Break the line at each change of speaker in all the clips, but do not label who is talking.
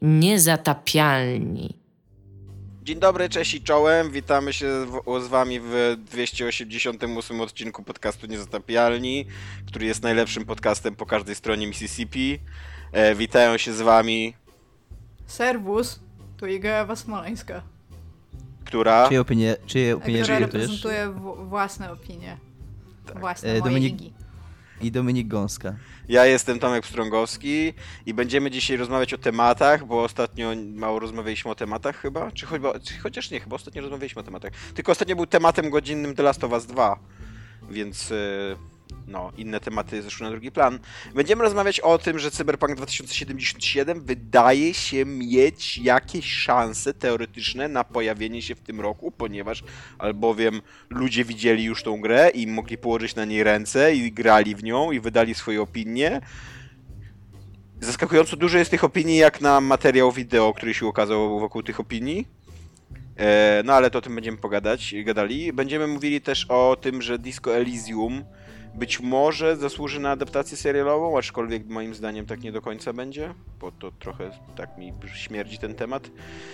Niezatapialni.
Dzień dobry, cześć i czołem. Witamy się z wami w 288 odcinku podcastu Niezatapialni, który jest najlepszym podcastem po każdej stronie Mississippi. Witają się z wami...
Serwus, tu Iga Ewa Smoleńska.
Która?
Czyje opinie która reprezentuje własne opinie. Tak. Własne moje Igi.
I Dominik Gąska.
Ja jestem Tomek Pstrągowski i będziemy dzisiaj rozmawiać o tematach, bo ostatnio mało rozmawialiśmy o tematach chyba, chociaż nie, chyba ostatnio rozmawialiśmy o tematach. Tylko ostatnio był tematem godzinnym The Last of Us 2, więc inne tematy zeszły na drugi plan. Będziemy rozmawiać o tym, że Cyberpunk 2077 wydaje się mieć jakieś szanse teoretyczne na pojawienie się w tym roku, ponieważ albowiem ludzie widzieli już tą grę i mogli położyć na niej ręce i grali w nią i wydali swoje opinie. Zaskakująco dużo jest tych opinii jak na materiał wideo, który się ukazał wokół tych opinii. No ale to o tym będziemy gadali. Będziemy mówili też o tym, że Disco Elysium być może zasłuży na adaptację serialową, aczkolwiek moim zdaniem tak nie do końca będzie, bo to trochę tak mi śmierdzi ten temat.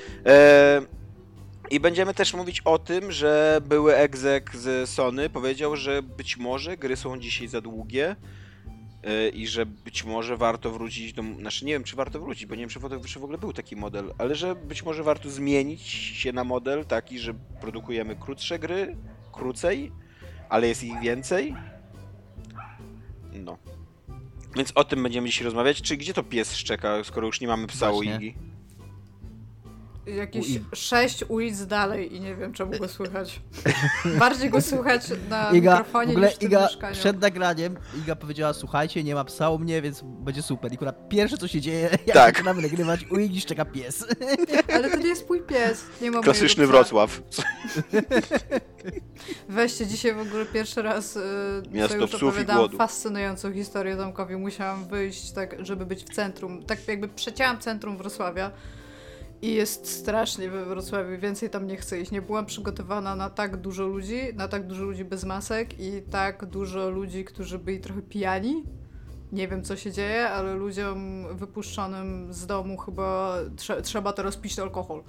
I będziemy też mówić o tym, że były exec z Sony powiedział, że być może gry są dzisiaj za długie i że być może warto wrócić do... Znaczy nie wiem, czy warto wrócić, bo nie wiem, czy w ogóle był taki model, ale że być może warto zmienić się na model taki, że produkujemy krótsze gry, krócej, ale jest ich więcej. No. Więc o tym będziemy dzisiaj rozmawiać. Czy gdzie to pies szczeka, skoro już nie mamy psa u Igi?
Jakieś 6 ulic dalej i nie wiem, czemu go słychać. Bardziej go słychać na mikrofonie niż w tym mieszkaniu.
Przed nagraniem Iga powiedziała, słuchajcie, nie ma psa u mnie, więc będzie super. I akurat pierwsze, co się dzieje, jak zaczynamy nagrywać, u Igi szczeka pies.
Ale to nie jest mój pies. Nie ma
klasyczny Wrocław.
Weźcie dzisiaj w ogóle pierwszy raz
miasto
już
psów
opowiadałam fascynującą historię Tomkowi. Musiałam wyjść tak, żeby być w centrum. Tak jakby przecięłam centrum Wrocławia. I jest strasznie we Wrocławiu, więcej tam nie chcę iść. Nie byłam przygotowana na tak dużo ludzi bez masek i tak dużo ludzi, którzy byli trochę pijani. Nie wiem, co się dzieje, ale ludziom wypuszczonym z domu chyba trzeba teraz pić alkohol.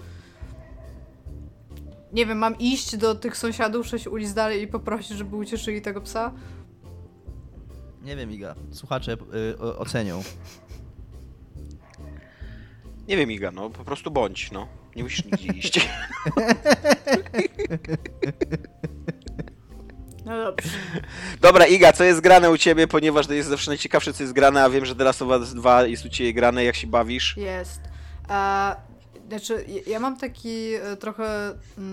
Nie wiem, mam iść do tych sąsiadów 6 ulic dalej i poprosić, żeby ucieszyli tego psa?
Nie wiem, Iga. Słuchacze ocenią.
Nie wiem, Iga, no po prostu bądź, no. Nie musisz nigdzie iść.
No dobrze.
Dobra, Iga, co jest grane u ciebie, ponieważ to jest zawsze najciekawsze, co jest grane, a wiem, że The Last of Us 2 jest u ciebie grane, jak się bawisz?
Jest. Znaczy, ja mam taki trochę...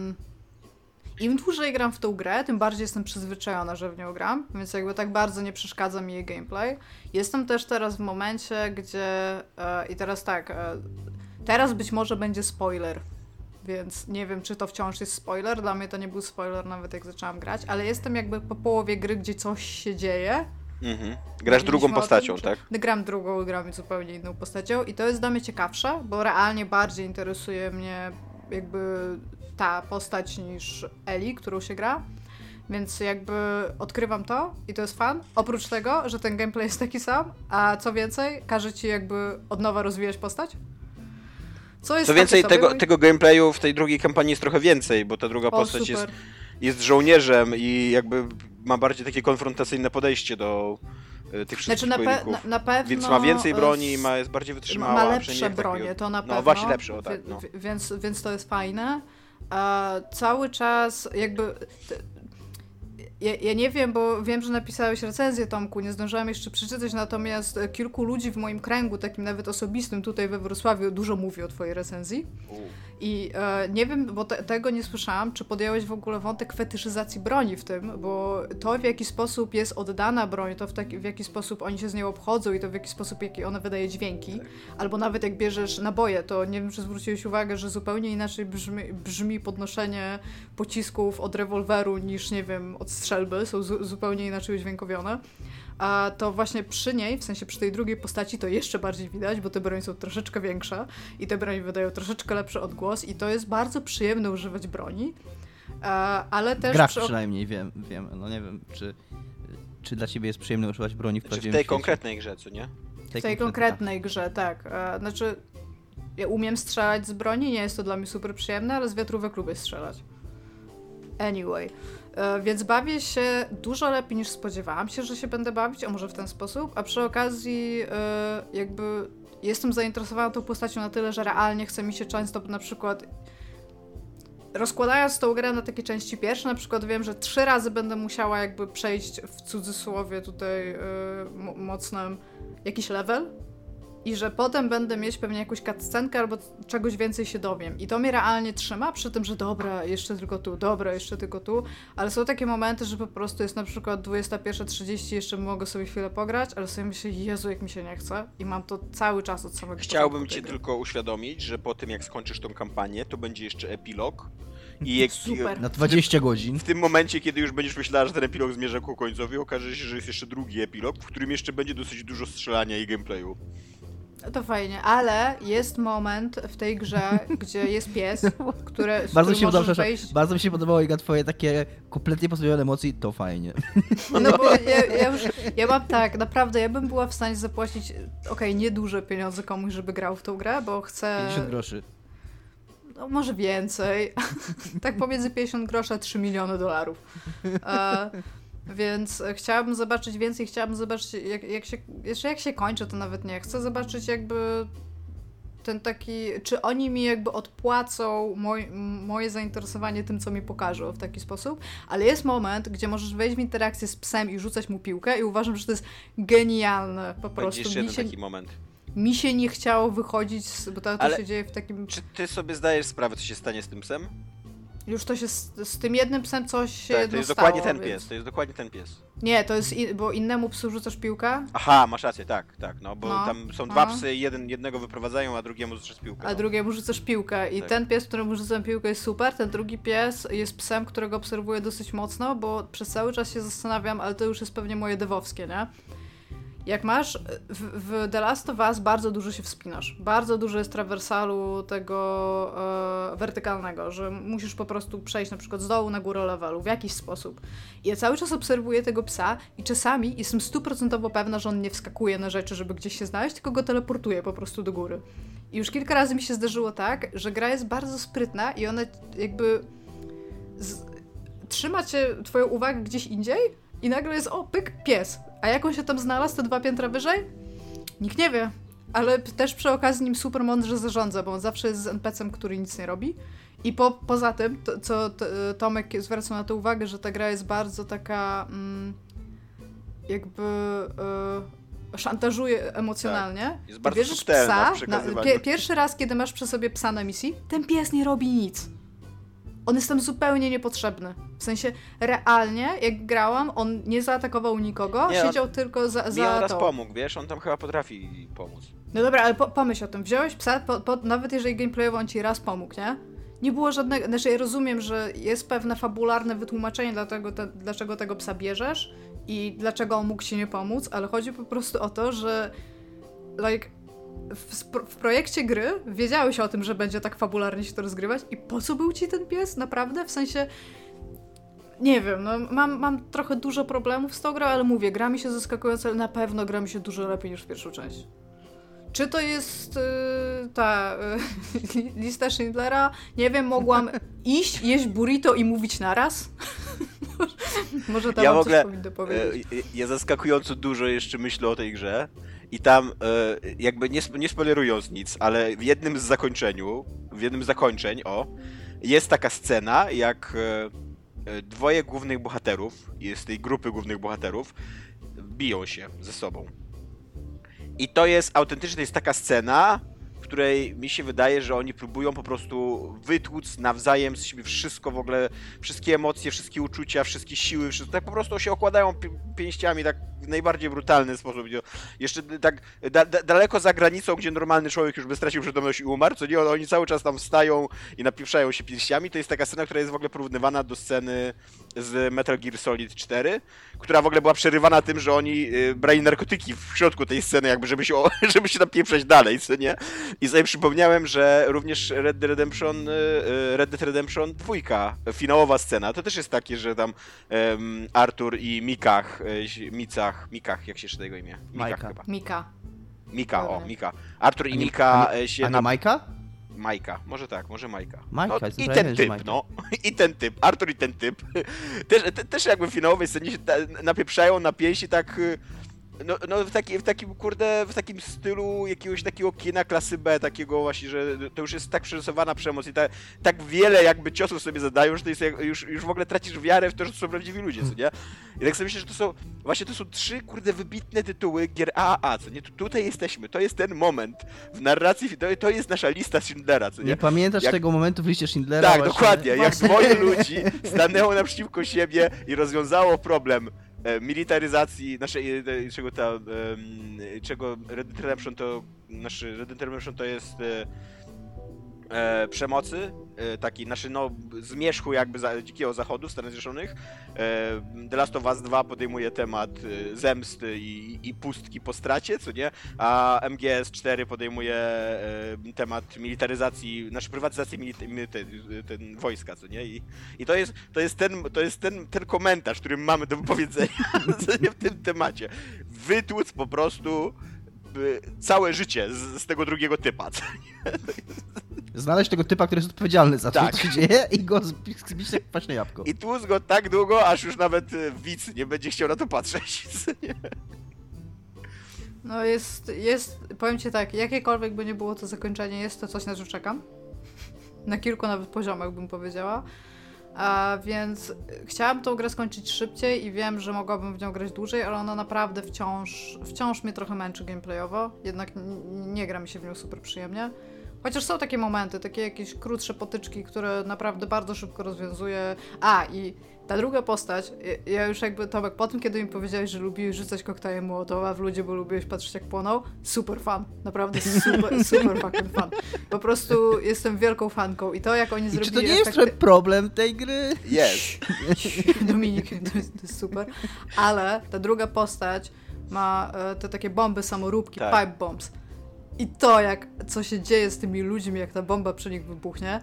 Im dłużej gram w tą grę, tym bardziej jestem przyzwyczajona, że w nią gram, więc jakby tak bardzo nie przeszkadza mi jej gameplay. Jestem też teraz w momencie, gdzie... I teraz tak... Teraz być może będzie spoiler, więc nie wiem, czy to wciąż jest spoiler. Dla mnie to nie był spoiler nawet jak zaczęłam grać, ale jestem jakby po połowie gry, gdzie coś się dzieje.
Mhm. Grasz drugą postacią, tak?
Gram zupełnie inną postacią i to jest dla mnie ciekawsze, bo realnie bardziej interesuje mnie jakby ta postać niż Ellie, którą się gra. Więc jakby odkrywam to i to jest fan. Oprócz tego, że ten gameplay jest taki sam, a co więcej, każe ci jakby od nowa rozwijać postać.
Co więcej, tego gameplayu w tej drugiej kampanii jest trochę więcej, bo ta druga postać jest żołnierzem i jakby ma bardziej takie konfrontacyjne podejście do tych wszystkich bojowników.
Na pewno,
więc ma więcej broni i jest bardziej wytrzymała.
Ma lepsze bronie, to na pewno.
No właśnie lepsze, o tak. No.
Więc to jest fajne. Cały czas jakby... Ja nie wiem, bo wiem, że napisałeś recenzję, Tomku, nie zdążyłam jeszcze przeczytać, natomiast kilku ludzi w moim kręgu, takim nawet osobistym tutaj we Wrocławiu, dużo mówi o twojej recenzji. I nie wiem, bo tego nie słyszałam, czy podjąłeś w ogóle wątek fetyszyzacji broni w tym, bo to w jaki sposób jest oddana broń, to w jaki sposób oni się z nią obchodzą i to w jaki sposób jakie ona wydaje dźwięki, albo nawet jak bierzesz naboje, to nie wiem, czy zwróciłeś uwagę, że zupełnie inaczej brzmi podnoszenie pocisków od rewolweru niż, nie wiem, od strzelby, są zupełnie inaczej udźwiękowione. A to właśnie przy niej, w sensie przy tej drugiej postaci to jeszcze bardziej widać, bo te bronie są troszeczkę większe i te bronie wydają troszeczkę lepszy odgłos i to jest bardzo przyjemne używać broni, ale też...
Gra przynajmniej, wiem, no nie wiem, czy dla ciebie jest przyjemne używać broni w prawdziwym
w tej
świecie?
konkretnej grze, co nie?
W tej konkretnej grze, tak. Znaczy... Ja umiem strzelać z broni, nie jest to dla mnie super przyjemne, ale z wiatrówek lubię strzelać. Anyway. Więc bawię się dużo lepiej niż spodziewałam się, że się będę bawić, a może w ten sposób, a przy okazji jakby jestem zainteresowana tą postacią na tyle, że realnie chce mi się często na przykład rozkładając tą grę na takie części pierwsze, na przykład wiem, że 3 razy będę musiała jakby przejść w cudzysłowie tutaj mocnym jakiś level i że potem będę mieć pewnie jakąś cutscenkę albo czegoś więcej się dowiem. I to mnie realnie trzyma przy tym, że dobra, jeszcze tylko tu, dobra, jeszcze tylko tu, ale są takie momenty, że po prostu jest na przykład 21:30, jeszcze mogę sobie chwilę pograć, ale sobie myślę, Jezu, jak mi się nie chce i mam to cały czas od samego
Chciałbym cię
początku
tylko uświadomić, że po tym jak skończysz tą kampanię, to będzie jeszcze epilog. I jak,
Super.
Na 20 godzin.
w tym momencie, kiedy już będziesz myślała, że ten epilog zmierza ku końcowi, okaże się, że jest jeszcze drugi epilog, w którym jeszcze będzie dosyć dużo strzelania i gameplayu.
To fajnie, ale jest moment w tej grze, gdzie jest pies, który
Bardzo mi się
możesz
podobało,
wejść...
bardzo mi się podobało, Iga, twoje takie kompletnie pozbawione emocji, to fajnie.
No bo ja mam tak, naprawdę, ja bym była w stanie zapłacić, nieduże pieniądze komuś, żeby grał w tą grę, bo chcę...
50 groszy.
No może więcej. Tak pomiędzy 50 groszy a 3 miliony dolarów. Więc chciałabym zobaczyć więcej, chciałabym zobaczyć, jak się kończy, to nawet nie. Chcę zobaczyć jakby ten taki, czy oni mi jakby odpłacą moje zainteresowanie tym, co mi pokażą w taki sposób, ale jest moment, gdzie możesz wejść w interakcję z psem i rzucać mu piłkę i uważam, że to jest genialne po prostu.
Będzie jeszcze jeden taki moment.
Mi się nie chciało wychodzić, bo to się dzieje w takim...
Czy ty sobie zdajesz sprawę, co się stanie z tym psem?
Już to się z tym jednym psem coś się
Tak, to jest
stało,
dokładnie ten
więc...
pies, to jest dokładnie ten pies.
Nie, to jest, bo innemu psu rzucasz piłkę,
Aha, masz rację, tak, no bo
No,
tam są
no.
2 psy, jednego wyprowadzają, a drugiemu rzucasz piłkę.
a
No.
drugiemu rzucasz piłkę i
Tak.
ten pies, któremu rzucam piłkę jest super, ten drugi pies jest psem, którego obserwuję dosyć mocno, bo przez cały czas się zastanawiam, ale to już jest pewnie moje devowskie, nie? Jak masz w The Last of Us bardzo dużo się wspinasz. Bardzo dużo jest trawersalu tego wertykalnego, że musisz po prostu przejść na przykład z dołu na górę levelu w jakiś sposób. I ja cały czas obserwuję tego psa i czasami jestem 100% pewna, że on nie wskakuje na rzeczy, żeby gdzieś się znaleźć, tylko go teleportuje po prostu do góry. I już kilka razy mi się zdarzyło tak, że gra jest bardzo sprytna i ona jakby trzyma twoją uwagę gdzieś indziej i nagle jest pyk, pies. A jak on się tam znalazł te 2 piętra wyżej? Nikt nie wie. Ale też przy okazji nim super mądrze zarządza, bo on zawsze jest z NPC-em, który nic nie robi. I poza tym, Tomek zwraca na to uwagę, że ta gra jest bardzo taka szantażuje emocjonalnie.
Tak. Jest bardzo
Bierzesz
subtelna
psa,
w przekazywaniu.
pierwszy raz, kiedy masz przy sobie psa na misji, ten pies nie robi nic. On jest tam zupełnie niepotrzebny. W sensie, realnie, jak grałam, on nie zaatakował nikogo,
Nie,
siedział tylko
Mi on
za
raz
to.
pomógł, wiesz, on tam chyba potrafi pomóc.
No dobra, ale pomyśl o tym. Wziąłeś psa, nawet jeżeli gameplayowo on ci raz pomógł, nie? Nie było żadnego... Znaczy, ja rozumiem, że jest pewne fabularne wytłumaczenie, dlaczego tego psa bierzesz i dlaczego on mógł ci nie pomóc, ale chodzi po prostu o to, że w projekcie gry wiedziałeś o tym, że będzie tak fabularnie się to rozgrywać i po co był ci ten pies? Naprawdę? W sensie... Nie wiem, no mam trochę dużo problemów z tą grą, ale mówię, gra mi się zaskakująco, ale na pewno gra mi się dużo lepiej niż w pierwszą część. Czy to jest ta lista Schindlera? Nie wiem, mogłam iść, jeść burrito i mówić naraz? Może tam
Ja w
coś
ogóle,
powinno powiedzieć.
ja zaskakująco dużo jeszcze myślę o tej grze i tam jakby nie spoilerując nic, ale w jednym z zakończeń, jest taka scena, jak 2 głównych bohaterów, z tej grupy głównych bohaterów, biją się ze sobą. I to jest taka scena, w której mi się wydaje, że oni próbują po prostu wytłuc nawzajem z siebie wszystko w ogóle, wszystkie emocje, wszystkie uczucia, wszystkie siły, wszystko, tak po prostu się okładają pięściami tak w najbardziej brutalny sposób. Jeszcze tak daleko za granicą, gdzie normalny człowiek już by stracił przytomność i umarł, co nie, oni cały czas tam wstają i napieprzają się pięściami. To jest taka scena, która jest w ogóle porównywana do sceny z Metal Gear Solid 4, która w ogóle była przerywana tym, że oni brali narkotyki w środku tej sceny, jakby żeby się napieprzać dalej, co nie? I sobie przypomniałem, że również Red Dead Redemption 2, finałowa scena, to też jest takie, że tam Artur i Mikach, jak się jeszcze tego imię? Mikach
Majka.
chyba.
Mika.
Mika,
Pewnie.
Mika. Artur i Mika się
A nie Majka?
Majka, może tak, może Majka.
Majka,
No,
jestem
i
pewien,
ten
że
typ,
Majka.
no. I ten typ, Artur i ten typ. Też jakby w finałowej scenie się napieprzają na pięści tak... No w takim, kurde, w takim stylu jakiegoś takiego kina klasy B, takiego właśnie, że to już jest tak przerysowana przemoc i tak wiele jakby ciosów sobie zadają, że to jest już w ogóle tracisz wiarę w to, że to są prawdziwi ludzie, co nie? I tak sobie myślę, że to są 3, kurde, wybitne tytuły gier AAA, co nie? Tutaj jesteśmy, to jest ten moment w narracji, to jest nasza lista Schindlera, co nie?
Nie pamiętasz tego momentu w liście Schindlera?
Tak,
właśnie?
dokładnie, jak dwoje ludzi stanęło naprzeciwko siebie i rozwiązało problem militaryzacji czego Red Dead Redemption Red Dead Redemption to jest przemocy, taki zmierzchu jakby dzikiego zachodu w Stanach Zjednoczonych. The Last of Us 2 podejmuje temat zemsty i pustki po stracie, co nie? A MGS 4 podejmuje temat militaryzacji, prywatyzacji ten wojska, co nie? I to jest ten komentarz, który mamy do wypowiedzenia w tym temacie. Wytłuc po prostu całe życie z tego drugiego typa, co nie?
Znaleźć tego typa, który jest odpowiedzialny za to,
Tak.
co się dzieje i go zbić jak kwaśne jabłko.
I tłuc go tak długo, aż już nawet widz nie będzie chciał na to patrzeć.
No powiem ci tak, jakiekolwiek by nie było to zakończenie, jest to coś, na co czekam. Na kilku nawet poziomach bym powiedziała. A więc chciałam tą grę skończyć szybciej i wiem, że mogłabym w nią grać dłużej, ale ona naprawdę wciąż mnie trochę męczy gameplayowo. Jednak nie gra mi się w nią super przyjemnie. Chociaż są takie momenty, takie jakieś krótsze potyczki, które naprawdę bardzo szybko rozwiązuje. I ta druga postać, ja już jakby, Tomek, po tym, kiedy mi powiedziałeś, że lubiłeś rzucać koktajlem Mołotowa w ludzie, bo lubiłeś patrzeć jak płonął, super fan, naprawdę super fucking fan. Po prostu jestem wielką fanką i to, jak oni zrobili...
Czy to nie jest trochę problem tej gry?
Jest.
Dominik, to jest super, ale ta druga postać ma te takie bomby samoróbki,
Tak.
pipe bombs. I to, co się dzieje z tymi ludźmi, jak ta bomba przy nich wybuchnie,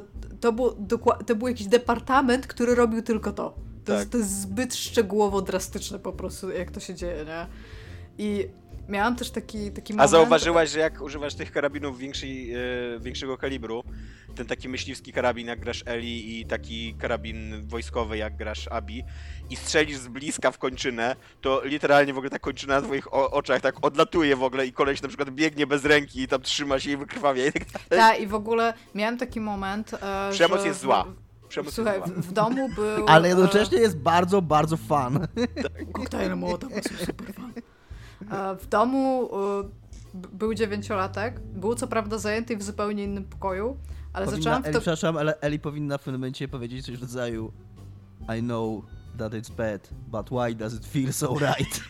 to był jakiś departament, który robił tylko to.
Tak.
To jest zbyt szczegółowo drastyczne po prostu, jak to się dzieje, nie? I miałam też taki moment...
A zauważyłaś, że jak używasz tych karabinów większego kalibru, ten taki myśliwski karabin jak grasz Eli i taki karabin wojskowy jak grasz Abi i strzelisz z bliska w kończynę, to literalnie w ogóle ta kończyna na twoich oczach tak odlatuje w ogóle i koleś na przykład biegnie bez ręki i tam trzyma się i wykrwawia i tak dalej.
Tak, i w ogóle miałem taki moment,
Przemoc
że
jest zła.
Słuchaj, w domu był...
Ale jednocześnie jest bardzo, bardzo fan.
Koktajl Mołotowa, super fan. W domu był 9-latek, był co prawda zajęty w zupełnie innym pokoju, ale zaczęłam
Przepraszam, ale Eli powinna w tym momencie powiedzieć coś w rodzaju I know that it's bad, but why does it feel so right?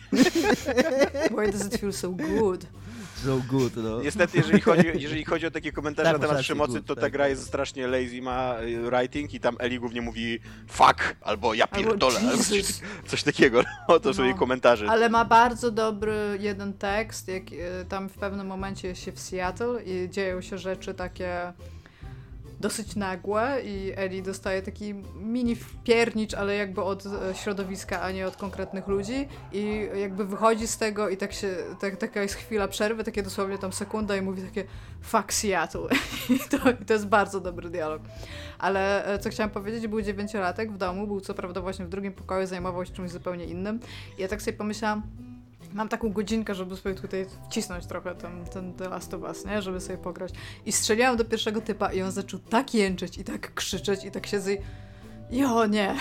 Why does it feel so good?
So good, no.
Niestety, jeżeli chodzi o takie komentarze
Tak,
na temat
masz rację,
przemocy,
good,
to ta
tak.
gra jest strasznie lazy, ma writing i tam Eli głównie mówi fuck, albo ja pierdolę, albo coś takiego. No, to są jej komentarze.
Ale ma bardzo dobry jeden tekst, jak tam w pewnym momencie jest się w Seattle i dzieją się rzeczy takie dosyć nagłe i Eli dostaje taki mini wpiernicz, ale jakby od środowiska, a nie od konkretnych ludzi i jakby wychodzi z tego i taka jest chwila przerwy, takie dosłownie tam sekunda i mówi takie fuck Seattle. I to jest bardzo dobry dialog. Ale co chciałam powiedzieć, był 9-latek w domu, był co prawda właśnie w drugim pokoju, zajmował się czymś zupełnie innym i ja tak sobie pomyślałam, mam taką godzinkę, żeby sobie tutaj wcisnąć trochę ten The Last of Us, nie? Żeby sobie pograć. I strzeliłam do pierwszego typa i on zaczął tak jęczeć i tak krzyczeć i tak siedzę i nie.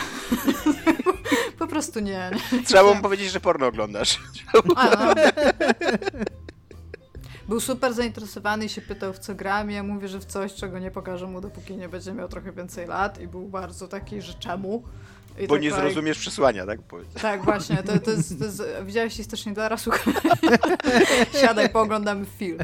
Po prostu nie.
Trzeba mu powiedzieć, że porno oglądasz.
No. Był super zainteresowany i się pytał, w co gram. Ja mówię, że w coś, czego nie pokażę mu, dopóki nie będzie miał trochę więcej lat i był bardzo taki, że czemu. I
Bo
tak
nie
like,
zrozumiesz przesłania, tak?
Tak, właśnie. To jest, widziałeś listę Schindlera? Słuchaj. Siadaj, pooglądamy film.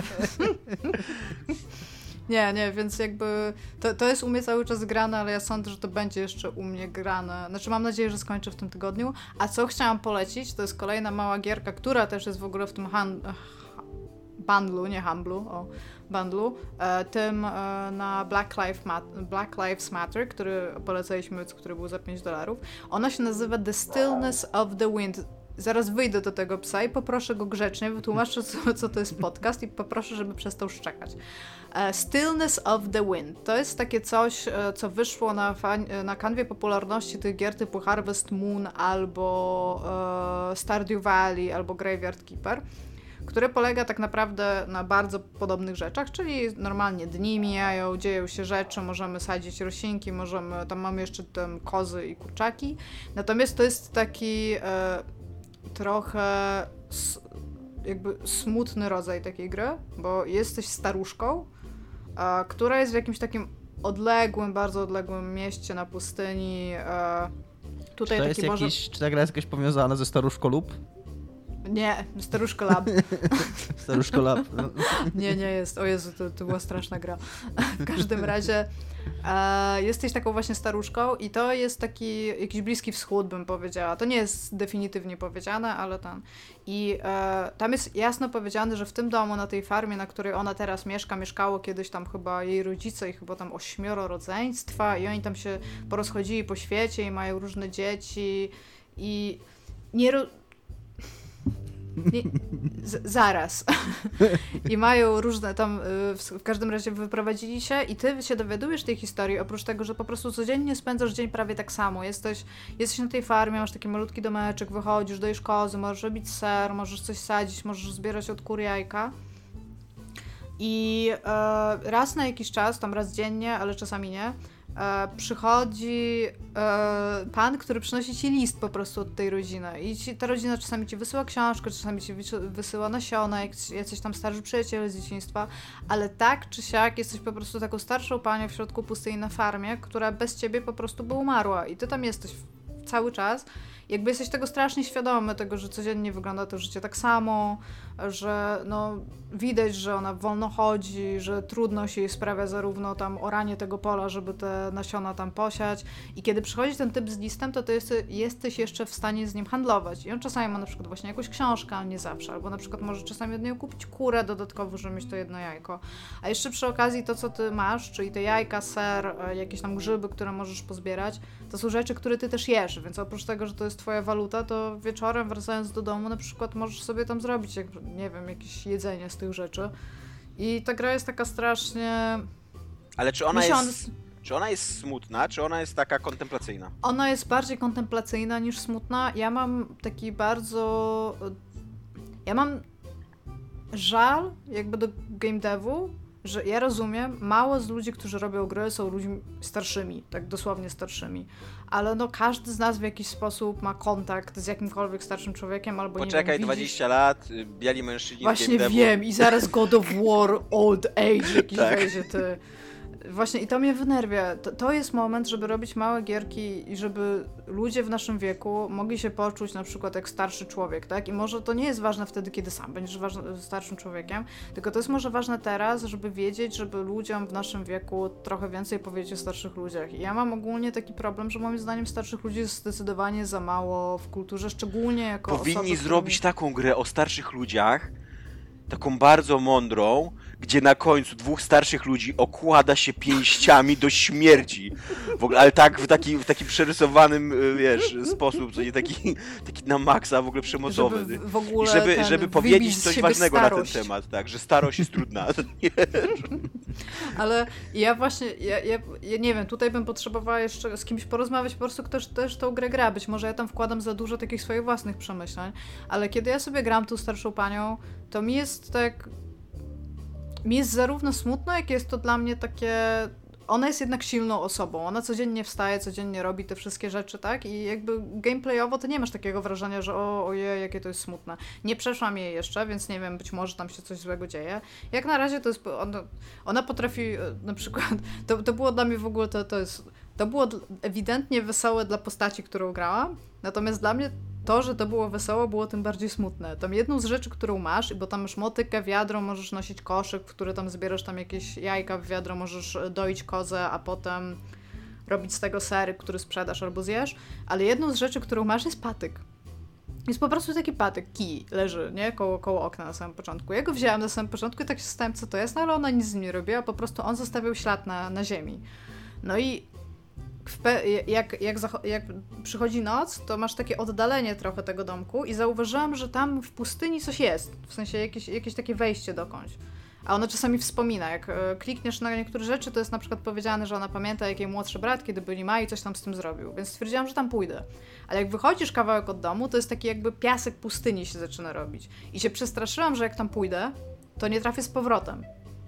Nie, więc jakby to jest u mnie cały czas grane, ale ja sądzę, że to będzie jeszcze u mnie grane. Znaczy mam nadzieję, że skończę w tym tygodniu. A co chciałam polecić, to jest kolejna mała gierka, która też jest w ogóle w tym bundlu, nie handlu, bundlu, tym na Black Lives Matter, który polecaliśmy, który był za $5. Ona się nazywa The Stillness of the Wind. zaraz wyjdę do tego psa i poproszę go grzecznie, wytłumaczę, co to jest podcast i poproszę, żeby przestał szczekać. Stillness of the Wind. To jest takie coś, co wyszło na kanwie popularności tych gier typu Harvest Moon albo Stardew Valley albo Graveyard Keeper, które polega tak naprawdę na bardzo podobnych rzeczach, czyli normalnie dni mijają, dzieją się rzeczy, możemy sadzić roślinki, tam mamy jeszcze tam kozy i kurczaki. Natomiast to jest taki trochę jakby smutny rodzaj takiej gry, bo jesteś staruszką, która jest w jakimś takim odległym, bardzo odległym mieście na pustyni. Tutaj
czy to jest
taki
czy ta gra jest jakoś powiązana ze Staruszko Lub?
Nie, Staruszko Lab.
Staruszko Lab.
Nie jest. O Jezu, to była straszna gra. W każdym razie jesteś taką właśnie staruszką i to jest taki jakiś Bliski Wschód, bym powiedziała. To nie jest definitywnie powiedziane, ale tam. I tam jest jasno powiedziane, że w tym domu, na tej farmie, na której ona teraz mieszkało kiedyś tam chyba jej rodzice i chyba tam 8 rodzeństwa i oni tam się porozchodzili po świecie i mają różne dzieci i zaraz. I mają różne tam, w każdym razie wyprowadzili się i ty się dowiadujesz tej historii, oprócz tego, że po prostu codziennie spędzasz dzień prawie tak samo. Jesteś na tej farmie, masz taki malutki domeczek, wychodzisz, dojesz kozy, możesz robić ser, możesz coś sadzić, możesz zbierać od kur jajka. I raz na jakiś czas, tam raz dziennie, ale czasami nie, przychodzi pan, który przynosi ci list po prostu od tej rodziny i ta rodzina czasami ci wysyła książkę, czasami ci wysyła nasiona, jacyś tam starzy przyjaciele z dzieciństwa, ale tak czy siak jesteś po prostu taką starszą panią w środku pustyni na farmie, która bez ciebie po prostu by umarła i ty tam jesteś cały czas. Jakby jesteś tego strasznie świadomy, tego, że codziennie wygląda to życie tak samo, że no widać, że ona wolno chodzi, że trudność jej sprawia zarówno tam oranie tego pola, żeby te nasiona tam posiać i kiedy przychodzi ten typ z listem, to jesteś jeszcze w stanie z nim handlować i on czasami ma na przykład właśnie jakąś książkę, ale nie zawsze, albo na przykład może czasami od niej kupić kurę dodatkowo, żeby mieć to jedno jajko, a jeszcze przy okazji to, co ty masz, czyli te jajka, ser, jakieś tam grzyby, które możesz pozbierać, to są rzeczy, które ty też jesz, więc oprócz tego, że to jest twoja waluta, to wieczorem wracając do domu na przykład możesz sobie tam zrobić, nie wiem, jakieś jedzenie z tych rzeczy. I ta gra jest taka strasznie...
Ale czy ona jest smutna, czy ona jest taka kontemplacyjna?
Ona jest bardziej kontemplacyjna niż smutna. Ja mam taki bardzo... Ja mam żal jakby do game devu, że ja rozumiem, mało z ludzi, którzy robią gry, są ludźmi starszymi, tak dosłownie starszymi, ale no każdy z nas w jakiś sposób ma kontakt z jakimkolwiek starszym człowiekiem, albo
poczekaj,
nie wiem,
20 lat, biali mężczyźni
właśnie
w game
wiem i zaraz God of War Old Age jakiś
tak.
wejdzie, ty. Właśnie i to mnie wynerwia. To jest moment, żeby robić małe gierki i żeby ludzie w naszym wieku mogli się poczuć na przykład jak starszy człowiek, tak? I może to nie jest ważne wtedy, kiedy sam będziesz starszym człowiekiem, tylko to jest może ważne teraz, żeby wiedzieć, żeby ludziom w naszym wieku trochę więcej powiedzieć o starszych ludziach. I ja mam ogólnie taki problem, że moim zdaniem starszych ludzi jest zdecydowanie za mało w kulturze, szczególnie jako
Powinni
osoby,
zrobić taką grę o starszych ludziach, taką bardzo mądrą, gdzie na końcu dwóch starszych ludzi okłada się pięściami do śmierci. W ogóle, ale tak w taki przerysowanym, wiesz, sposób, co nie taki na maksa w ogóle przemocowy.
Żeby w ogóle
żeby
wybić
powiedzieć
z
coś
siebie
ważnego
starość.
na ten temat, tak, że starość jest trudna.
Ale ja właśnie, ja nie wiem, tutaj bym potrzebowała jeszcze z kimś porozmawiać, po prostu ktoś też tą grę gra. Być może ja tam wkładam za dużo takich swoich własnych przemyśleń, ale kiedy ja sobie gram tą starszą panią, to mi jest tak... Mi jest zarówno smutno, jak jest to dla mnie takie... Ona jest jednak silną osobą, ona codziennie wstaje, codziennie robi te wszystkie rzeczy, tak? I jakby gameplayowo to nie masz takiego wrażenia, że ojej, jakie to jest smutne. Nie przeszłam jej jeszcze, więc nie wiem, być może tam się coś złego dzieje. Jak na razie to jest... Ona potrafi na przykład... To było dla mnie w ogóle... To było ewidentnie wesołe dla postaci, którą grałam, natomiast dla mnie to, że to było wesoło, było tym bardziej smutne. Tam jedną z rzeczy, którą masz, bo tam masz motykę, wiadro, możesz nosić koszyk, w który tam zbierasz tam jakieś jajka w wiadro, możesz doić kozę, a potem robić z tego sery, który sprzedasz albo zjesz, ale jedną z rzeczy, którą masz, jest patyk. Jest po prostu taki patyk, kij, leży, nie? Koło okna na samym początku. Ja go wzięłam na samym początku i tak się zastanawiam, co to jest, no ale ona nic z nim nie robiła, po prostu on zostawiał ślad na ziemi. No i jak przychodzi noc, to masz takie oddalenie trochę tego domku i zauważyłam, że tam w pustyni coś jest, w sensie jakieś takie wejście dokądś. A ona czasami wspomina, jak klikniesz na niektóre rzeczy, to jest na przykład powiedziane, że ona pamięta, jak jej młodszy brat, kiedy byli mali, coś tam z tym zrobił, więc stwierdziłam, że tam pójdę. Ale jak wychodzisz kawałek od domu, to jest taki jakby piasek pustyni się zaczyna robić. I się przestraszyłam, że jak tam pójdę, to nie trafię z powrotem.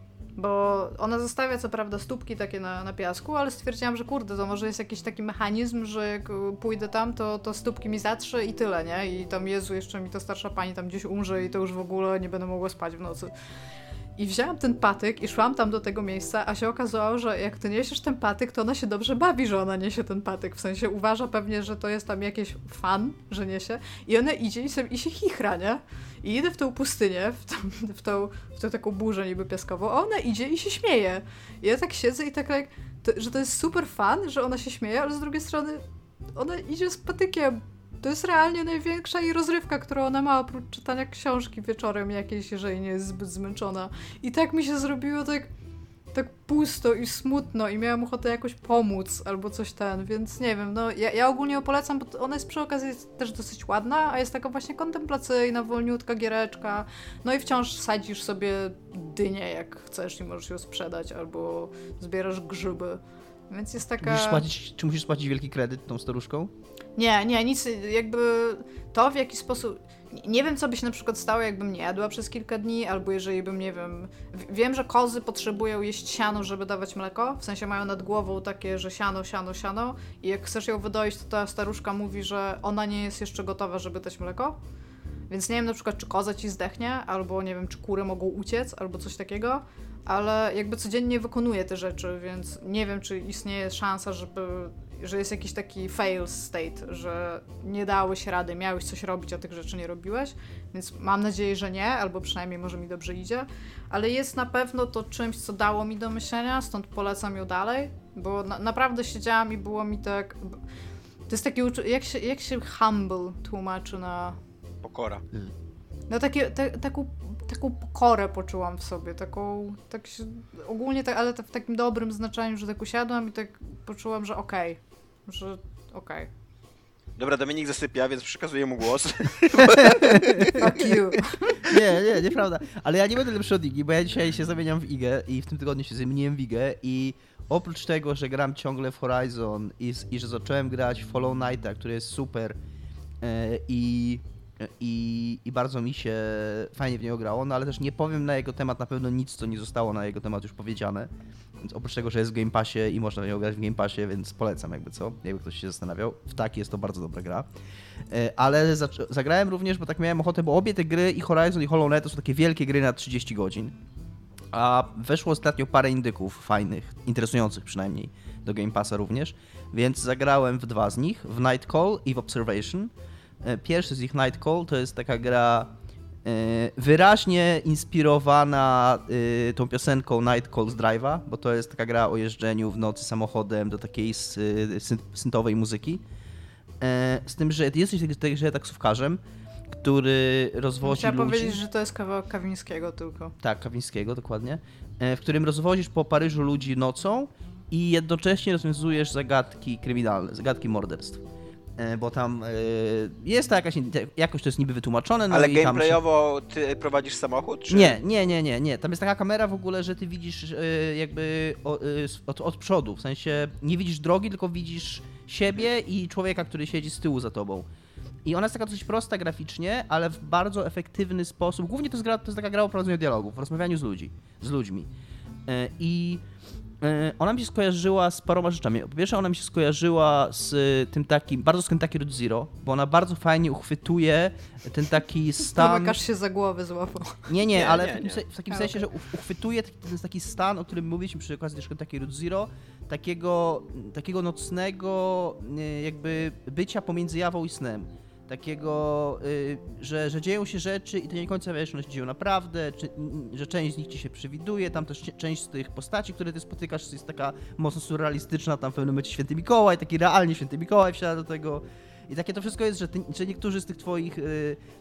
Bo ona zostawia co prawda stópki takie na piasku, ale stwierdziłam, że kurde, to może jest jakiś taki mechanizm, że jak pójdę tam, to stópki mi zatrze i tyle, nie? I tam Jezu, jeszcze mi ta starsza pani tam gdzieś umrze i to już w ogóle nie będę mogła spać w nocy. I wzięłam ten patyk i szłam tam do tego miejsca, a się okazało, że jak ty niesiesz ten patyk, to ona się dobrze bawi, że ona niesie ten patyk. W sensie uważa pewnie, że to jest tam jakiś fan, że niesie. I ona idzie i się chichra, nie? I idę w tą pustynię, w tą taką burzę niby piaskową, a ona idzie i się śmieje. I ja tak siedzę i tak że to jest super fan, że ona się śmieje, ale z drugiej strony ona idzie z patykiem. To jest realnie największa jej rozrywka, którą ona ma, oprócz czytania książki wieczorem jakiejś, jeżeli nie jest zbyt zmęczona. I tak mi się zrobiło tak pusto i smutno i miałam ochotę jakoś pomóc albo coś więc nie wiem, no ja ogólnie ją polecam, bo ona jest przy okazji też dosyć ładna, a jest taka właśnie kontemplacyjna, wolniutka giereczka, no i wciąż sadzisz sobie dynię jak chcesz i możesz ją sprzedać albo zbierasz grzyby, więc jest taka...
Czy musisz spłacić wielki kredyt tą staruszką?
Nie, nic, jakby to w jakiś sposób... Nie wiem, co by się na przykład stało, jakbym nie jadła przez kilka dni, albo jeżeli bym, nie wiem... Wiem, że kozy potrzebują jeść siano, żeby dawać mleko, w sensie mają nad głową takie, że siano i jak chcesz ją wydoić, to ta staruszka mówi, że ona nie jest jeszcze gotowa, żeby dać mleko. Więc nie wiem na przykład, czy koza ci zdechnie, albo nie wiem, czy kury mogą uciec, albo coś takiego, ale jakby codziennie wykonuje te rzeczy, więc nie wiem, czy istnieje szansa, że jest jakiś taki fail state, że nie dałeś rady, miałeś coś robić, a tych rzeczy nie robiłeś, więc mam nadzieję, że nie, albo przynajmniej może mi dobrze idzie, ale jest na pewno to czymś, co dało mi do myślenia, stąd polecam ją dalej, bo naprawdę siedziałam i było mi tak... To jest taki... Jak się humble tłumaczy na...
Pokora.
No taką pokorę poczułam w sobie, ogólnie ale w takim dobrym znaczeniu, że tak usiadłam i tak poczułam, że okej.
Dobra, Dominik zasypia, więc przekazuję mu głos.
Fuck you.
Nieprawda. Ale ja nie będę lepszy od Igi, bo ja dzisiaj się zamieniam w Igę i w tym tygodniu się zamieniłem w Igę i oprócz tego, że gram ciągle w Horizon i że zacząłem grać w Hollow Knighta, który jest super i bardzo mi się fajnie w niego grało, no ale też nie powiem na jego temat na pewno nic, co nie zostało na jego temat już powiedziane. Więc oprócz tego, że jest w Game Passie i można w niego grać w Game Passie, więc polecam jakby ktoś się zastanawiał. W tak jest to bardzo dobra gra. Ale zagrałem również, bo tak miałem ochotę, bo obie te gry, i Horizon i Hollow Knight, to są takie wielkie gry na 30 godzin. A weszło ostatnio parę indyków fajnych, interesujących przynajmniej, do Game Passa również, więc zagrałem w dwa z nich, w Night Call i w Observation. Pierwszy z ich Night Call to jest taka gra wyraźnie inspirowana tą piosenką Night Call z Drive'a, bo to jest taka gra o jeżdżeniu w nocy samochodem do takiej syntowej muzyki. Z tym, że jesteś w tej grze taksówkarzem, który rozwozi
Chciałam
ludzi.
powiedzieć, że to jest kawałek Kawińskiego tylko. Tak,
Kawińskiego, dokładnie. W którym rozwozisz po Paryżu ludzi nocą i jednocześnie rozwiązujesz zagadki kryminalne, zagadki morderstw. Bo tam jest to jakoś to jest niby wytłumaczone. No
ale
i
gameplayowo ty prowadzisz samochód? Czy...
Nie. Tam jest taka kamera w ogóle, że ty widzisz jakby od przodu, w sensie nie widzisz drogi, tylko widzisz siebie i człowieka, który siedzi z tyłu za tobą. I ona jest taka dosyć prosta graficznie, ale w bardzo efektywny sposób. Głównie to jest taka gra o prowadzeniu dialogów, rozmawianiu z ludźmi. I ona mi się skojarzyła z paroma rzeczami. Po pierwsze, ona mi się skojarzyła z tym takim, bardzo z Kentucky Road Zero, bo ona bardzo fajnie uchwytuje ten taki stan...
Tomykasz się za głowę złapał.
Nie, ale w takim sensie, że uchwytuje ten taki stan, o którym mówiliśmy przy okazji też Kentucky Road Zero, takiego nocnego jakby bycia pomiędzy jawą i snem. Takiego, że dzieją się rzeczy i ty nie do końca wiesz, one się dzieją naprawdę, że część z nich ci się przewiduje, tam też część z tych postaci, które ty spotykasz, jest taka mocno surrealistyczna, tam w pewnym momencie Święty Mikołaj, taki realnie Święty Mikołaj wsiada do tego. I takie to wszystko jest, że niektórzy z tych twoich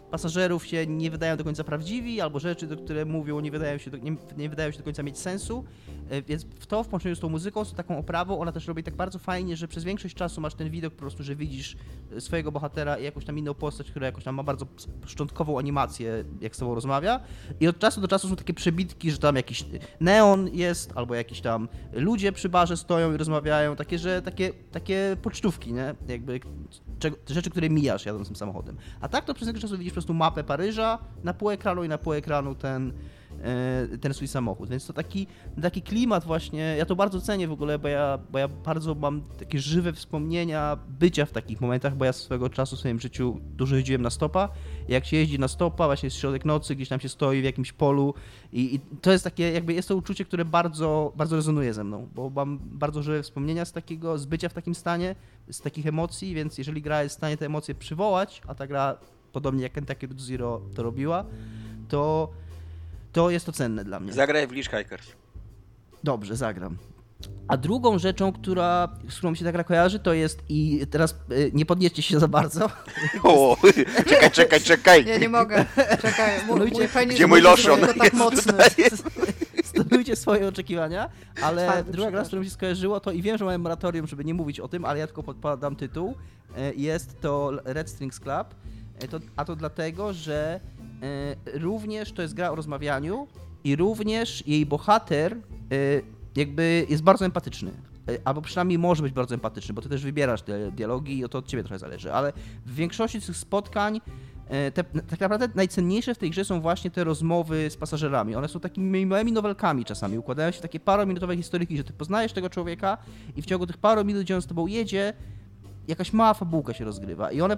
pasażerów się nie wydają do końca prawdziwi, albo rzeczy, które mówią, nie wydają się do końca mieć sensu, więc w połączeniu z tą muzyką, z taką oprawą, ona też robi tak bardzo fajnie, że przez większość czasu masz ten widok po prostu, że widzisz swojego bohatera i jakąś tam inną postać, która jakoś tam ma bardzo szczątkową animację, jak z tobą rozmawia, i od czasu do czasu są takie przebitki, że tam jakiś neon jest, albo jakiś tam ludzie przy barze stoją i rozmawiają, takie pocztówki, nie? Jakby rzeczy, które mijasz jadąc tym samochodem. A tak to przez jakiś czas widzisz po prostu mapę Paryża na pół ekranu i na pół ekranu ten swój samochód, więc to taki klimat właśnie, ja to bardzo cenię w ogóle, bo ja bardzo mam takie żywe wspomnienia bycia w takich momentach, bo ja swego czasu w swoim życiu dużo jeździłem na stopa, i jak się jeździ na stopa, właśnie jest środek nocy, gdzieś tam się stoi w jakimś polu i to jest takie, jakby jest to uczucie, które bardzo, bardzo rezonuje ze mną, bo mam bardzo żywe wspomnienia z bycia w takim stanie, z takich emocji, więc jeżeli gra jest w stanie te emocje przywołać, a ta gra podobnie jak Kentucky Route Zero to robiła, to jest to cenne dla mnie.
Zagraj w Lich Hikers.
Dobrze, zagram. A drugą rzeczą, z którą mi się ta gra kojarzy, to jest, i teraz nie podnieście się za bardzo.
O, czekaj.
Ja nie mogę. Czekaj, mój penis
Gdzie mój lotion?
jest tak mocny.
Stopujcie swoje oczekiwania, ale
Twardy
druga gra,
przykład.
z którą mi się skojarzyło, to i wiem, że mam moratorium, żeby nie mówić o tym, ale ja tylko podpadam tytuł. Jest to Red Strings Club, to dlatego, że również to jest gra o rozmawianiu i również jej bohater jakby jest bardzo empatyczny. Albo przynajmniej może być bardzo empatyczny, bo ty też wybierasz te dialogi i to od ciebie trochę zależy, ale w większości tych spotkań tak naprawdę najcenniejsze w tej grze są właśnie te rozmowy z pasażerami. One są takimi małymi nowelkami czasami, układają się w takie parominutowe historyki, że ty poznajesz tego człowieka i w ciągu tych paru minut, gdzie on z tobą jedzie, jakaś mała fabułka się rozgrywa i one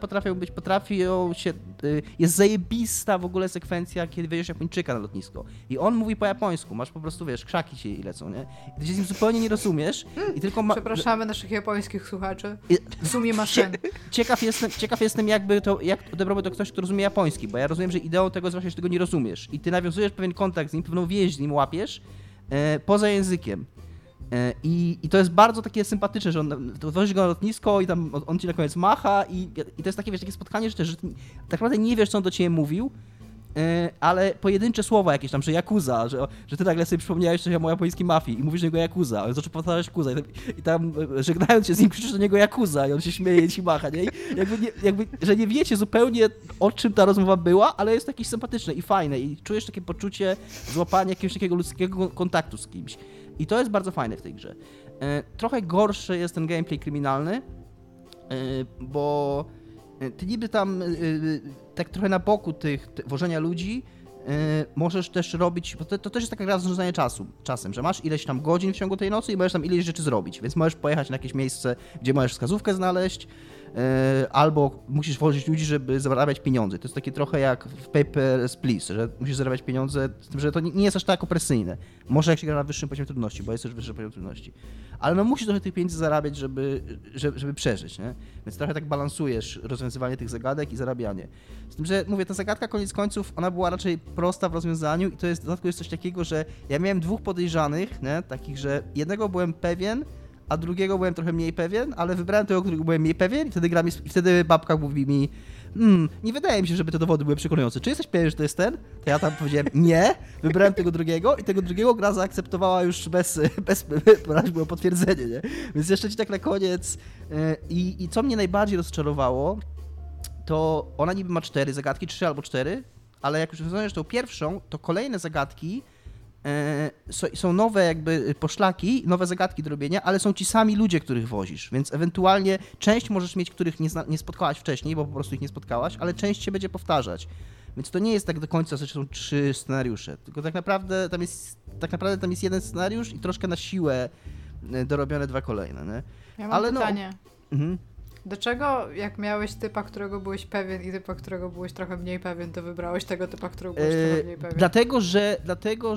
jest zajebista w ogóle sekwencja, kiedy wjedziesz Japończyka na lotnisko i on mówi po japońsku, masz po prostu, wiesz, krzaki się i lecą, nie? I ty się z nim zupełnie nie rozumiesz i tylko
Przepraszamy naszych japońskich słuchaczy. W sumie maszyn.
Ciekaw jestem jak odebrałby to ktoś, kto rozumie japoński, bo ja rozumiem, że ideą tego jest właśnie, że tego nie rozumiesz i ty nawiązujesz pewien kontakt z nim, pewną więź z nim łapiesz poza językiem. I to jest bardzo takie sympatyczne, że wozisz go na lotnisko i tam on ci na koniec macha i to jest takie, wiesz, takie spotkanie, że ty tak naprawdę nie wiesz, co on do ciebie mówił, ale pojedyncze słowa jakieś tam, że Yakuza, że ty nagle sobie przypomniałeś coś o japońskiej mafii i mówisz do niego Yakuza, on zaczął powtarzać Yakuza i tam żegnając się z nim krzyczysz do niego Yakuza i on się śmieje i ci macha, nie? Jakby, że nie wiecie zupełnie, o czym ta rozmowa była, ale jest jakieś sympatyczne i fajne i czujesz takie poczucie złapania jakiegoś takiego ludzkiego kontaktu z kimś. I to jest bardzo fajne w tej grze. Trochę gorszy jest ten gameplay kryminalny, bo ty niby tam tak trochę na boku wożenia ludzi możesz też robić, bo to też jest taka gra zarządzania czasem, że masz ileś tam godzin w ciągu tej nocy i możesz tam ileś rzeczy zrobić, więc możesz pojechać na jakieś miejsce, gdzie możesz wskazówkę znaleźć, albo musisz wozić ludzi, żeby zarabiać pieniądze. To jest takie trochę jak w Papers, Please, że musisz zarabiać pieniądze, z tym, że to nie jest aż tak opresyjne. Może jak się gra na wyższym poziomie trudności, bo jest też wyższy poziom trudności. Ale no musisz trochę tych pieniędzy zarabiać, żeby przeżyć, nie? Więc trochę tak balansujesz rozwiązywanie tych zagadek i zarabianie. Z tym, że mówię, ta zagadka koniec końców, ona była raczej prosta w rozwiązaniu i to jest w dodatku jest coś takiego, że ja miałem dwóch podejrzanych, nie? Takich, że jednego byłem pewien, a drugiego byłem trochę mniej pewien, ale wybrałem tego, którego byłem mniej pewien i wtedy babka mówi mi, nie wydaje mi się, żeby te dowody były przekonujące. Czy jesteś pewien, że to jest ten? To ja tam powiedziałem nie, wybrałem tego drugiego i tego drugiego gra zaakceptowała już bez prośby o potwierdzenie, nie? Więc jeszcze ci tak na koniec i co mnie najbardziej rozczarowało, to ona niby ma 4 zagadki, 3 albo 4, ale jak już rozwiązujesz tą pierwszą, to kolejne zagadki są nowe jakby poszlaki, nowe zagadki do robienia, ale są ci sami ludzie, których wozisz, więc ewentualnie część możesz mieć, których nie spotkałaś wcześniej, bo po prostu ich nie spotkałaś, ale część się będzie powtarzać. Więc to nie jest tak do końca, że są 3 scenariusze, tylko tak naprawdę tam jest jeden scenariusz i troszkę na siłę dorobione 2 kolejne, nie?
Ja mam
ale
pytanie.
Mhm.
Dlaczego jak miałeś typa, którego byłeś pewien i typa, którego byłeś trochę mniej pewien, to wybrałeś tego typa, którego byłeś trochę mniej pewien?
Dlatego,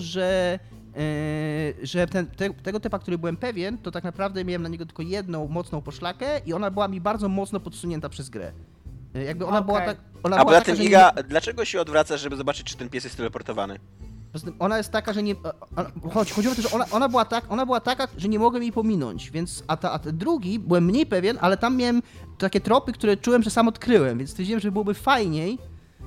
że tego typa, który byłem pewien, to tak naprawdę miałem na niego tylko jedną mocną poszlakę i ona była mi bardzo mocno podsunięta przez grę. Jakby ona była tak... Ona
A
była
poza
taka,
tym,
że
Iga, dlaczego się odwracasz, żeby zobaczyć, czy ten pies jest teleportowany?
Ona jest taka, że nie... Chodziło o to, że ona była taka, że nie mogłem jej pominąć, więc... A ten drugi byłem mniej pewien, ale tam miałem takie tropy, które czułem, że sam odkryłem, więc stwierdziłem, że byłoby fajniej,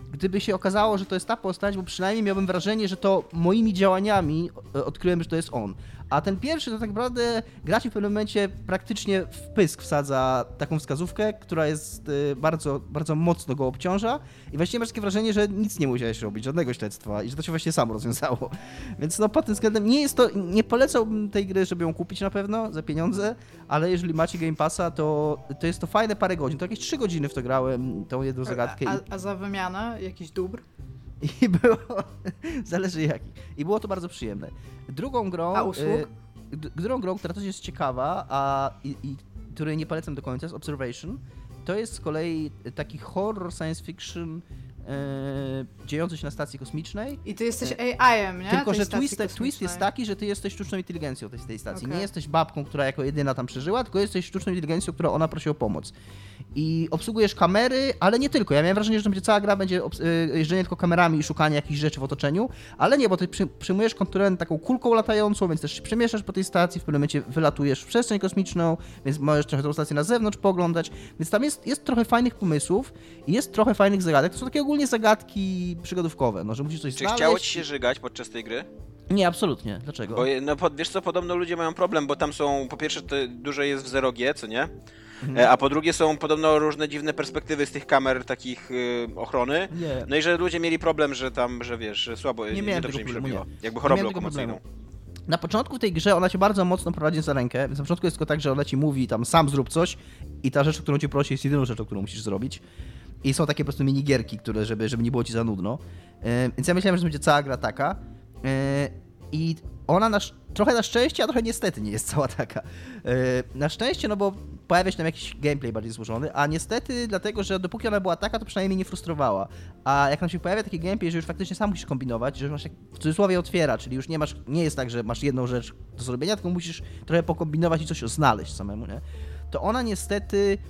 gdyby się okazało, że to jest ta postać, bo przynajmniej miałbym wrażenie, że to moimi działaniami odkryłem, że to jest on. A ten pierwszy to tak naprawdę gra ci w pewnym momencie praktycznie w pysk wsadza taką wskazówkę, która jest bardzo, bardzo mocno go obciąża i właściwie masz takie wrażenie, że nic nie musiałeś robić, żadnego śledztwa i że to się właśnie samo rozwiązało. Więc no pod tym względem nie polecałbym tej gry, żeby ją kupić na pewno za pieniądze, ale jeżeli macie Game Passa, to jest to fajne parę godzin. To jakieś 3 godziny w to grałem, tą jedną zagadkę.
A za wymianę jakiś dóbr?
I było, zależy jaki. I było to bardzo przyjemne. Drugą grą,
A usług?
Drugą grą, która też jest ciekawa, i której nie polecam do końca, jest Observation. To jest z kolei taki horror science fiction dziejący się na stacji kosmicznej.
I ty jesteś AI-em, nie?
Tylko,
tej
że
stacji
twist jest
kosmicznej.
taki, że ty jesteś sztuczną inteligencją tej stacji.
Okej.
Nie jesteś babką, która jako jedyna tam przeżyła, tylko jesteś sztuczną inteligencją, która ona prosi o pomoc. I obsługujesz kamery, ale nie tylko. Ja miałem wrażenie, że to będzie cała gra będzie jeżdżenie tylko kamerami i szukanie jakichś rzeczy w otoczeniu, ale nie, bo ty przyjmujesz kontrolę taką kulką latającą, więc też się przemieszasz po tej stacji, w pewnym momencie wylatujesz w przestrzeń kosmiczną, więc możesz trochę tą stację na zewnątrz pooglądać, więc tam jest trochę fajnych pomysłów i jest trochę fajnych zagadek. To są takie ogólnie zagadki przygodówkowe, no, że musisz coś
Czy
znaleźć.
chciało ci się żygać podczas tej gry?
Nie, absolutnie. Dlaczego?
Bo no, wiesz co, podobno ludzie mają problem, bo tam są, po pierwsze dużo jest w 0G, co nie? A po drugie są podobno różne dziwne perspektywy z tych kamer takich ochrony.
Nie.
No i że ludzie mieli problem, że tam, że wiesz, że słabo,
Nie miałem
niedobrze
tego
im się
problemu,
robiło.
nie.
Jakby
Nie
chorobę
miałem tego
lokomocyjną.
Na początku w tej grze ona cię bardzo mocno prowadzi za rękę, więc na początku jest tylko tak, że ona ci mówi tam sam zrób coś i ta rzecz, o którą cię prosi, jest jedyną rzeczą, którą musisz zrobić. I są takie po prostu minigierki, które, żeby nie było ci za nudno. Więc ja myślałem, że będzie cała gra taka. I ona trochę na szczęście, a trochę niestety nie jest cała taka. Na szczęście, no bo pojawia się tam jakiś gameplay bardziej złożony, a niestety dlatego, że dopóki ona była taka, to przynajmniej mnie nie frustrowała. A jak nam się pojawia taki gameplay, że już faktycznie sam musisz kombinować, że masz w cudzysłowie otwiera, czyli już nie jest tak, że masz jedną rzecz do zrobienia, tylko musisz trochę pokombinować i coś znaleźć samemu, nie? To ona niestety,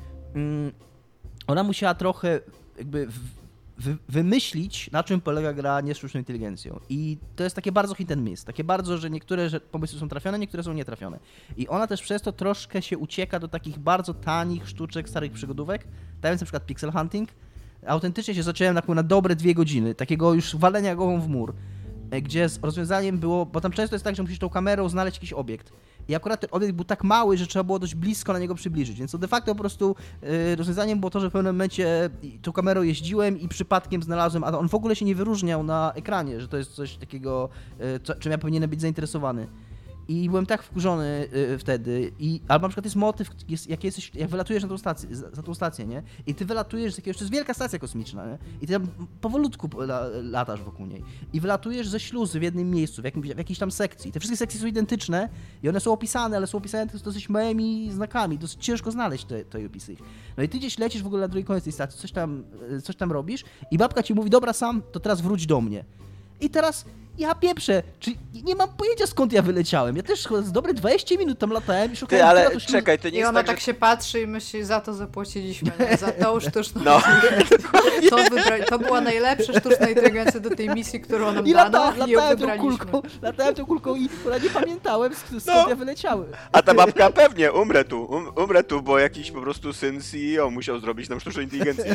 ona musiała trochę jakby wymyślić, na czym polega gra nie z sztuczną inteligencją. I to jest takie bardzo hit and miss. Takie bardzo, że niektóre pomysły są trafione, niektóre są nietrafione. I ona też przez to troszkę się ucieka do takich bardzo tanich sztuczek, starych przygodówek, dając na przykład pixel hunting. Autentycznie się zacząłem na dobre 2 godziny, takiego już walenia głową w mur, gdzie z rozwiązaniem było, bo tam często jest tak, że musisz tą kamerą znaleźć jakiś obiekt. I akurat ten obiekt był tak mały, że trzeba było dość blisko na niego przybliżyć, więc to de facto po prostu rozwiązaniem było to, że w pewnym momencie tą kamerą jeździłem i przypadkiem znalazłem, a on w ogóle się nie wyróżniał na ekranie, że to jest coś takiego, czym ja powinienem być zainteresowany. I byłem tak wkurzony wtedy. Albo na przykład jest motyw, jak wylatujesz na tą stację, za tą stację, nie? I ty wylatujesz z jakiegoś, to jest wielka stacja kosmiczna, nie? I ty tam powolutku latasz wokół niej. I wylatujesz ze śluzy w jednym miejscu, w jakiejś tam sekcji. Te wszystkie sekcje są identyczne i one są opisane, ale są opisane dosyć małymi znakami. Dosyć ciężko znaleźć te opisy. No i ty gdzieś lecisz w ogóle na drugi koniec tej stacji, coś tam robisz i babka ci mówi, dobra Sam, to teraz wróć do mnie. I teraz ja pieprzę, czy nie mam pojęcia skąd ja wyleciałem. Ja też z dobre 20 minut tam latałem i szukałem...
Ty, ale
tematu śluzy.
czekaj, to nie
I
jest
ona
tak,
tak
że...
się patrzy i myśli, za to zapłaciliśmy, nie? Za tą sztuczną
No.
inteligencję. To była najlepsza sztuczna inteligencja do tej misji, którą nam
I
dano i ją
latałem
wybraliśmy.
latałem tą kulką i nie pamiętałem skąd
No.
ja wyleciałem.
A ta babka pewnie, umrę tu, bo jakiś po prostu syn CEO musiał zrobić nam sztuczną inteligencję.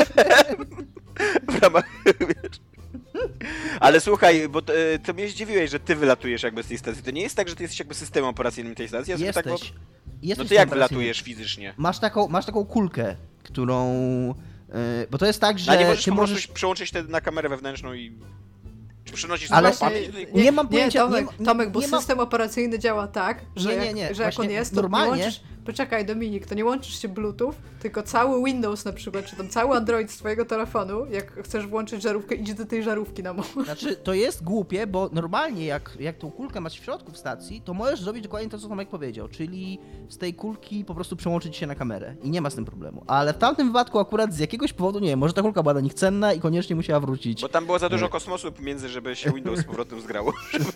W ramach, wiesz. Ale słuchaj, bo to mnie zdziwiłeś, że ty wylatujesz jakby z tej stacji. To nie jest tak, że ty jesteś jakby systemem operacyjnym tej stacji? Ja sobie
Jesteś.
Tak,
Jesteś
no to jak
operacyjny.
wylatujesz fizycznie?
Masz taką kulkę, którą... Bo to jest tak, że
A nie możesz
ty
po prostu
możesz...
przełączyć wtedy na kamerę wewnętrzną i... Czy przenosisz
Ale-
sobie pamięć? Tutaj?
Nie mam pojęcia,
Tomek, bo
nie mam-
system operacyjny działa tak, że
Nie,
jak,
nie,
że jak on
właśnie
jest, to
normalnie-
nie łączysz... Poczekaj, Dominik, to nie łączysz się Bluetooth, tylko cały Windows na przykład, czy tam cały Android z twojego telefonu, jak chcesz włączyć żarówkę, idź do tej żarówki na moment.
Znaczy, to jest głupie, bo normalnie jak tą kulkę masz w środku w stacji, to możesz zrobić dokładnie to, co Tomek powiedział, czyli z tej kulki po prostu przełączyć się na kamerę i nie ma z tym problemu. Ale w tamtym wypadku akurat z jakiegoś powodu, nie wiem, może ta kulka była dla nich cenna i koniecznie musiała wrócić.
Bo tam było za dużo kosmosu pomiędzy, żeby się Windows z powrotem zgrało.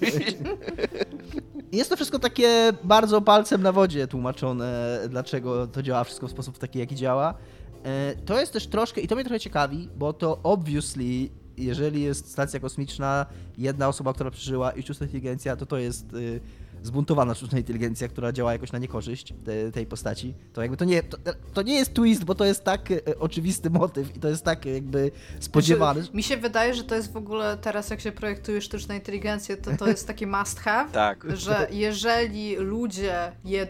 Jest to wszystko takie bardzo palcem na wodzie tłumaczone, dlaczego to działa wszystko w sposób taki, jaki działa. To jest też troszkę, i to mnie trochę ciekawi, bo to obviously, jeżeli jest stacja kosmiczna, jedna osoba, która przeżyła i sztuczna inteligencja, to jest zbuntowana sztuczna inteligencja, która działa jakoś na niekorzyść tej postaci, to jakby to nie jest twist, bo to jest tak oczywisty motyw i to jest tak jakby spodziewany.
Mi się wydaje, że to jest w ogóle teraz, jak się projektuje sztuczną inteligencję, to jest taki must have,
Tak.
że jeżeli ludzie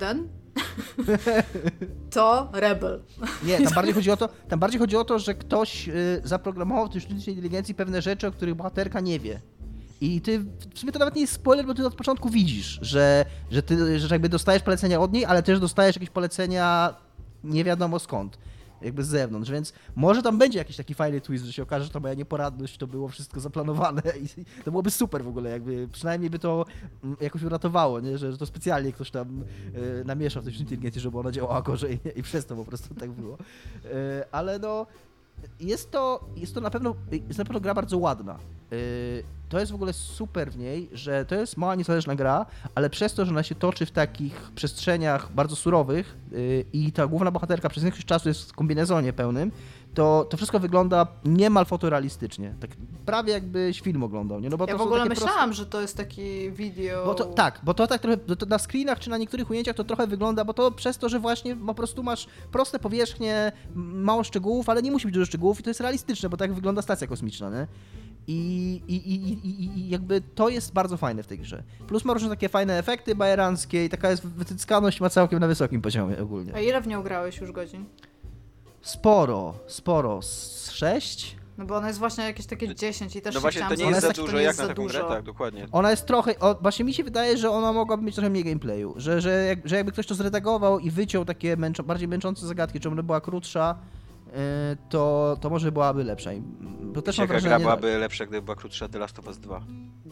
to rebel.
Nie, tam bardziej chodzi o to, że ktoś zaprogramował w tej sztucznej inteligencji pewne rzeczy, o których bohaterka nie wie. I ty, w sumie to nawet nie jest spoiler, bo ty od początku widzisz, że jakby dostajesz polecenia od niej, ale też dostajesz jakieś polecenia nie wiadomo skąd, jakby z zewnątrz, więc może tam będzie jakiś taki fajny twist, że się okaże, że ta moja nieporadność to było wszystko zaplanowane i to byłoby super w ogóle, jakby przynajmniej by to jakoś uratowało, nie? Że to specjalnie ktoś tam namieszał w tej sztucznej inteligencji, żeby ona działała gorzej i przez to po prostu tak było. Ale no, jest to na pewno gra bardzo ładna. To jest w ogóle super w niej, że to jest mała niezależna gra, ale przez to, że ona się toczy w takich przestrzeniach bardzo surowych i ta główna bohaterka przez większość czasu jest w kombinezonie pełnym, to wszystko wygląda niemal fotorealistycznie. Tak prawie jakbyś film oglądał. Nie? No bo
Ja
to
w ogóle
takie
myślałam, że to jest taki video...
Bo to tak trochę to na screenach czy na niektórych ujęciach to trochę wygląda, bo to przez to, że właśnie po prostu masz proste powierzchnie, mało szczegółów, ale nie musi być dużo szczegółów i to jest realistyczne, bo tak wygląda stacja kosmiczna, nie? I jakby to jest bardzo fajne w tej grze. Plus ma różne takie fajne efekty bajeranckie i taka jest wycyckaność ma całkiem na wysokim poziomie ogólnie.
A ile w nią grałeś już godzin?
Sporo. Z 6?
No bo ona jest właśnie jakieś takie 10 i też
No
się
właśnie,
chciałam
to nie jest za
zapytać,
dużo,
nie
jak
jest
na
za
taką grę,
dużo.
tak, dokładnie.
Ona jest trochę, właśnie mi się wydaje, że ona mogłaby mieć trochę mniej gameplayu, że jakby ktoś to zredagował i wyciął takie bardziej męczące zagadki, czy ona była krótsza, to może byłaby lepsza. Bo też mam
Jaka
wrażenie,
gra byłaby lepsza, gdyby była krótsza The Last of Us 2?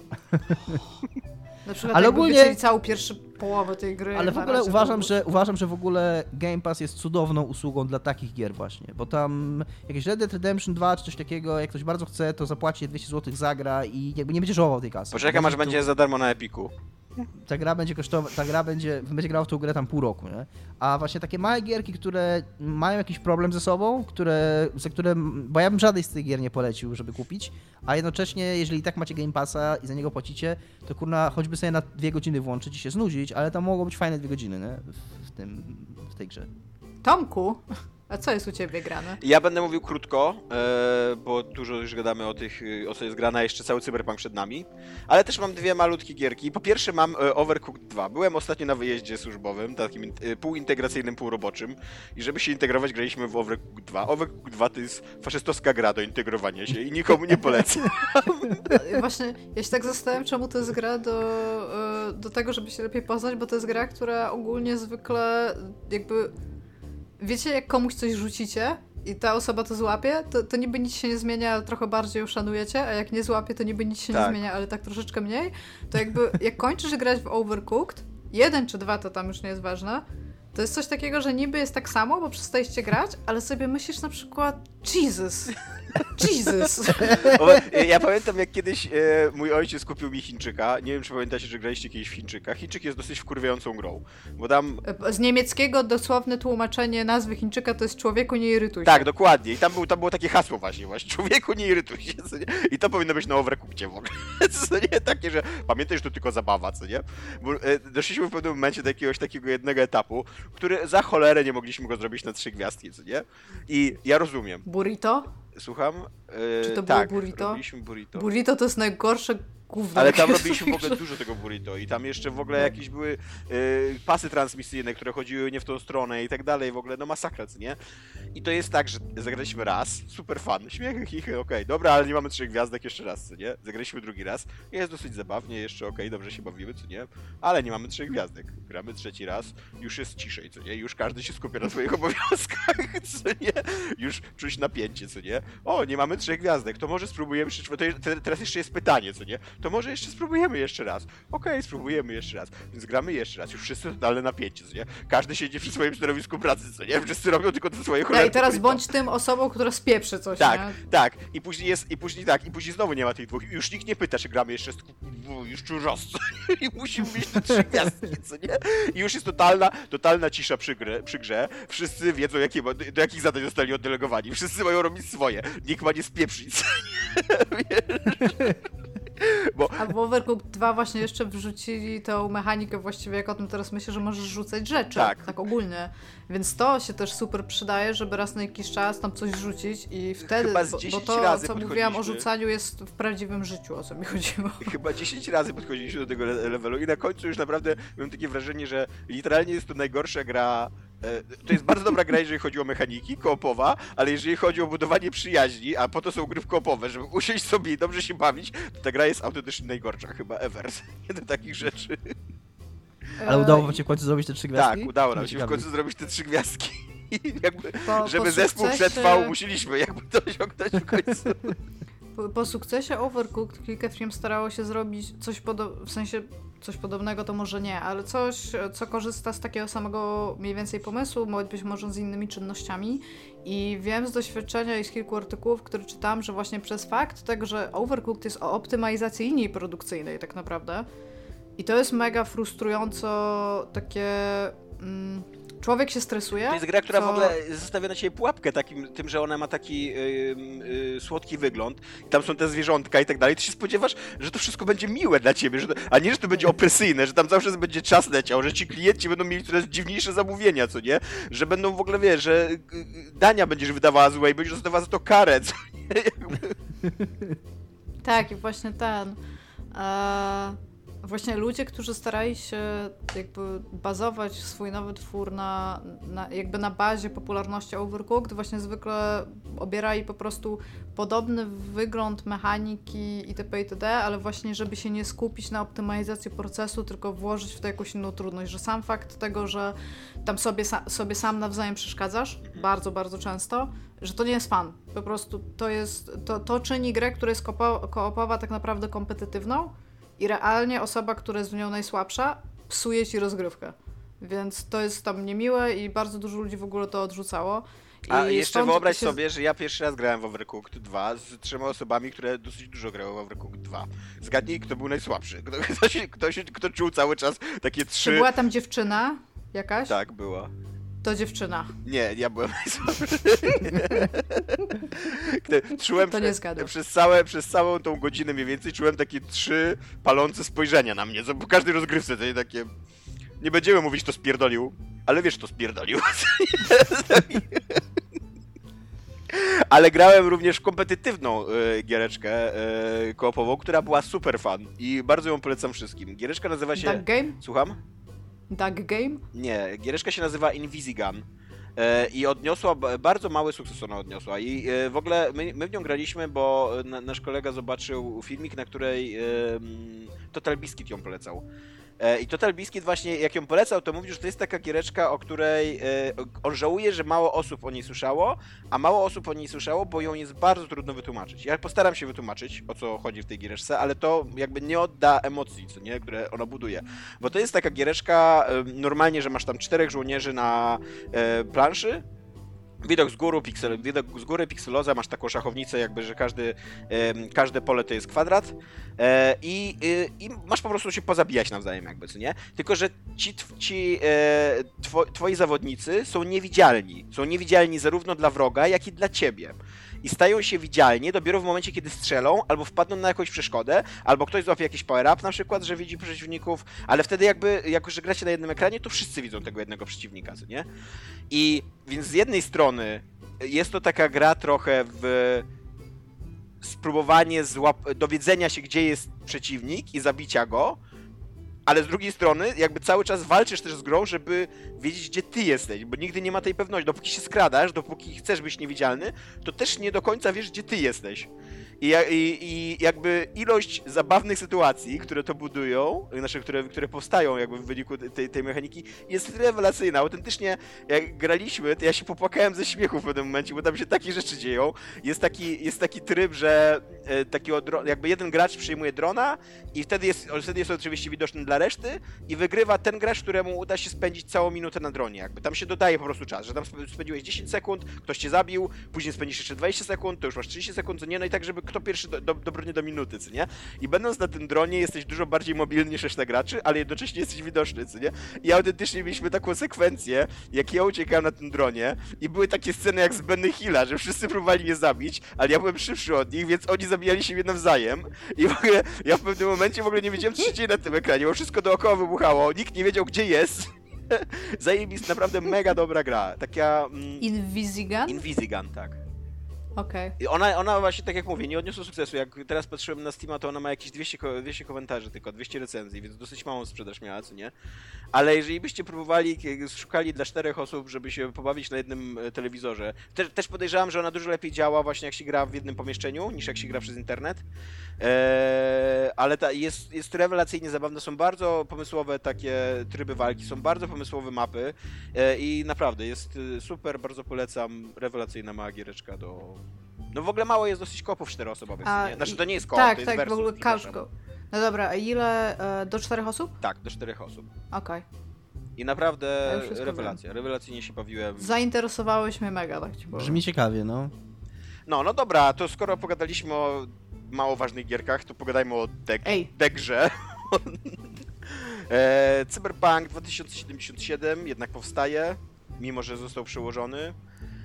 Na przykład
Ale
jakby
ogólnie-
wycięli całą pierwszą połowę tej gry.
ale w
na
ogóle
razie
uważam, że w ogóle Game Pass jest cudowną usługą dla takich gier właśnie, bo tam jakieś Red Dead Redemption 2 czy coś takiego, jak ktoś bardzo chce, to zapłaci 200 zł zagra i jakby nie będzie żałował tej kasy.
Poczekam, aż
Tu-
będzie za darmo na Epiku.
Ta gra będzie będzie grała w tą grę tam pół roku, nie? A właśnie takie małe gierki, które mają jakiś problem ze sobą, bo ja bym żadnej z tych gier nie polecił, żeby kupić, a jednocześnie, jeżeli i tak macie Game Passa i za niego płacicie, to kurna, choćby sobie na 2 godziny włączyć i się znudzić, ale tam mogą być fajne 2 godziny, nie? W tej grze.
Tomku, a co jest u ciebie grane?
Ja będę mówił krótko, bo dużo już gadamy o co jest grana, jeszcze cały Cyberpunk przed nami. Ale też mam dwie malutkie gierki. Po pierwsze mam Overcooked 2. Byłem ostatnio na wyjeździe służbowym, takim półintegracyjnym, półroboczym. I żeby się integrować, graliśmy w Overcooked 2. Overcooked 2 to jest faszystowska gra do integrowania się i nikomu nie polecam.
Właśnie, ja się tak zastanawiam, czemu to jest gra do tego, żeby się lepiej poznać, bo to jest gra, która ogólnie zwykle jakby... Wiecie, jak komuś coś rzucicie i ta osoba to złapie, to niby nic się nie zmienia, ale trochę bardziej ją szanujecie, a jak nie złapie, to niby nic się nie zmienia, ale tak troszeczkę mniej. To jakby, jak kończysz grać w Overcooked, 1 czy 2 to tam już nie jest ważne, to jest coś takiego, że niby jest tak samo, bo przestajecie grać, ale sobie myślisz na przykład Jesus.
Ja pamiętam, jak kiedyś mój ojciec kupił mi Chińczyka. Nie wiem, czy pamiętacie, że graliście kiedyś w Chińczyka. Chińczyk jest dosyć wkurwiającą grą, bo tam...
Z niemieckiego dosłowne tłumaczenie nazwy Chińczyka to jest człowieku nie irytuj się.
Tak, dokładnie. I tam było takie hasło właśnie, człowieku nie irytuj się, co nie? I to powinno być na Overcookcie w ogóle, co nie? Takie, że pamiętaj, że to tylko zabawa, co nie? Bo doszliśmy w pewnym momencie do jakiegoś takiego jednego etapu, który za cholerę nie mogliśmy go zrobić na 3 gwiazdki, co nie? I ja rozumiem.
Burrito?
Słucham?
Czy to było
tak,
burrito?
robiliśmy burrito.
Burrito to jest najgorsze gówno.
Ale tam
jakie
robiliśmy w ogóle
sobie-
dużo tego burrito i tam jeszcze w ogóle jakieś były pasy transmisyjne, które chodziły nie w tą stronę i tak dalej, w ogóle no masakra, co nie? I to jest tak, że zagraliśmy raz, super fan, śmiechy, chichy, okej, dobra, ale nie mamy 3 gwiazdek, jeszcze raz, co nie? Zagraliśmy drugi raz, jest dosyć zabawnie, jeszcze okej, dobrze się bawimy, co nie? Ale nie mamy 3 gwiazdek, gramy trzeci raz, już jest ciszej, co nie? Już każdy się skupia na swoich obowiązkach, co nie? Już czuć napięcie, co nie? O, nie mamy 3 gwiazdek, to może spróbujemy, teraz jeszcze jest pytanie, co nie? To może jeszcze spróbujemy jeszcze raz. Okej, spróbujemy jeszcze raz. Więc gramy jeszcze raz. Już wszyscy totalne napięcie, co nie? Każdy siedzi przy swoim stanowisku pracy, co nie? Wszyscy robią tylko te swoje
Ja,
cholerne
i teraz
burrito.
bądź tym osobą, która spieprzy coś,
Tak,
nie?
tak. I później znowu nie ma tych dwóch. I już nikt nie pyta, czy gramy jeszcze jeszcze raz, co nie? I musimy mieć te 3 gwiazdki, co nie? I już jest totalna cisza przy grze. Wszyscy wiedzą, do jakich zadań zostali oddelegowani. Wszyscy mają robić swoje. Nikt ma nie spieprzyć, co nie? Wiesz?
A w Overcooked 2 właśnie jeszcze wrzucili tą mechanikę właściwie, jak o tym teraz myślę, że możesz rzucać rzeczy, tak ogólnie. Więc to się też super przydaje, żeby raz na jakiś czas tam coś rzucić i wtedy,
Chyba z
bo
10
to,
razy
co mówiłam o
podchodziliśmy.
rzucaniu jest w prawdziwym życiu, o co mi chodziło.
Chyba 10 razy podchodziliśmy do tego levelu i na końcu już naprawdę miałem takie wrażenie, że literalnie jest to najgorsza gra. To jest bardzo dobra gra, jeżeli chodzi o mechaniki, koopowa, ale jeżeli chodzi o budowanie przyjaźni, a po to są gry koopowe, żeby usiąść sobie i dobrze się bawić, to ta gra jest autentycznie najgorsza chyba ever. Nie do takich rzeczy.
Ale udało wam się w końcu zrobić te 3 gwiazdki?
Tak, udało nam się w
Ciekawe.
końcu zrobić te 3 gwiazdki. I jakby,
Po
żeby zespół
sukcesie-
przetrwał, musieliśmy jakby to osiągnąć w końcu.
Po sukcesie Overcooked kilka firm starało się zrobić coś w sensie coś podobnego to może nie, ale coś, co korzysta z takiego samego mniej więcej pomysłu, być może z innymi czynnościami. I wiem z doświadczenia i z kilku artykułów, które czytam, że właśnie przez fakt tego, że Overcooked jest o optymalizacji linii produkcyjnej tak naprawdę. I to jest mega frustrująco takie... człowiek się stresuje.
To jest gra, która
co...
w ogóle zostawia na ciebie pułapkę tym, że ona ma taki słodki wygląd. I tam są te zwierzątka i tak dalej. Ty się spodziewasz, że to wszystko będzie miłe dla ciebie, a nie, że to będzie opresyjne, że tam zawsze będzie czas leciał, że ci klienci będą mieli coraz dziwniejsze zamówienia, co nie? Że będą w ogóle, wiesz, że dania będziesz wydawała złe i będziesz dostawała za to karę, co nie?
Tak, i właśnie właśnie ludzie, którzy starali się jakby bazować swój nowy twór jakby na bazie popularności Overcooked, właśnie zwykle obierali po prostu podobny wygląd mechaniki itp., itd., ale właśnie żeby się nie skupić na optymalizacji procesu, tylko włożyć w to jakąś inną trudność, że sam fakt tego, że tam sobie sam nawzajem przeszkadzasz, bardzo, bardzo często, że to nie jest fan. Po prostu to czyni grę, która jest koopowa tak naprawdę kompetytywną, i realnie osoba, która jest w nią najsłabsza, psuje ci rozgrywkę. Więc to jest tam niemiłe i bardzo dużo ludzi w ogóle to odrzucało.
A
I
jeszcze
stąd
wyobraź
się...
sobie, że ja pierwszy raz grałem w Overcooked 2 z 3 osobami, które dosyć dużo grały w Overcooked 2. Zgadnij, kto był najsłabszy. Kto czuł cały czas takie 3...
Czy była tam dziewczyna jakaś?
Tak, była.
To dziewczyna.
Nie, ja byłem najsłabszy. Czułem
To nie zgadłem.
przez całą tą godzinę mniej więcej czułem takie 3 palące spojrzenia na mnie, co po każdej rozgrywce, to nie takie... Nie będziemy mówić, to spierdolił, ale wiesz, to spierdolił. Ale grałem również w kompetytywną giereczkę koopową, która była super fun i bardzo ją polecam wszystkim. Giereczka nazywa się...
Duck Game?
Słucham?
Duck Game?
Nie, giereczka się nazywa Invisigun i odniosła, bardzo mały sukces ona odniosła i w ogóle my w nią graliśmy, bo nasz kolega zobaczył filmik, na której Total Biscuit ją polecał. I Total Biscuit właśnie, jak ją polecał, to mówił, że to jest taka giereczka, o której on żałuje, że mało osób o niej słyszało, a mało osób o niej słyszało, bo ją jest bardzo trudno wytłumaczyć. Ja postaram się wytłumaczyć, o co chodzi w tej giereczce, ale to jakby nie odda emocji, co nie, które ona buduje. Bo to jest taka giereczka, normalnie, że masz tam 4 żołnierzy na planszy, widok z góry, pikseloza, masz taką szachownicę, jakby, że każde pole to jest kwadrat i masz po prostu się pozabijać nawzajem, jakby, co nie? Tylko, że twoi zawodnicy są niewidzialni. Są niewidzialni zarówno dla wroga, jak i dla ciebie. I stają się widzialni dopiero w momencie, kiedy strzelą, albo wpadną na jakąś przeszkodę, albo ktoś złapie jakiś power-up na przykład, że widzi przeciwników, ale wtedy jakby, jako że gracie na jednym ekranie, to wszyscy widzą tego jednego przeciwnika, co nie? I więc z jednej strony jest to taka gra trochę w spróbowanie dowiedzenia się, gdzie jest przeciwnik i zabicia go, ale z drugiej strony jakby cały czas walczysz też z grą, żeby wiedzieć, gdzie ty jesteś, bo nigdy nie ma tej pewności. Dopóki się skradasz, dopóki chcesz być niewidzialny, to też nie do końca wiesz, gdzie ty jesteś. I jakby ilość zabawnych sytuacji, które to budują, znaczy, które powstają jakby w wyniku tej mechaniki, jest rewelacyjna. Autentycznie, jak graliśmy, to ja się popłakałem ze śmiechu w pewnym momencie, bo tam się takie rzeczy dzieją. Jest taki tryb, że jakby jeden gracz przyjmuje drona i wtedy jest oczywiście widoczny dla reszty i wygrywa ten gracz, któremu uda się spędzić całą minutę na dronie. Jakby tam się dodaje po prostu czas, że tam spędziłeś 10 sekund, ktoś cię zabił, później spędzisz jeszcze 20 sekund, to już masz 30 sekund, co nie? No i tak, żeby kto pierwszy dobrnie do minuty, co nie? I będąc na tym dronie jesteś dużo bardziej mobilny niż reszta graczy, ale jednocześnie jesteś widoczny, co nie? I autentycznie mieliśmy taką sekwencję, jak ja uciekałem na tym dronie i były takie sceny jak z Benny Hilla, że wszyscy próbowali mnie zabić, ale ja byłem szybszy od nich, więc oni zabijali siebie nawzajem i w ogóle ja w pewnym momencie w ogóle nie wiedziałem, co się dzieje na tym ekranie, bo wszystko dookoła wybuchało, nikt nie wiedział, gdzie jest. Zajebista, naprawdę mega dobra gra. Taka...
Invisigun?
Invisigun, tak.
Okej.
I ona właśnie, tak jak mówię, nie odniosła sukcesu. Jak teraz patrzyłem na Steama, to ona ma jakieś 200 komentarzy tylko, 200 recenzji, więc dosyć małą sprzedaż miała, co nie? Ale jeżeli byście próbowali, szukali dla 4 osób, żeby się pobawić na jednym telewizorze, też podejrzewam, że ona dużo lepiej działa właśnie jak się gra w jednym pomieszczeniu, niż jak się gra przez internet. Ale jest rewelacyjnie zabawne, są bardzo pomysłowe takie tryby walki, są bardzo pomysłowe mapy i naprawdę jest super, bardzo polecam, rewelacyjna mała giereczka do... No w ogóle mało jest dosyć kopów 4-osobowych, nie? Znaczy to nie jest kop,
tak,
to jest
tak,
versus,
w ogóle
przepraszam.
couch go. No dobra, a ile? Do 4 osób?
Tak, do 4 osób.
Okej.
I naprawdę
Ja już wszystko
rewelacja, rewelacyjnie się bawiłem.
Zainteresowałeś mnie mega, tak ci powiem.
Brzmi ciekawie, no.
No dobra, to skoro pogadaliśmy o mało ważnych gierkach, to pogadajmy o grze. Cyberpunk 2077 jednak powstaje, mimo że został przełożony.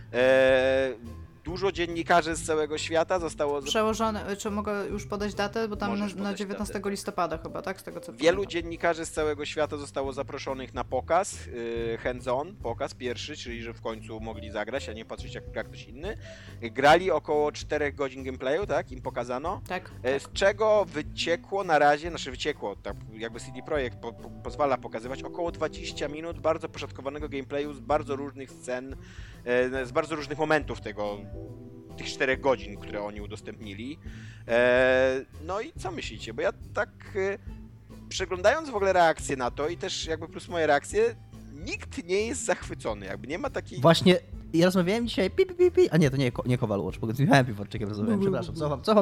Dużo dziennikarzy z całego świata zostało...
Przełożony, czy mogę już podać datę? Bo tam
Możesz
na
podać
19
datę.
listopada chyba, tak? Z tego co
Wielu
pamiętam.
dziennikarzy z całego świata zostało zaproszonych na pokaz, hands-on, pokaz pierwszy, czyli że w końcu mogli zagrać, a nie patrzeć jak gra ktoś inny. Grali około 4 godzin gameplayu, tak? Im pokazano.
Tak.
Z czego wyciekło na razie, tak jakby CD Projekt pozwala pokazywać około 20 minut bardzo poszatkowanego gameplayu z bardzo różnych scen, z bardzo różnych momentów tych 4 godzin, które oni udostępnili. No i co myślicie? Bo ja tak przeglądając w ogóle reakcje na to i też jakby plus moje reakcje, nikt nie jest zachwycony, jakby nie ma takiej...
Właśnie, ja rozmawiałem dzisiaj a nie, to nie Kowal Watch, bo z Michałem Piworczykiem rozmawiałem, przepraszam, cofam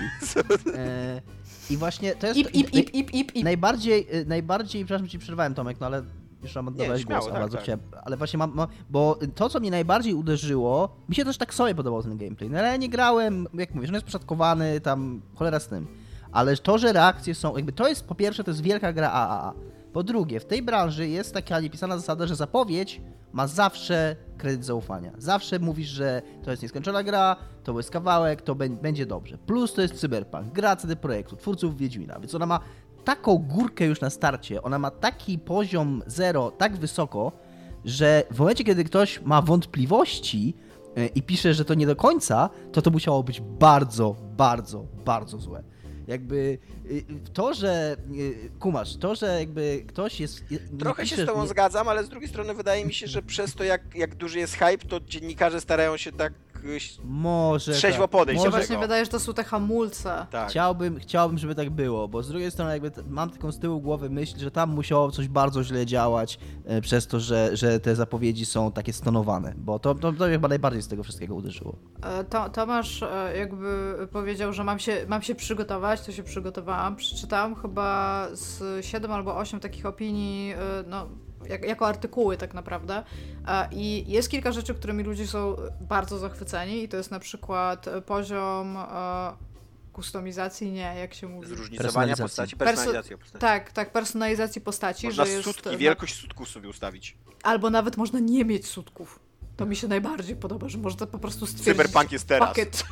I właśnie to jest... Najbardziej, przepraszam, ci przerwałem, Tomek, no ale już mam oddawać głos,
tak,
bardzo
tak.
chciałem, ale właśnie bo to, co mnie najbardziej uderzyło, mi się też tak sobie podobał ten gameplay, no ale ja nie grałem, jak mówisz, on jest poszatkowany, tam cholera z tym, ale to, że reakcje są, jakby to jest, po pierwsze, to jest wielka gra AAA, po drugie, w tej branży jest taka niepisana zasada, że zapowiedź ma zawsze kredyt zaufania. Zawsze mówisz, że to jest nieskończona gra, to jest kawałek, to będzie dobrze. Plus to jest Cyberpunk, gra CD Projektu, twórców Wiedźmina, więc ona ma taką górkę już na starcie, ona ma taki poziom zero tak wysoko, że w momencie, kiedy ktoś ma wątpliwości i pisze, że to nie do końca, to musiało być bardzo, bardzo, bardzo złe. Jakby to, że kumasz, to, że jakby ktoś jest...
Trochę się z tobą zgadzam, ale z drugiej strony wydaje mi się, że przez to jak duży jest hype, to dziennikarze starają się tak
może
trzeźwo podejść do
Właśnie
tego.
wydaje, że to są te hamulce.
Tak.
Chciałbym, żeby tak było, bo z drugiej strony jakby mam taką z tyłu głowy myśl, że tam musiało coś bardzo źle działać przez to, że te zapowiedzi są takie stonowane, bo to chyba najbardziej z tego wszystkiego uderzyło.
Tomasz jakby powiedział, że mam się przygotować, to się przygotowałam. Przeczytałam chyba z 7 albo 8 takich opinii, no jako artykuły tak naprawdę. I jest kilka rzeczy, którymi ludzie są bardzo zachwyceni i to jest na przykład poziom kustomizacji, nie, jak się mówi.
Zróżnicowania postaci, personalizacja postaci.
Tak, personalizacji postaci.
Można
że jest,
sutki, wielkość sutków sobie ustawić.
Albo nawet można nie mieć sutków. To mi się najbardziej podoba, że można po prostu stwierdzić...
Cyberpunk jest teraz.
Pakiet.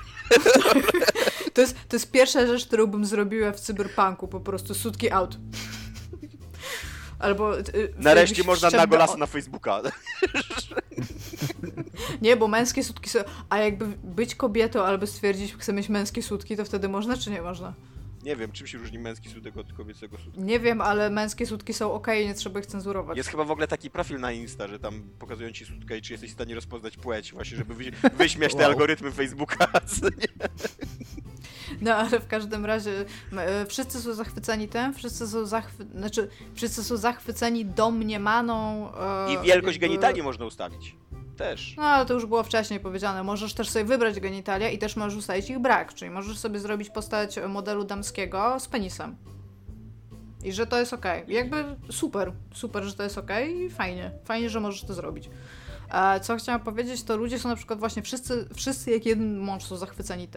To jest pierwsza rzecz, którą bym zrobiła w Cyberpunku, po prostu sutki out. Albo...
Nareszcie można nago lasy na Facebooka.
Nie, bo męskie sutki są... A jakby być kobietą albo stwierdzić, że chcę mieć męskie sutki, to wtedy można czy nie można?
Nie wiem, czym się różni męski sutek od kobiecego sutka.
Nie wiem, ale męskie sutki są okej, nie trzeba ich cenzurować.
Jest chyba w ogóle taki profil na Insta, że tam pokazują ci sutkę i czy jesteś w stanie rozpoznać płeć, właśnie, żeby wyśmiać te algorytmy Facebooka.
No, ale w każdym razie wszyscy są zachwyceni tym, wszyscy są zachwyceni domniemaną...
I wielkość genitalii można ustawić. Też.
No, ale to już było wcześniej powiedziane. Możesz też sobie wybrać genitalia i też możesz ustalić ich brak, czyli możesz sobie zrobić postać modelu damskiego z penisem. I że to jest okej. Jakby super, że to jest okej i fajnie, że możesz to zrobić. Co chciałam powiedzieć, to ludzie są na przykład właśnie wszyscy jak jeden mąż są zachwyceni tym,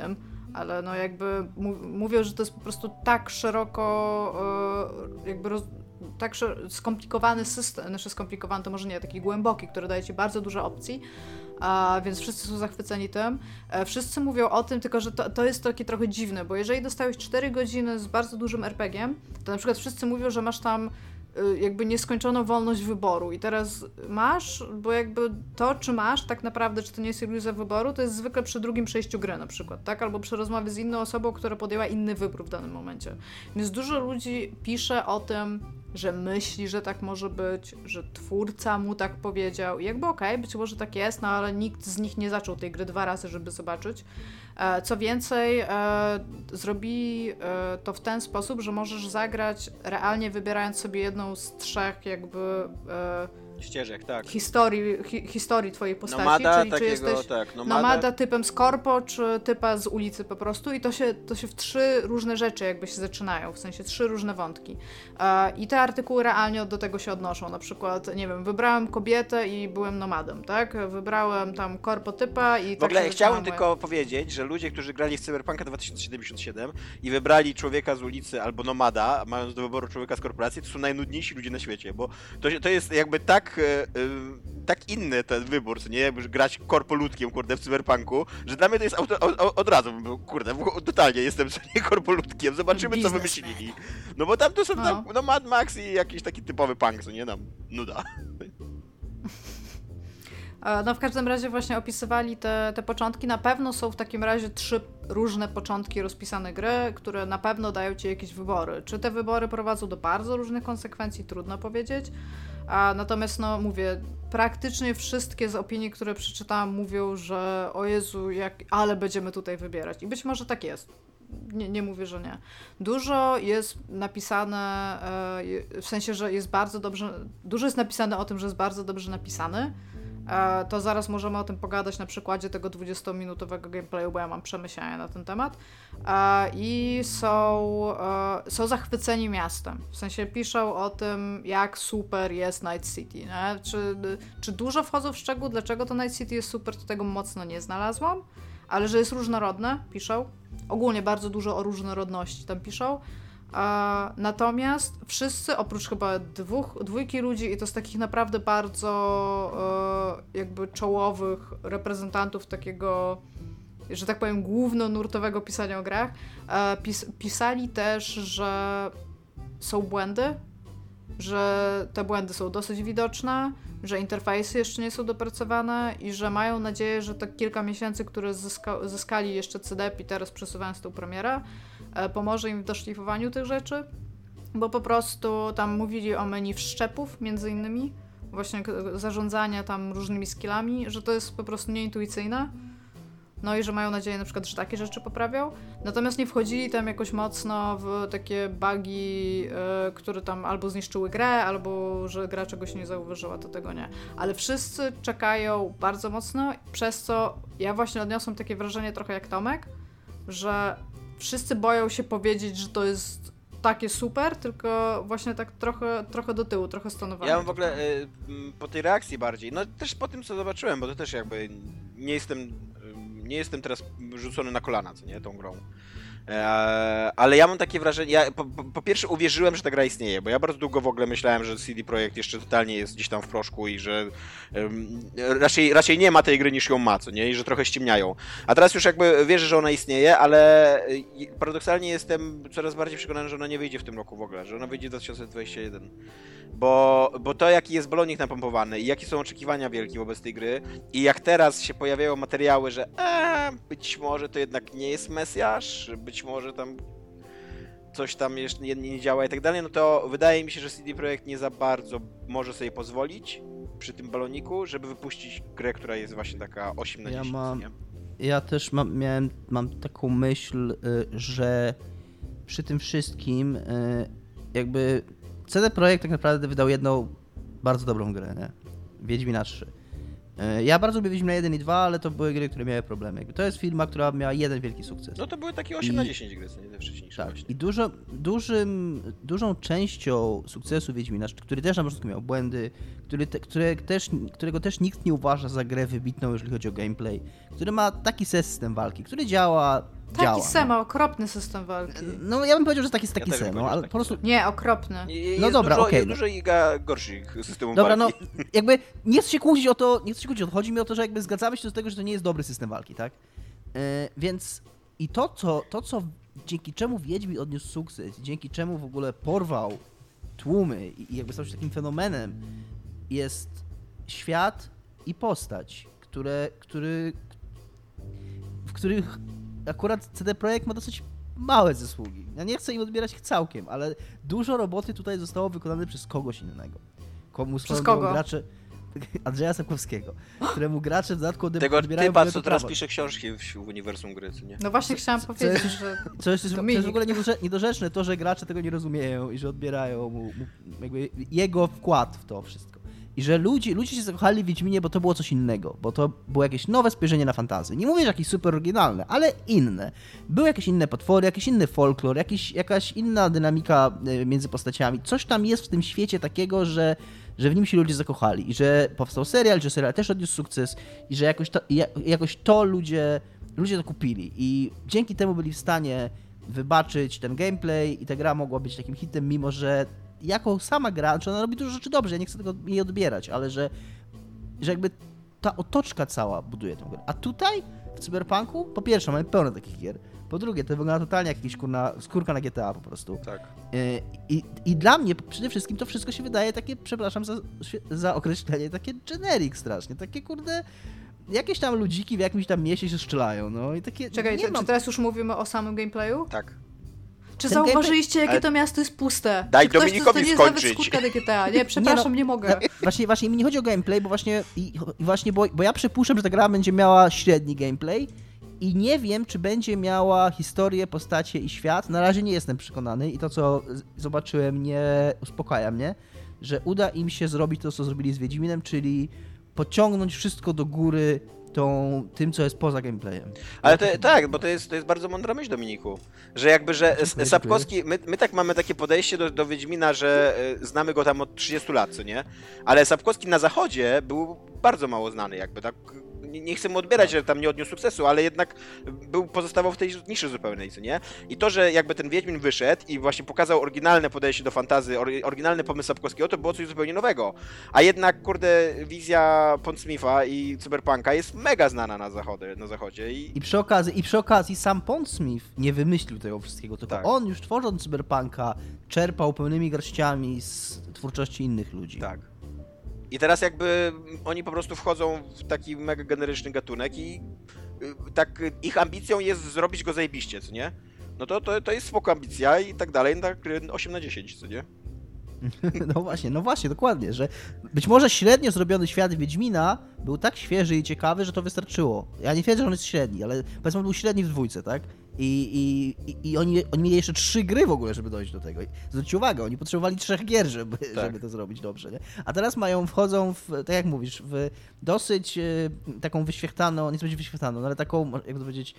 ale no jakby mówią, że to jest po prostu tak szeroko tak skomplikowany system, znaczy skomplikowany to może nie, taki głęboki, który daje ci bardzo dużo opcji, więc wszyscy są zachwyceni tym. Wszyscy mówią o tym, tylko że to jest takie trochę dziwne, bo jeżeli dostałeś 4 godziny z bardzo dużym RPG-iem, to na przykład wszyscy mówią, że masz tam jakby nieskończoną wolność wyboru i teraz masz, bo jakby to, czy masz tak naprawdę, czy to nie jest iluzja wyboru, to jest zwykle przy drugim przejściu gry na przykład, tak? Albo przy rozmowie z inną osobą, która podjęła inny wybór w danym momencie. Więc dużo ludzi pisze o tym, że myśli, że tak może być, że twórca mu tak powiedział i jakby okej, być może tak jest, no ale nikt z nich nie zaczął tej gry 2 razy, żeby zobaczyć. Co więcej, zrobi to w ten sposób, że możesz zagrać realnie wybierając sobie jedną z 3 jakby
ścieżek, tak.
historii twojej postaci,
Nomada,
czyli
takiego,
czy jesteś
tak,
nomada typem z korpo, czy typa z ulicy po prostu i to się w 3 różne rzeczy jakby się zaczynają, w sensie 3 różne wątki. I te artykuły realnie do tego się odnoszą, na przykład, nie wiem, wybrałem kobietę i byłem nomadem, tak? Wybrałem tam korpo typa i
w ogóle
tak
chciałem tylko powiedzieć, że ludzie, którzy grali w Cyberpunka 2077 i wybrali człowieka z ulicy albo nomada, mając do wyboru człowieka z korporacji, to są najnudniejsi ludzie na świecie, bo to jest jakby tak inny ten wybór, co nie? Jakby grać korpoludkiem, kurde, w Cyberpunku, że dla mnie to jest od razu, kurde, totalnie jestem nie korpoludkiem, zobaczymy co wymyślili. No bo tam to są no Mad Max i jakiś taki typowy punk, co nie? Tam nuda.
No w każdym razie właśnie opisywali te początki. Na pewno są w takim razie 3 różne początki rozpisane gry, które na pewno dają ci jakieś wybory. Czy te wybory prowadzą do bardzo różnych konsekwencji, trudno powiedzieć. Natomiast no mówię, praktycznie wszystkie z opinii, które przeczytałam, mówią, że o Jezu, ale będziemy tutaj wybierać. I być może tak jest. Nie mówię, że nie. Dużo jest napisane, w sensie, że jest bardzo dobrze, dużo jest napisane o tym, że jest bardzo dobrze napisany. To zaraz możemy o tym pogadać na przykładzie tego 20-minutowego gameplayu, bo ja mam przemyślenia na ten temat. I są zachwyceni miastem. W sensie piszą o tym, jak super jest Night City. Nie? Czy dużo wchodzą w szczegół, dlaczego to Night City jest super, to tego mocno nie znalazłam. Ale że jest różnorodne, piszą. Ogólnie bardzo dużo o różnorodności tam piszą. Natomiast wszyscy, oprócz chyba 2 ludzi, i to z takich naprawdę bardzo jakby czołowych reprezentantów takiego, że tak powiem, głównonurtowego pisania o grach, pisali też, że są błędy, że te błędy są dosyć widoczne, że interfejsy jeszcze nie są dopracowane i że mają nadzieję, że te kilka miesięcy, które zyskali jeszcze CDEP i teraz przesuwając tą premierę, pomoże im w doszlifowaniu tych rzeczy, bo po prostu tam mówili o menu wszczepów między innymi, właśnie zarządzania tam różnymi skillami, że to jest po prostu nieintuicyjne. No i że mają nadzieję na przykład, że takie rzeczy poprawią. Natomiast nie wchodzili tam jakoś mocno w takie bugi, które tam albo zniszczyły grę, albo że gra czegoś nie zauważyła, to tego nie. Ale wszyscy czekają bardzo mocno, przez co ja właśnie odniosłam takie wrażenie trochę jak Tomek, że wszyscy boją się powiedzieć, że to jest takie super, tylko właśnie tak trochę do tyłu, trochę stonowanie.
Ja mam w ogóle po tej reakcji bardziej, no też po tym co zobaczyłem, bo to też jakby nie jestem teraz rzucony na kolana, co nie, tą grą. Ale ja mam takie wrażenie, po pierwsze uwierzyłem, że ta gra istnieje, bo ja bardzo długo w ogóle myślałem, że CD Projekt jeszcze totalnie jest gdzieś tam w proszku i że raczej nie ma tej gry niż ją ma, co nie, i że trochę ściemniają. A teraz już jakby wierzę, że ona istnieje, ale paradoksalnie jestem coraz bardziej przekonany, że ona nie wyjdzie w tym roku w ogóle, że ona wyjdzie w 2021. Bo to, jaki jest balonik napompowany i jakie są oczekiwania wielkie wobec tej gry i jak teraz się pojawiają materiały, że być może to jednak nie jest Mesjasz, być może tam coś tam jeszcze nie działa i tak dalej, no to wydaje mi się, że CD Projekt nie za bardzo może sobie pozwolić przy tym baloniku, żeby wypuścić grę, która jest właśnie taka 8 na 10.
Ja też mam taką myśl, że przy tym wszystkim jakby CD Projekt tak naprawdę wydał jedną bardzo dobrą grę, nie? Wiedźmina 3. Ja bardzo lubię Wiedźmina 1 i 2, ale to były gry, które miały problemy. Jakby to jest firma, która miała jeden wielki sukces.
No to były takie 8 na 10 gry, co nie te wcześniejsze.
Tak.
Właśnie.
I dużą częścią sukcesu Wiedźmina, który też na początku miał błędy, którego też nikt nie uważa za grę wybitną, jeżeli chodzi o gameplay, który ma taki system walki, który działa działa.
Taki sema, okropny system walki.
No ja bym powiedział, że taki jest taki
też bym
sen, no,
powiedział,
ale
że
po prostu...
Nie, okropny.
Jest
dobra,
dużo,
okej,
jest
no.
dużo gorszych systemów
Dobra, no
walki.
jakby nie chcę się kłócić o to, chodzi mi o to, że jakby zgadzamy się do tego, że to nie jest dobry system walki, tak? Więc i to, co dzięki czemu Wiedźmin odniósł sukces, dzięki czemu w ogóle porwał tłumy i jakby stał się takim fenomenem, jest świat i postać, w których akurat CD Projekt ma dosyć małe zasługi. Ja nie chcę im odbierać ich całkiem, ale dużo roboty tutaj zostało wykonane przez kogoś innego.
Przez kogo?
Gracze, Andrzeja Sapkowskiego, któremu gracze w dodatku
Tego
odbierają
typa,
pewnego
co teraz
prawa.
pisze książki w uniwersum gry, co nie?
No właśnie chciałam powiedzieć, że...
Co jest w
Dominik.
ogóle niedorzeczne, to, że gracze tego nie rozumieją i że odbierają mu jakby jego wkład w to wszystko. I że ludzie się zakochali w Wiedźminie, bo to było coś innego, bo to było jakieś nowe spojrzenie na fantasy. Nie mówię, że jakieś super oryginalne, ale inne. Były jakieś inne potwory, jakiś inny folklor, jakaś inna dynamika między postaciami. Coś tam jest w tym świecie takiego, że w nim się ludzie zakochali i że powstał serial, że serial też odniósł sukces i że jakoś to ludzie to kupili i dzięki temu byli w stanie wybaczyć ten gameplay i ta gra mogła być takim hitem, mimo że jako sama gra, czy ona robi dużo rzeczy dobrze, ja nie chcę tego jej odbierać, ale że jakby ta otoczka cała buduje tę grę. A tutaj w Cyberpunku, po pierwsze mamy pełno takich gier, po drugie to wygląda totalnie jak jakiś skórka na GTA po prostu.
Tak.
I dla mnie przede wszystkim to wszystko się wydaje takie, przepraszam za określenie, takie generic strasznie, takie kurde, jakieś tam ludziki w jakimś tam mieście się strzelają, no i takie...
Czekaj, czy teraz już mówimy o samym gameplayu?
Tak.
Czy
Ten
zauważyliście, jakie
Ale-
to miasto jest puste?
Daj
Czy ktoś,
Dominikowi
to nie jest nawet
skończyć.
skórka do GTA. Nie, przepraszam, nie mogę.
Właśnie mi nie chodzi o gameplay, bo właśnie bo ja przypuszczam, że ta gra będzie miała średni gameplay i nie wiem, czy będzie miała historię, postacie i świat. Na razie nie jestem przekonany i to, co zobaczyłem, nie uspokaja mnie, że uda im się zrobić to, co zrobili z Wiedźminem, czyli pociągnąć wszystko do góry tym, co jest poza gameplayem.
Ale tak, bo to jest bardzo mądra myśl, Dominiku. Że jakby, że
Dziękuję.
Sapkowski, my tak mamy takie podejście do Wiedźmina, że znamy go tam od 30 lat, co nie? Ale Sapkowski na zachodzie był bardzo mało znany jakby, tak? Nie chcę mu odbierać, że tam nie odniósł sukcesu, ale jednak pozostawał w tej niszy zupełnej, co nie? I to, że jakby ten Wiedźmin wyszedł i właśnie pokazał oryginalne podejście do fantasy, oryginalny pomysł Sapkowskiego, to było coś zupełnie nowego. A jednak, kurde, wizja Pondsmitha i Cyberpunka jest mega znana na zachodzie i...
I przy okazji sam Pondsmith nie wymyślił tego wszystkiego, tylko
Tak.
on już tworząc Cyberpunka czerpał pełnymi garściami z twórczości innych ludzi.
Tak. I teraz jakby oni po prostu wchodzą w taki mega generyczny gatunek i tak ich ambicją jest zrobić go zajebiście, co nie? No to jest spoko ambicja i tak dalej, tak 8/10, co nie?
No właśnie, dokładnie, że być może średnio zrobiony świat Wiedźmina był tak świeży i ciekawy, że to wystarczyło. Ja nie twierdzę, że on jest średni, ale powiedzmy, on był średni w dwójce, tak? I oni mieli jeszcze 3 gry w ogóle, żeby dojść do tego. I zwróćcie uwagę, oni potrzebowali 3 gier, żeby to zrobić dobrze, nie? A teraz wchodzą tak jak mówisz, w dosyć taką wyświechtaną, nie chcę powiedzieć wyświechtaną, no ale taką, jak to powiedzieć...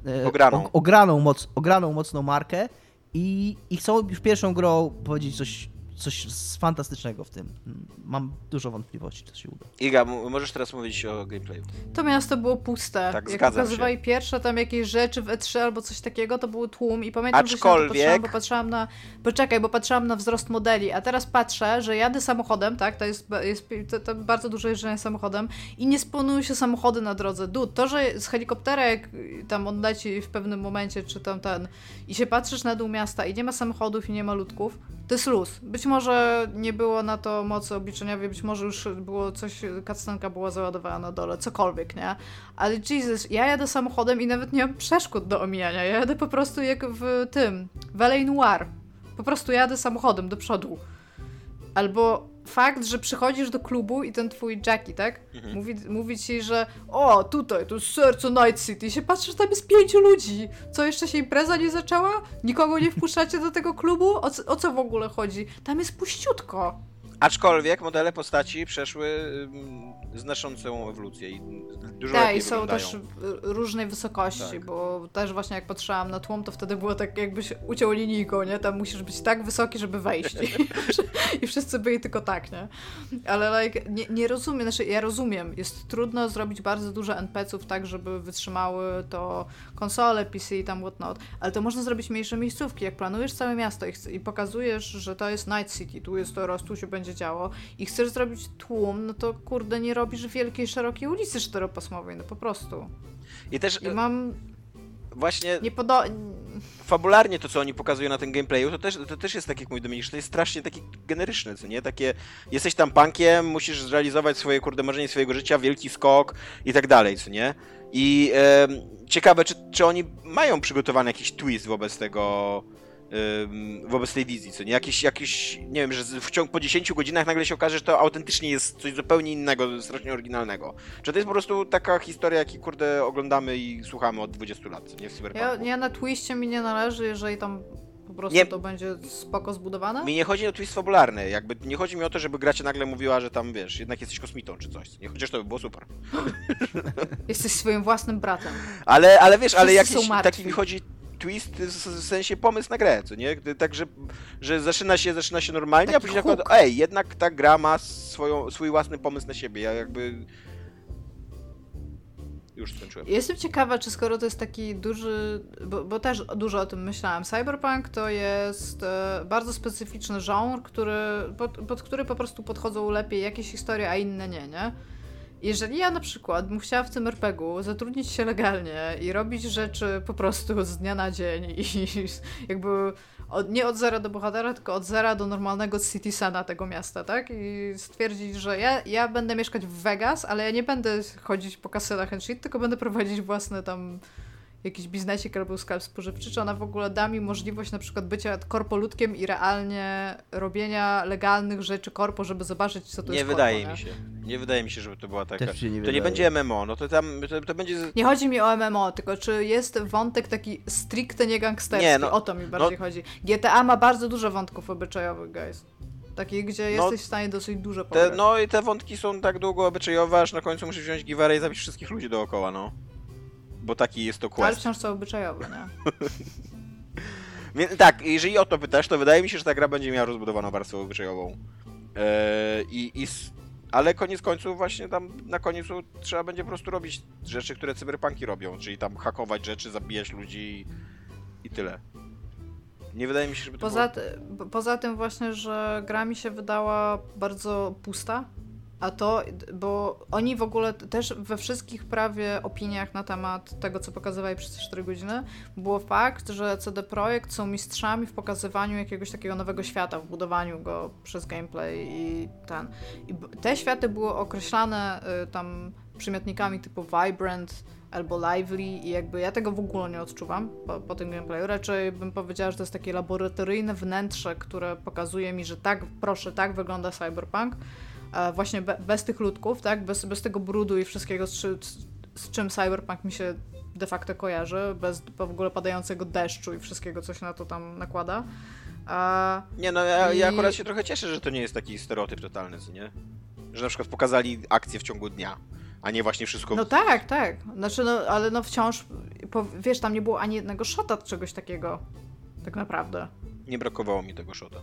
Ograną mocną markę i chcą już pierwszą grą powiedzieć coś fantastycznego w tym. Mam dużo wątpliwości, czy to się uda.
Iga, możesz teraz mówić o gameplayu.
To miasto było puste.
Tak,
jak
zgadzam
pokazywali
się.
pierwsze tam jakieś rzeczy w E3 albo coś takiego, to był tłum i pamiętam,
Aczkolwiek-
że się na to patrzyłam, bo patrzyłam na wzrost modeli, a teraz patrzę, że jadę samochodem, tak, to bardzo dużo jeżdżenia samochodem i nie spawnują się samochody na drodze. To, że z helikoptera jak tam odleci w pewnym momencie, czy tam i się patrzysz na dół miasta i nie ma samochodów i nie ma ludków, to jest luz. Być może nie było na to mocy obliczeniowej, być może już było coś, cutscenka była załadowana na dole, cokolwiek, nie? Ale Jesus, ja jadę samochodem i nawet nie mam przeszkód do omijania. Ja jadę po prostu jak w L.A. Noire. Po prostu jadę samochodem do przodu. Albo fakt, że przychodzisz do klubu i ten twój Jackie, tak? Mówi ci, że tutaj, to jest serce Night City. I się patrzysz, tam jest 5 ludzi. Co, jeszcze się impreza nie zaczęła? Nikogo nie wpuszczacie do tego klubu? O co w ogóle chodzi? Tam jest puściutko.
Aczkolwiek modele postaci przeszły znaczącą ewolucję i dużo
Tak,
lepiej
i są
wyglądają.
też różnej wysokości,
Tak.
bo też właśnie jak patrzyłam na tłum, to wtedy było tak jakbyś uciął linijką, nie? Tam musisz być tak wysoki, żeby wejść. I wszyscy byli tylko tak, nie? Ale nie rozumiem, znaczy ja rozumiem, jest trudno zrobić bardzo dużo NPC-ów tak, żeby wytrzymały to konsole, PC i tam whatnot, ale to można zrobić mniejsze miejscówki. Jak planujesz całe miasto i pokazujesz, że to jest Night City, tu jest to tu się będzie działo i chcesz zrobić tłum, no to kurde, nie robisz wielkiej, szerokiej ulicy czteropasmowej, no po prostu.
I też
I mam
właśnie
nie
fabularnie to, co oni pokazują na tym gameplayu, to też jest tak, jak mówi Dominik, że to jest strasznie takie generyczne, co nie? Takie, jesteś tam punkiem, musisz zrealizować swoje, kurde, marzenie swojego życia, wielki skok i tak dalej, co nie? I ciekawe, czy oni mają przygotowany jakiś twist wobec tego, wobec tej wizji, co nie? Jakiś, nie wiem, że po 10 godzinach nagle się okaże, że to autentycznie jest coś zupełnie innego, strasznie oryginalnego. Czy to jest po prostu taka historia, jakiej, kurde, oglądamy i słuchamy od 20 lat, co nie? W Cyberpunku.
ja na twiście mi nie należy, jeżeli tam po prostu
Nie.
to będzie spoko zbudowane.
Mi nie chodzi o twist fabularny, jakby nie chodzi mi o to, żeby gracie nagle mówiła, że tam, wiesz, jednak jesteś kosmitą czy coś, nie? Chociaż to by było super.
Jesteś swoim własnym bratem.
Ale wiesz, ale
Wszyscy są
jakiś
martwi.
taki mi chodzi twist w sensie pomysł na grę, co nie? Tak, że zaczyna się normalnie,
Taki
a później
hook.
nakłada, jednak ta gra ma swój własny pomysł na siebie, ja jakby... Już skończyłem.
Jestem ciekawa, czy skoro to jest taki duży, bo też dużo o tym myślałam, Cyberpunk to jest bardzo specyficzny genre, pod który po prostu podchodzą lepiej jakieś historie, a inne nie? Jeżeli ja na przykład bym chciała w tym RPG-u zatrudnić się legalnie i robić rzeczy po prostu z dnia na dzień i jakby nie od zera do bohatera, tylko od zera do normalnego citizena tego miasta, tak? I stwierdzić, że ja będę mieszkać w Vegas, ale ja nie będę chodzić po kasynach and shit, tylko będę prowadzić własny tam jakiś biznesik albo sklep spożywczy, czy ona w ogóle da mi możliwość na przykład bycia korpoludkiem i realnie robienia legalnych rzeczy korpo, żeby zobaczyć, co to
Nie
jest
wydaje
korpo,
mi się. Nie wydaje mi się, żeby to była taka...
Też się nie
To nie
wydaje.
będzie MMO, no to tam to będzie...
Nie chodzi mi o MMO, tylko czy jest wątek taki stricte niegangsterski,
Nie, no,
o to mi bardziej chodzi. GTA ma bardzo dużo wątków obyczajowych, guys. Takich, gdzie jesteś w stanie dosyć dużo pograć.
No i te wątki są tak długo obyczajowe, aż na końcu musisz wziąć giwerę i zabić wszystkich ludzi dookoła, no. Bo taki jest to
Ale
quest.
wciąż są obyczajowe, nie?
Więc, tak, jeżeli o to pytasz, to wydaje mi się, że ta gra będzie miała rozbudowaną warstwę obyczajową. Ale koniec końców właśnie tam na końcu trzeba będzie po prostu robić rzeczy, które cyberpunki robią, czyli tam hakować rzeczy, zabijać ludzi i tyle. Nie wydaje mi się, żeby to
Poza tym właśnie, że gra mi się wydała bardzo pusta, a to, bo oni w ogóle też we wszystkich prawie opiniach na temat tego, co pokazywali przez te 4 godziny, było fakt, że CD Projekt są mistrzami w pokazywaniu jakiegoś takiego nowego świata, w budowaniu go przez gameplay i ten. I te światy były określane tam przymiotnikami typu vibrant albo lively i jakby ja tego w ogóle nie odczuwam po tym gameplayu. Raczej bym powiedziała, że to jest takie laboratoryjne wnętrze, które pokazuje mi, że tak, proszę, tak wygląda Cyberpunk. Właśnie bez tych ludków, tak? Bez tego brudu i wszystkiego, z czym Cyberpunk mi się de facto kojarzy, bez w ogóle padającego deszczu i wszystkiego, co się na to tam nakłada.
Nie, no ja akurat się trochę cieszę, że to nie jest taki stereotyp totalny, co nie? Że na przykład pokazali akcję w ciągu dnia, a nie właśnie wszystko...
No tak. Znaczy, ale no wciąż, wiesz, tam nie było ani jednego shota czegoś takiego, tak naprawdę.
Nie brakowało mi tego shota.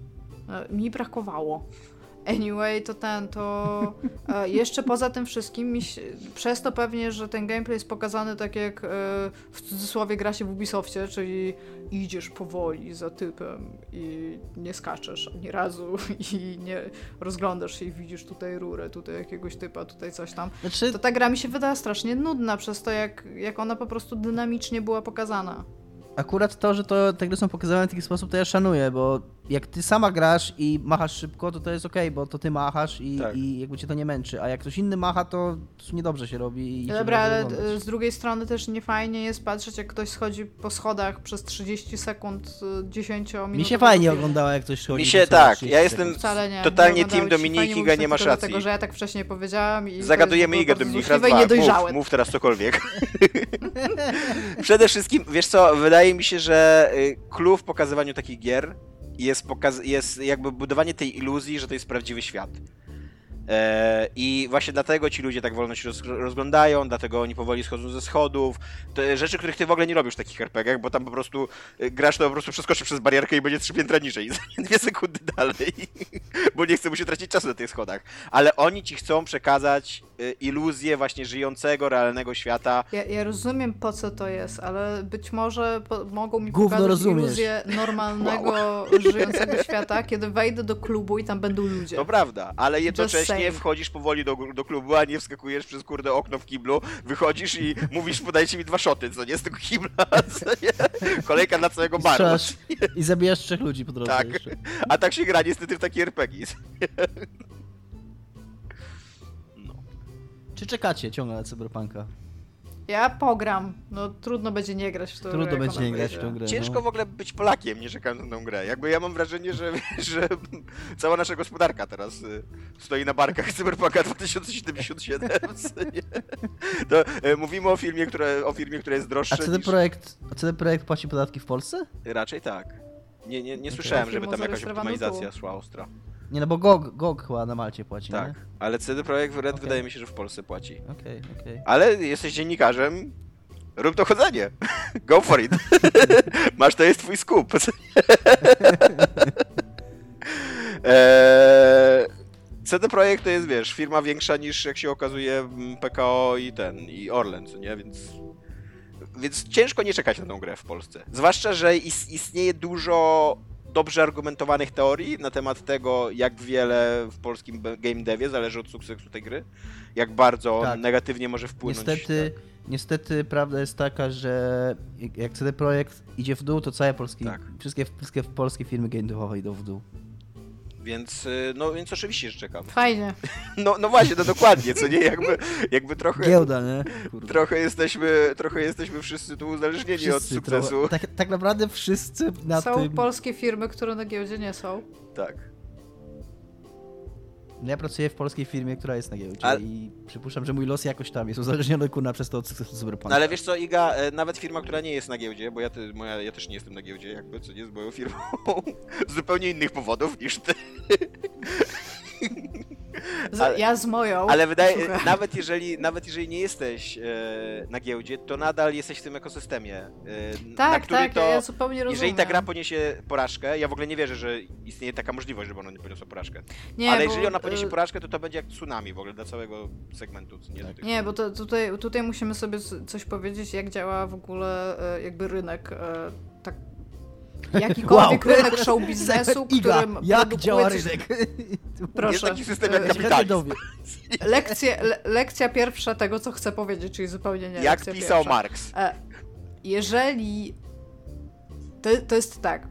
Mi brakowało. Anyway, to jeszcze poza tym wszystkim, przez to pewnie, że ten gameplay jest pokazany tak jak w cudzysłowie gra się w Ubisoftie, czyli idziesz powoli za typem i nie skaczesz ani razu i nie rozglądasz się i widzisz tutaj rurę, tutaj jakiegoś typa, tutaj coś tam.
Znaczy,
To ta gra mi się wydała strasznie nudna przez to, jak ona po prostu dynamicznie była pokazana.
akurat to, że te gry są pokazywane w taki sposób, to ja szanuję, bo jak ty sama grasz i machasz szybko, to jest okej, bo to ty machasz
Tak.
i jakby cię to nie męczy, a jak ktoś inny macha, to niedobrze się robi.
Dobra, ale
oglądać.
z drugiej strony też niefajnie jest patrzeć, jak ktoś schodzi po schodach przez 30 sekund 10-minutowy.
Mi się fajnie oglądało, jak ktoś chodzi.
Mi się tak, ja jestem
Wcale nie.
totalnie
nie
team
oglądało ci się.
Dominiki,
Fajnie
Iga,
mówisz
nie masz
tylko
racji.
Dlatego, że ja tak wcześniej powiedziałam i
Zagadujemy
to
Igę,
jest
Dominik,
bardzo
raz,
złośliwe
dwa.
i niedojrzałe.
Mów teraz cokolwiek. Przede wszystkim, wiesz co, wydaje mi się, że clue w pokazywaniu takich gier jest jakby budowanie tej iluzji, że to jest prawdziwy świat. I właśnie dlatego ci ludzie tak wolno się rozglądają, dlatego oni powoli schodzą ze schodów. To rzeczy, których ty w ogóle nie robisz w takich RPG-ach, bo tam po prostu grasz, to po prostu przeskoczy przez barierkę i będzie 3 piętra niżej, 2 sekundy dalej, bo nie chce mu się tracić czasu na tych schodach. Ale oni ci chcą przekazać iluzję właśnie żyjącego, realnego świata.
Ja rozumiem, po co to jest, ale być może mogą mi
Gówno
pokazać
rozumiesz.
iluzję normalnego, żyjącego świata, kiedy wejdę do klubu i tam będą ludzie.
To prawda, ale jednocześnie
saying.
wchodzisz powoli do klubu, a nie wskakujesz przez kurde okno w kiblu, wychodzisz i mówisz, podajcie mi 2 szoty, co nie, z tego kibla, co nie? Kolejka dla całego baru.
Strzelasz i zabijasz 3 ludzi po drodze
Tak.
jeszcze.
A tak się gra niestety w takie RPG. No.
Czy czekacie ciągle na Cyberpunka?
Ja pogram. No trudno będzie nie grać w to.
Trudno
jak
będzie
ona
nie grać w
wyjdzie.
tą grę.
Ciężko
no.
w ogóle być Polakiem, nie czekając na tą grę. Jakby ja mam wrażenie, że cała nasza gospodarka teraz stoi na barkach Cyberpunka 2077. Co nie? To mówimy o firmie, która jest droższa
A CD Projekt płaci podatki w Polsce?
Raczej tak. Nie słyszałem, żeby tam jakaś
Zarejestrowano
optymalizacja
tu.
szła ostra.
Nie, no bo GOG chyba na Malcie płaci,
Tak,
nie?
ale CD Projekt Red
Okej.
wydaje mi się, że w Polsce płaci.
Okej.
Ale jesteś dziennikarzem, rób to chodzenie. Go for it. Masz, to jest twój scoop. CD Projekt to jest, wiesz, firma większa niż, jak się okazuje, PKO i Orlen, co nie? Więc ciężko nie czekać na tą grę w Polsce. Zwłaszcza, że istnieje dużo dobrze argumentowanych teorii na temat tego, jak wiele w polskim game devie zależy od sukcesu tej gry, jak bardzo
Tak.
negatywnie może wpłynąć.
Niestety prawda jest taka, że jak CD Projekt idzie w dół, to całe
Tak.
wszystkie polskie firmy game devowe idą w dół.
Więc oczywiście, że czekam.
Fajnie.
No właśnie, no dokładnie, co nie? Jakby trochę...
Giełda, nie? Kurde.
Trochę jesteśmy wszyscy tu uzależnieni od sukcesu.
Tak naprawdę wszyscy na
Są
tym...
polskie firmy, które na giełdzie nie są.
Tak.
Ja pracuję w polskiej firmie, która jest na giełdzie
Ale-
i przypuszczam, że mój los jakoś tam jest uzależniony przez to od sukcesu Cyberpunka.
No ale wiesz co, Iga, nawet firma, która nie jest na giełdzie, bo ja też nie jestem na giełdzie, jakby, co nie z moją firmą, z zupełnie innych powodów niż ty.
Ja z moją.
Ale
Słuchaj.
nawet jeżeli nie jesteś na giełdzie, to nadal jesteś w tym ekosystemie. Na
Tak,
który
tak,
to,
ja zupełnie rozumiem.
jeżeli ta gra poniesie porażkę, ja w ogóle nie wierzę, że istnieje taka możliwość, żeby ona nie poniosła porażkę.
Nie,
Ale
bo,
jeżeli ona poniesie porażkę, to będzie jak tsunami w ogóle dla całego segmentu. Co nie,
Tak.
Tych-
Nie, bo to tutaj musimy sobie coś powiedzieć, jak działa w ogóle jakby rynek. Tak. Jakikolwiek rynek show biznesu,
Iga,
którym
jak
produkuje
działa
coś...
rynek?
Proszę.
Jest taki system jak
e,
kapitalizm.
dowie.
Lekcja pierwsza tego, co chcę powiedzieć, czyli zupełnie nie
Jak
lekcja
pisał
pierwsza.
Marx.
Jeżeli... To jest tak.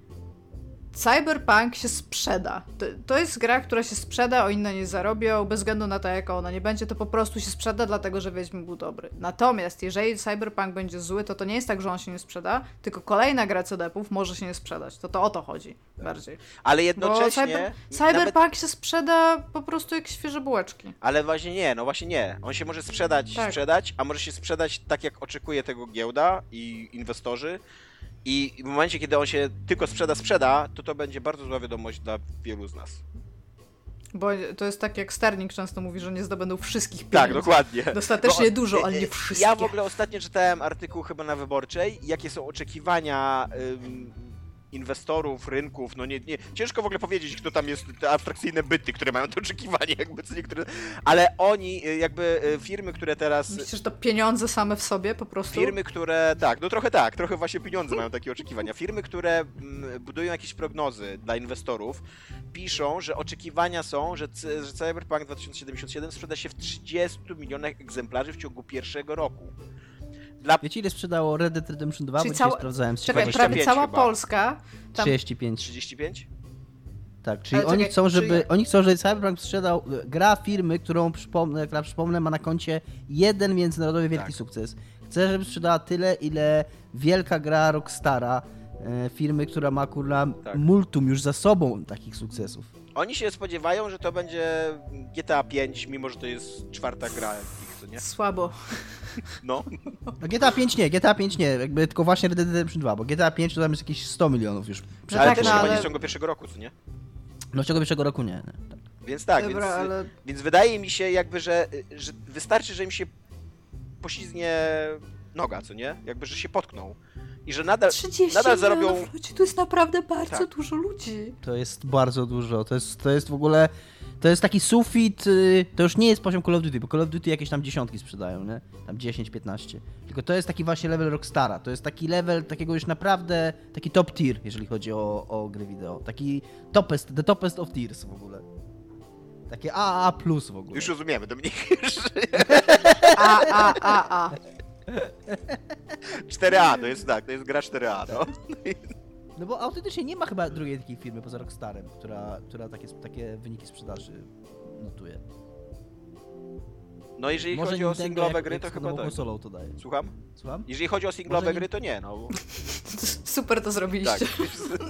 Cyberpunk się sprzeda. To jest gra, która się sprzeda, o inne nie zarobią, bez względu na to, jaka ona nie będzie, to po prostu się sprzeda, dlatego że Wiedźmin był dobry. Natomiast jeżeli Cyberpunk będzie zły, to nie jest tak, że on się nie sprzeda, tylko kolejna gra CD-ów może się nie sprzedać. To o to chodzi bardziej.
Ale
Bo
jednocześnie...
Cyberpunk się sprzeda po prostu jak świeże bułeczki.
Ale właśnie nie. On się może sprzedać,
Tak.
a może się sprzedać tak, jak oczekuje tego giełda i inwestorzy. I w momencie, kiedy on się tylko sprzeda, to będzie bardzo zła wiadomość dla wielu z nas.
Bo to jest tak, jak Sterling często mówi, że nie zdobędą wszystkich pieniędzy.
Tak, dokładnie.
Dostatecznie dużo, ale nie wszystkie.
Ja w ogóle ostatnio czytałem artykuł chyba na Wyborczej, jakie są oczekiwania inwestorów, rynków, ciężko w ogóle powiedzieć, kto tam jest, te abstrakcyjne byty, które mają te oczekiwania, jakby co niektóre, ale oni, firmy, które teraz...
Myślisz, że to pieniądze same w sobie po prostu?
Firmy, które, trochę właśnie pieniądze mają takie oczekiwania. Firmy, które budują jakieś prognozy dla inwestorów, piszą, że oczekiwania są, że Cyberpunk 2077 sprzeda się w 30 milionach egzemplarzy w ciągu pierwszego roku.
Wiecie, ile sprzedało Red Dead Redemption 2?
Czyli
Bo dzisiaj
cała-
sprawdzałem z
Czekaj,
25
prawie cała
chyba.
Polska. Tam
35.
35?
Tak, czyli
Ale
oni
czekaj,
chcą,
czyli-
oni chcą, żeby Cyberpunk sprzedał gra firmy, która przypomnę ma na koncie jeden międzynarodowy wielki
Tak.
sukces. Chcę, żeby sprzedała tyle, ile wielka gra Rockstara, firmy, która ma
Tak.
multum już za sobą takich sukcesów.
Oni się spodziewają, że to będzie GTA 5, mimo że to jest czwarta gra ich co nie?
Słabo.
No.
No GTA 5 nie, jakby tylko właśnie Red Dead Redemption 2, bo GTA 5 to tam jest jakieś 100 milionów już.
No
Ale
tak,
też
no,
chyba
ale-
nie z ciągu pierwszego roku, co nie?
No z czego pierwszego roku nie. Tak.
Więc tak,
Dobra,
więc,
ale
więc wydaje mi się jakby, że wystarczy, że im się poślizgnie noga, co nie? Jakby, że się potkną. I że nadal
30
nadal zarobią-
milionów ludzi, to jest naprawdę bardzo
Tak.
dużo ludzi.
To jest bardzo dużo, to jest w ogóle, to jest taki sufit, to już nie jest poziom Call of Duty, bo Call of Duty jakieś tam dziesiątki sprzedają, nie? Tam 10, 15. Tylko to jest taki właśnie level Rockstara, to jest taki level takiego już naprawdę, taki top tier, jeżeli chodzi o gry wideo. Taki the topest of tiers w ogóle. Takie AAA plus w ogóle.
Już rozumiemy, Dominik.
A.
4A, to jest tak, to jest gra 4A, no.
No bo autentycznie nie ma chyba drugiej takiej firmy poza Rockstarem, która takie wyniki sprzedaży notuje.
No jeżeli
Może
chodzi o
Nintendo
singlowe
jak-
gry,
jak
to
z
chyba
nową
tak.
konsolą to daje.
Słucham?
Słucham?
Jeżeli chodzi o singlowe
Może
gry, to nie, no.
Super to zrobiliście.
Tak.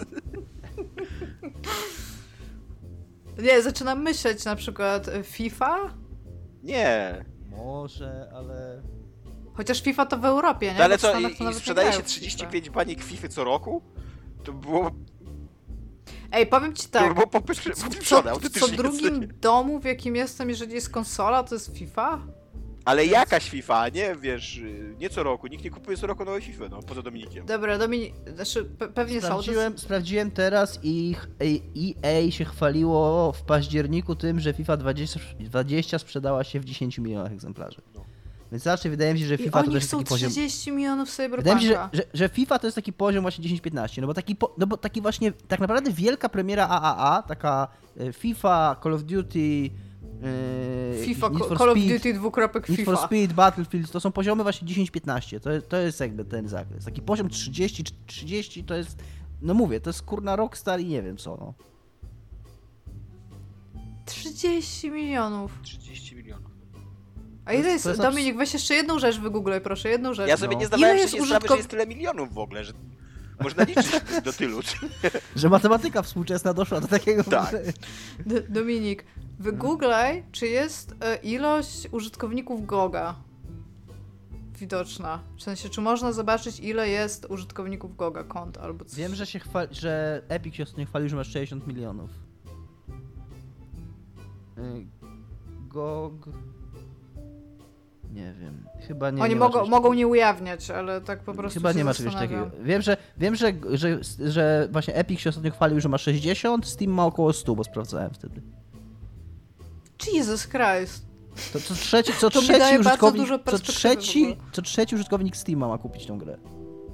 Nie, zaczynam myśleć na przykład FIFA?
Nie.
Może, ale...
Chociaż FIFA to w Europie, nie?
No ale
Bo w
co,
Stanach to
i
nawet nie
sprzedaje
grają
się
w FIFA.
35 banik FIFA co roku? To było,
Ej, powiem ci
to
tak.
było popieszone,
Co
autentycznie.
drugim domu, w jakim jestem, jeżeli jest konsola, to jest FIFA?
Ale jakaś FIFA, nie wiesz, nie co roku, nikt nie kupuje co roku nowej FIFA, no, poza Dominikiem.
Dobra, Dominik, znaczy pewnie są. To jest-
Sprawdziłem teraz i EA się chwaliło w październiku tym, że FIFA 20 sprzedała się w 10 milionach egzemplarzy.
No.
Więc raczej wydaje mi się, że
I
FIFA to
oni
też jest
chcą
taki poziom...
30 milionów
Wydaje mi
Cyberpunka.
się, że FIFA to jest taki poziom właśnie 10-15, no bo taki właśnie, tak naprawdę wielka premiera AAA, taka FIFA, Call of Duty,
FIFA,
Need for
Call of
Speed,
Duty dwukropek
Need for
FIFA.
Speed, Battlefield, to są poziomy właśnie 10-15, to jest jakby ten zakres. Taki poziom 30 to jest, no mówię, to jest kurna Rockstar i nie wiem co, no.
30 milionów.
30 milionów.
A ile
to
jest,
jest
Dominik, weź jeszcze jedną rzecz wygooglej, proszę, jedną rzecz.
Ja sobie
No.
nie zdawałem
Ile
się
jest
sprawy, że
użytkow-
jest tyle milionów w ogóle, że można liczyć do tylu.
Że matematyka współczesna doszła do takiego...
Tak.
Dominik, wygooglaj, czy jest ilość użytkowników Goga widoczna. W sensie, czy można zobaczyć, ile jest użytkowników Goga, kont albo coś.
Wiem, że Epic się ostatnio chwalił, że ma 60 milionów. GOG... Nie wiem, chyba nie.
Oni
nie ma czegoś
mogą
takiego.
nie ujawniać, ale tak po prostu
Chyba
się
nie ma czegoś
zastanawiam.
takiego. Wiem, że właśnie Epic się ostatnio chwalił, że ma 60, Steam ma około 100, bo sprawdzałem wtedy.
Jesus Christ.
To co trzeci,
To mi daje bardzo dużo perspektywy w
co trzeci użytkownik Steama ma kupić tą grę.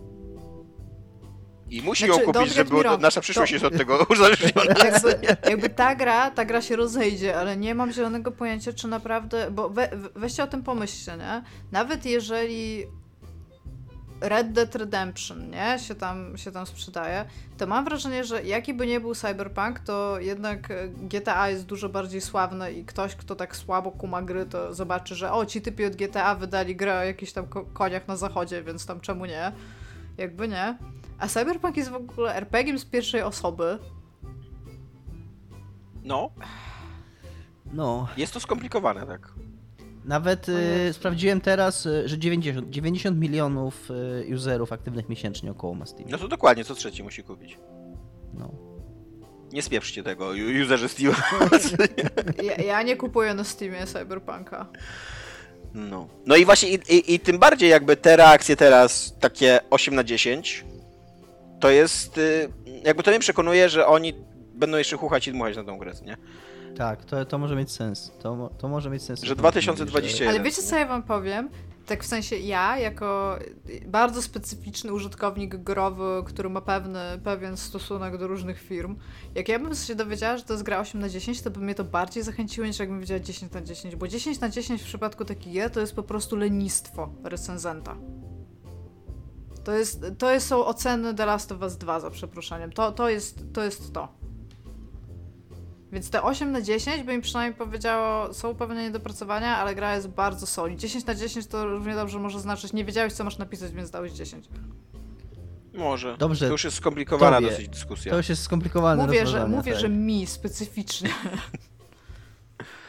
I musi
Znaczy,
ją kupić,
don't get me
żeby
wrong,
nasza przyszłość
to-
jest od tego uzależniona.
Jakby ta gra się rozejdzie, ale nie mam zielonego pojęcia, czy naprawdę, bo weźcie o tym pomyślcie, nie? Nawet jeżeli Red Dead Redemption, nie? Się tam sprzedaje, to mam wrażenie, że jaki by nie był Cyberpunk, to jednak GTA jest dużo bardziej sławne i ktoś, kto tak słabo kuma gry, to zobaczy, że o, ci typi od GTA wydali grę o jakichś tam koniach na zachodzie, więc tam czemu nie? Jakby nie. A Cyberpunk jest w ogóle RPG-iem z pierwszej osoby.
No,
No,
jest to skomplikowane, tak.
nawet sprawdziłem teraz, że 90 milionów userów aktywnych miesięcznie około ma Steam.
No to dokładnie, co trzeci musi kupić.
No.
Nie spieprzcie tego, userzy Steam.
Ja nie kupuję na Steamie Cyberpunka.
No. No i właśnie i tym bardziej jakby te reakcje teraz, takie 8/10, to jest, jakby to mnie przekonuje, że oni będą jeszcze chuchać i dmuchać na tą grę, nie?
Tak, to może mieć sens. To może mieć sens.
Że 2021.
Ale wiecie, co ja wam powiem? Tak w sensie ja, jako bardzo specyficzny użytkownik growy, który ma pewien stosunek do różnych firm, jak ja bym się dowiedziała, że to jest gra 8/10, to by mnie to bardziej zachęciło, niż jakbym wiedziała 10/10, bo 10/10 w przypadku takich gier to jest po prostu lenistwo recenzenta. To są oceny The Last of Us 2, za przeproszeniem. To jest to. Więc te 8/10 by mi przynajmniej powiedziało, są pewne niedopracowania, ale gra jest bardzo solid. 10/10 to równie dobrze może znaczyć, nie wiedziałeś, co masz napisać, więc dałeś 10.
Może.
Dobrze,
To już jest skomplikowana
tobie.
dosyć dyskusja.
To już jest skomplikowane
Mówię,
rozwiązanie,
że
tak.
mi specyficznie.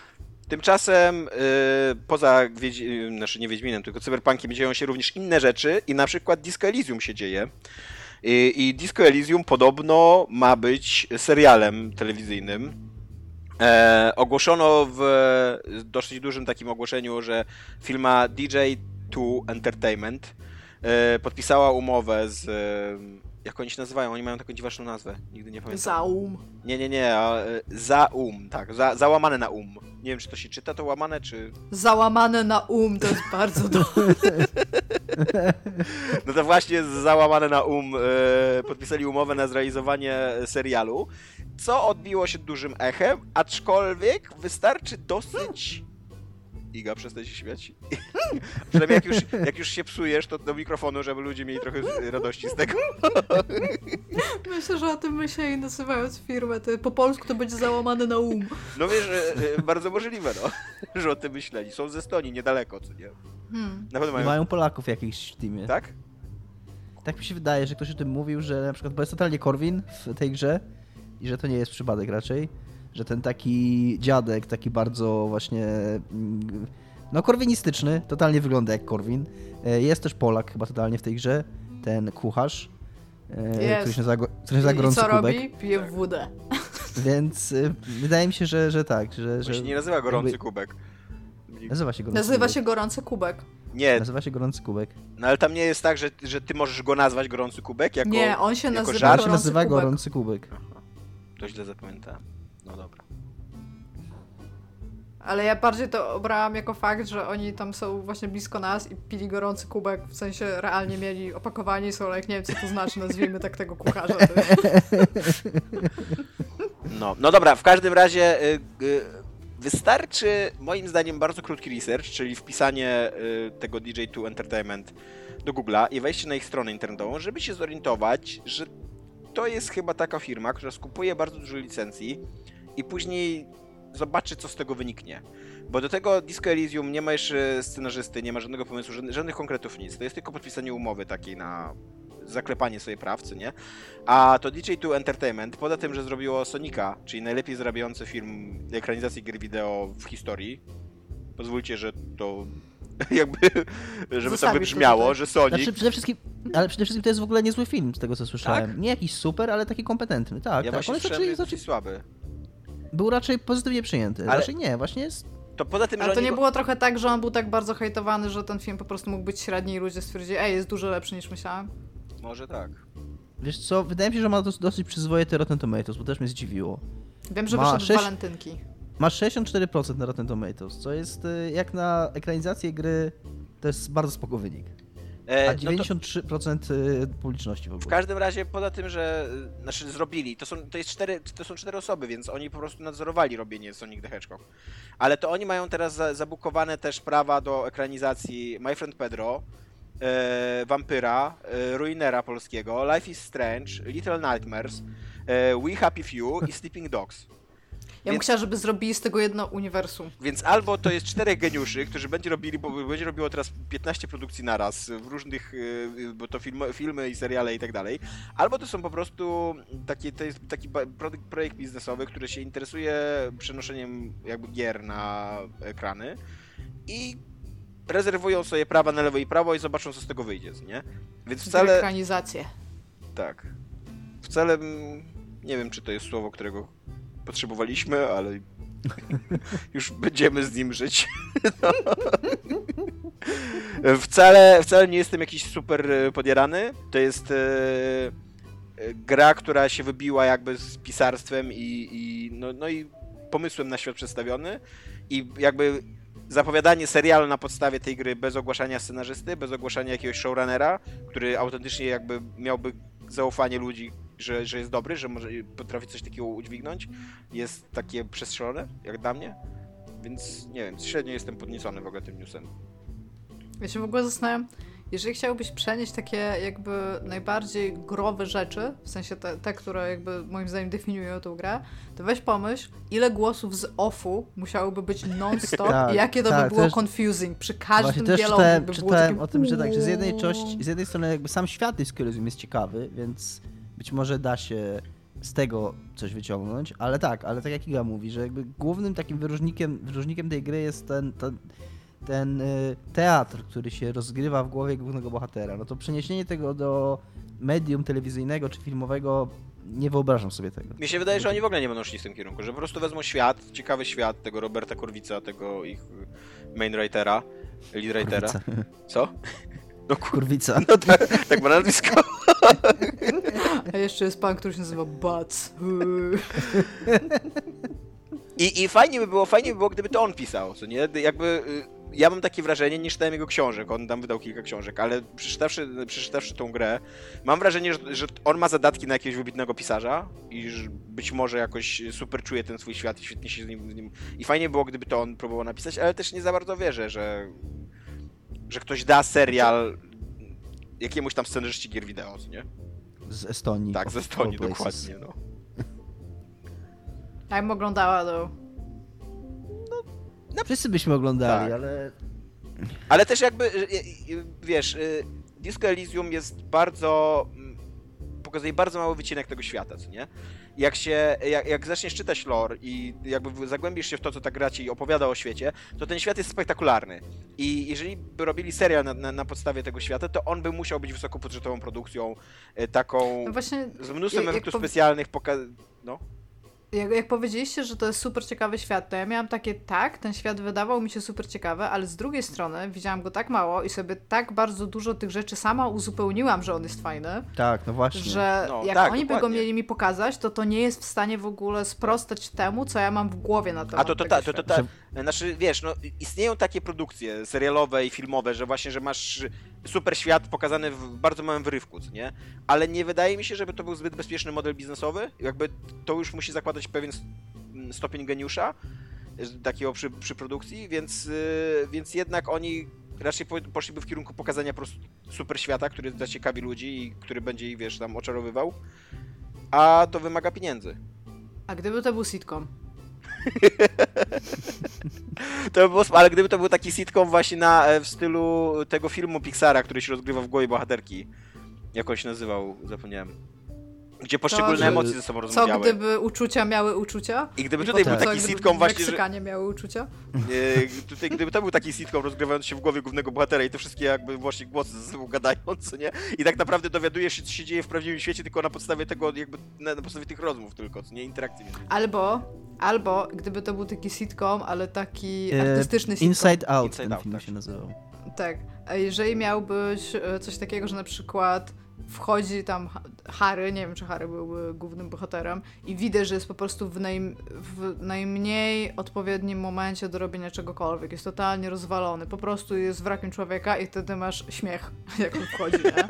Tymczasem poza znaczy nie Wiedźminem, tylko Cyberpunkiem dzieją się również inne rzeczy i na przykład Disco Elysium się dzieje. I Disco Elysium podobno ma być serialem telewizyjnym. Ogłoszono w dosyć dużym takim ogłoszeniu, że firma DJ2 Entertainment podpisała umowę z... Jak oni się nazywają? Oni mają taką dziwaczną nazwę. Nigdy nie pamiętam.
Zaum.
Nie. Zaum, tak. Załamane na Nie wiem, czy to się czyta, to łamane, czy...
Załamane na to jest bardzo dobre.
No to właśnie załamane na podpisali umowę na zrealizowanie serialu, co odbiło się dużym echem, aczkolwiek wystarczy dosyć... Iga, przestań się śmiać. Przynajmniej jak już się psujesz, to do mikrofonu, żeby ludzie mieli trochę radości z tego.
Myślę, że o tym myśleli, nazywając firmę. Po polsku to będzie załamane na
No wiesz, bardzo możliwe, no, że o tym myśleli. Są ze Estonii, niedaleko, co nie? Na pewno
Mają Polaków jakichś w teamie.
Tak?
Tak mi się wydaje, że ktoś o tym mówił, że na przykład, bo jest totalnie Korwin w tej grze i że to nie jest przypadek raczej, że ten taki dziadek, taki bardzo właśnie, no korwinistyczny, totalnie wygląda jak Korwin. Jest też Polak chyba totalnie w tej grze, ten kucharz, który się nazywa Gorący
co
Kubek.
robi? Pije wódę.
Więc wydaje mi się, że tak, że...
On się nie nazywa Gorący Kubek.
Nazywa się Gorący
Nazywa
Kubek.
się Gorący Kubek.
Nie,
Nazywa się Gorący Kubek.
no ale tam nie jest tak, że ty możesz go nazwać Gorący Kubek jako...
Nie, on się
jako
nazywa
żart?
On się
Gorący
nazywa
Kubek.
Gorący Kubek.
Aha, to źle zapamiętałem. No dobra.
Ale ja bardziej to obrałam jako fakt, że oni tam są właśnie blisko nas i pili gorący kubek, w sensie realnie mieli opakowanie i są, ale jak nie wiem co to znaczy, nazwijmy tak tego kucharza.
No dobra, w każdym razie wystarczy moim zdaniem bardzo krótki research, czyli wpisanie tego DJ2 Entertainment do Google'a i wejście na ich stronę internetową, żeby się zorientować, że to jest chyba taka firma, która skupuje bardzo dużo licencji i później zobaczy, co z tego wyniknie. Bo do tego Disco Elysium nie ma jeszcze scenarzysty, nie ma żadnego pomysłu, żadnych konkretów, nic. To jest tylko podpisanie umowy takiej na zaklepanie sobie praw, co nie? A to DJ2 Entertainment, poza tym, że zrobiło Sonika, czyli najlepiej zarabiający film ekranizacji gier wideo w historii, pozwólcie, że to jakby, żeby to
Zostawisz
wybrzmiało,
to tutaj.
że Sonic...
Znaczy przede wszystkim to jest w ogóle niezły film, z tego co słyszałem.
Tak?
Nie jakiś super, ale taki kompetentny. Tak,
Ja
tak.
właśnie
On jest
słyszałem, że jest
raczej,
dosyć słaby.
był raczej pozytywnie przyjęty.
Ale-
Raczej nie, właśnie jest...
To poza tym, że
Ale to
oni
nie
go-
było trochę tak, że on był tak bardzo hejtowany, że ten film po prostu mógł być średni i ludzie stwierdzili, jest dużo lepszy niż myślałem.
Może tak.
Wiesz co, wydaje mi się, że ma dosyć przyzwoite Rotten Tomatoes, bo też mnie zdziwiło.
Wiem, że
Ma
wyszedł
sześć-
w walentynki.
Masz 64% na Rotten Tomatoes, co jest jak na ekranizację gry, to jest bardzo spoko wynik. A
No to
93% publiczności w
w
ogóle.
każdym razie, poza tym, że znaczy zrobili, to są 4 osoby, więc oni po prostu nadzorowali robienie Sonic the Hedgehog. Ale to oni mają teraz zabukowane też prawa do ekranizacji My Friend Pedro, Vampyra, Ruinera polskiego, Life is Strange, Little Nightmares, We Happy Few i Sleeping Dogs.
Ja bym
Więc-
chciała, żeby zrobili z tego jedno uniwersum.
Więc albo to jest 4 geniuszy, którzy będzie robili, bo będzie robiło teraz 15 produkcji naraz w różnych, bo to filmy i seriale i tak dalej, albo to są po prostu to jest taki projekt biznesowy, który się interesuje przenoszeniem jakby gier na ekrany i rezerwują sobie prawa na lewo i prawo i zobaczą, co z tego wyjdzie, nie? Więc wcale,
Ekranizację.
tak, wcale nie wiem, czy to jest słowo, którego potrzebowaliśmy, ale już będziemy z nim żyć. No. Wcale nie jestem jakiś super podjarany. To jest gra, która się wybiła jakby z pisarstwem i pomysłem na świat przedstawiony i jakby zapowiadanie serialu na podstawie tej gry bez ogłaszania scenarzysty, bez ogłaszania jakiegoś showrunnera, który autentycznie jakby miałby zaufanie ludzi, że jest dobry, że może potrafi coś takiego udźwignąć, jest takie przestrzelone, jak dla mnie. Więc nie wiem, średnio jestem podniecony w ogóle tym newsem.
Ja się w ogóle zastanawiam, jeżeli chciałbyś przenieść takie jakby najbardziej growe rzeczy, w sensie te, które jakby moim zdaniem definiują tę grę, to weź pomyśl, ile głosów z offu musiałoby być non-stop
Tak,
i jakie to
tak,
by było
też-
confusing. Przy
Właśnie
każdym
też
dialogu by było
czytałem
takie...
o tym, że tak, że z jednej strony jakby sam świat Disco Elysium jest ciekawy, więc być może da się z tego coś wyciągnąć, ale tak jak Iga mówi, że jakby głównym takim wyróżnikiem tej gry jest ten teatr, który się rozgrywa w głowie głównego bohatera. No to przeniesienie tego do medium telewizyjnego czy filmowego, nie wyobrażam sobie tego.
Mi się wydaje, że oni w ogóle nie będą szli w tym kierunku, że po prostu wezmą świat, ciekawy świat tego Roberta Korwica, tego ich main writera, lead writera.
Kurwica.
Co? No
Kurwica.
No tak ma nazwisko.
A jeszcze jest pan, który się nazywa Butts.
I fajnie by było, gdyby to on pisał, co nie? Jakby ja mam takie wrażenie, nie czytałem jego książek, on tam wydał kilka książek, ale przeczytawszy tą grę, mam wrażenie, że on ma zadatki na jakiegoś wybitnego pisarza i że być może jakoś super czuje ten swój świat i świetnie się z nim... I fajnie było, gdyby to on próbował napisać, ale też nie za bardzo wierzę, że ktoś da serial jakiemuś tam scenarzyści gier wideo, co nie?
Z Estonii.
Tak, ze Estonii, dokładnie, no.
Ja bym oglądała to.
Wszyscy byśmy oglądali,
Tak.
ale...
Ale też jakby, wiesz, Disco Elysium jest pokazuje bardzo mały wycinek tego świata, co nie? Jak zaczniesz czytać lore i jakby zagłębisz się w to, co ta gra ci opowiada o świecie, to ten świat jest spektakularny. I jeżeli by robili serial na podstawie tego świata, to on by musiał być wysokobudżetową produkcją, taką
No właśnie,
z mnóstwem
jak
efektów specjalnych, no.
Jak powiedzieliście, że to jest super ciekawy świat, to ja miałam takie, tak, ten świat wydawał mi się super ciekawy, ale z drugiej strony widziałam go tak mało i sobie tak bardzo dużo tych rzeczy sama uzupełniłam, że on jest fajny,
Tak, no właśnie.
że
No,
jak
tak,
oni by go
dokładnie.
mieli mi pokazać, to nie jest w stanie w ogóle sprostać temu, co ja mam w głowie na temat
A to
tego
tak,
świata.
tak. Znaczy, wiesz, no istnieją takie produkcje serialowe i filmowe, że właśnie, że masz super świat pokazany w bardzo małym wyrywku, co nie? Ale nie wydaje mi się, żeby to był zbyt bezpieczny model biznesowy. Jakby to już musi zakładać pewien stopień geniusza takiego przy produkcji, więc jednak oni raczej poszliby w kierunku pokazania po prostu super świata, który zaciekawi ludzi i który będzie ich, wiesz, tam oczarowywał. A to wymaga pieniędzy.
A gdyby to był sitcom?
To by było, ale gdyby to był taki sitcom właśnie w stylu tego filmu Pixara, który się rozgrywa w głowie bohaterki. Jak on się nazywał? Zapomniałem. Gdzie poszczególne
że-
emocje ze sobą
Co
rozmawiały.
gdyby uczucia miały uczucia?
I gdyby
I
tutaj
potem
był
co,
taki
gdyby
sitcom właśnie, że...
Meksykanie miały uczucia?
Gdyby to był taki sitcom rozgrywający się w głowie głównego bohatera i te wszystkie jakby właśnie głosy ze sobą gadają, co nie? I tak naprawdę dowiadujesz się, co się dzieje w prawdziwym świecie, tylko na podstawie tego, jakby na podstawie tych rozmów tylko, co nie? Interakcji między nimi.
Albo gdyby to był taki sitcom, ale taki artystyczny sitcom.
Inside Out
Inside
ten
Out,
film
tak.
się nazywał.
Tak. A jeżeli miałbyś coś takiego, że na przykład wchodzi tam Harry, nie wiem czy Harry byłby głównym bohaterem i widać, że jest po prostu w najmniej odpowiednim momencie do robienia czegokolwiek. Jest totalnie rozwalony. Po prostu jest wrakiem człowieka i wtedy masz śmiech, jak on wchodzi, nie?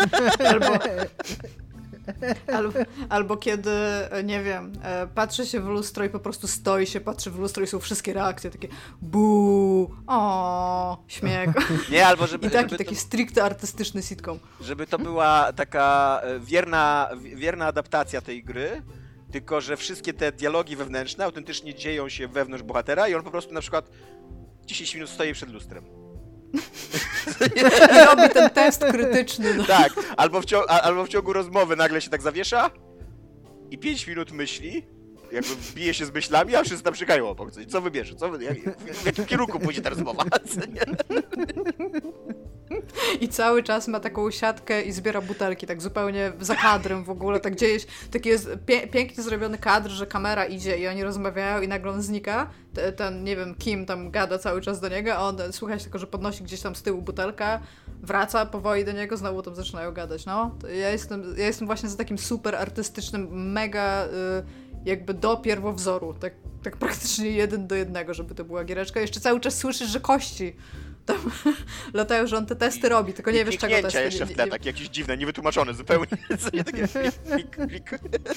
Albo kiedy, nie wiem, patrzy się w lustro i po prostu stoi się, patrzy w lustro i są wszystkie reakcje takie buu, o, śmiech.
Nie, albo żeby...
I taki stricte artystyczny sitcom.
Żeby to była taka wierna adaptacja tej gry, tylko że wszystkie te dialogi wewnętrzne autentycznie dzieją się wewnątrz bohatera i on po prostu na przykład 10 minut stoi przed lustrem.
I robi ten test krytyczny. No.
Tak, albo w ciągu rozmowy nagle się tak zawiesza i 5 minut myśli, jakby bije się z myślami, a wszyscy tam przykają obok. Co wybierze? W jakim kierunku pójdzie ta rozmowa?
I cały czas ma taką siatkę i zbiera butelki, tak zupełnie za kadrem w ogóle, tak gdzieś, taki jest pięknie zrobiony kadr, że kamera idzie i oni rozmawiają i nagle on znika, ten, nie wiem, Kim tam gada cały czas do niego, a on słychać tylko, że podnosi gdzieś tam z tyłu butelkę, wraca powoli do niego, znowu tam zaczynają gadać, no. To ja jestem właśnie za takim super artystycznym, mega jakby do pierwowzoru, tak praktycznie 1:1, żeby to była giereczka. Jeszcze cały czas słyszysz, że kości tam latają, że on te testy robi, tylko nie wiesz czego
kliknięcia
testy.
jeszcze w tle, takie jakieś dziwne, niewytłumaczone zupełnie. Co nie, takie klik.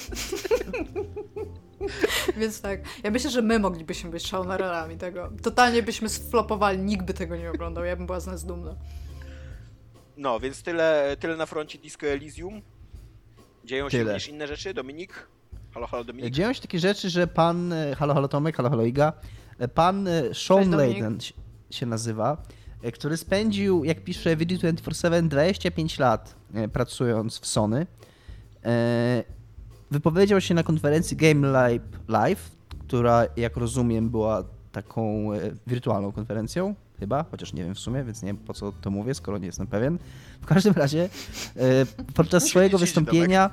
Więc tak, ja myślę, że my moglibyśmy być showrunnerami tego. Totalnie byśmy sflopowali, nikt by tego nie oglądał, ja bym była z nas dumna.
No, więc tyle na froncie Disco Elysium. Dzieją się
Tyle.
również inne rzeczy. Dominik? Halo Dominik?
Dzieją się takie rzeczy, że pan, halo Tomek, halo Iga, pan Sean
Dominik.
Layden się nazywa, który spędził, jak pisze VG247, 25 lat pracując w Sony. wypowiedział się na konferencji Game Live, która, jak rozumiem, była taką wirtualną konferencją, chyba, chociaż nie wiem w sumie, więc nie wiem, po co to mówię, skoro nie jestem pewien. W każdym razie podczas swojego wystąpienia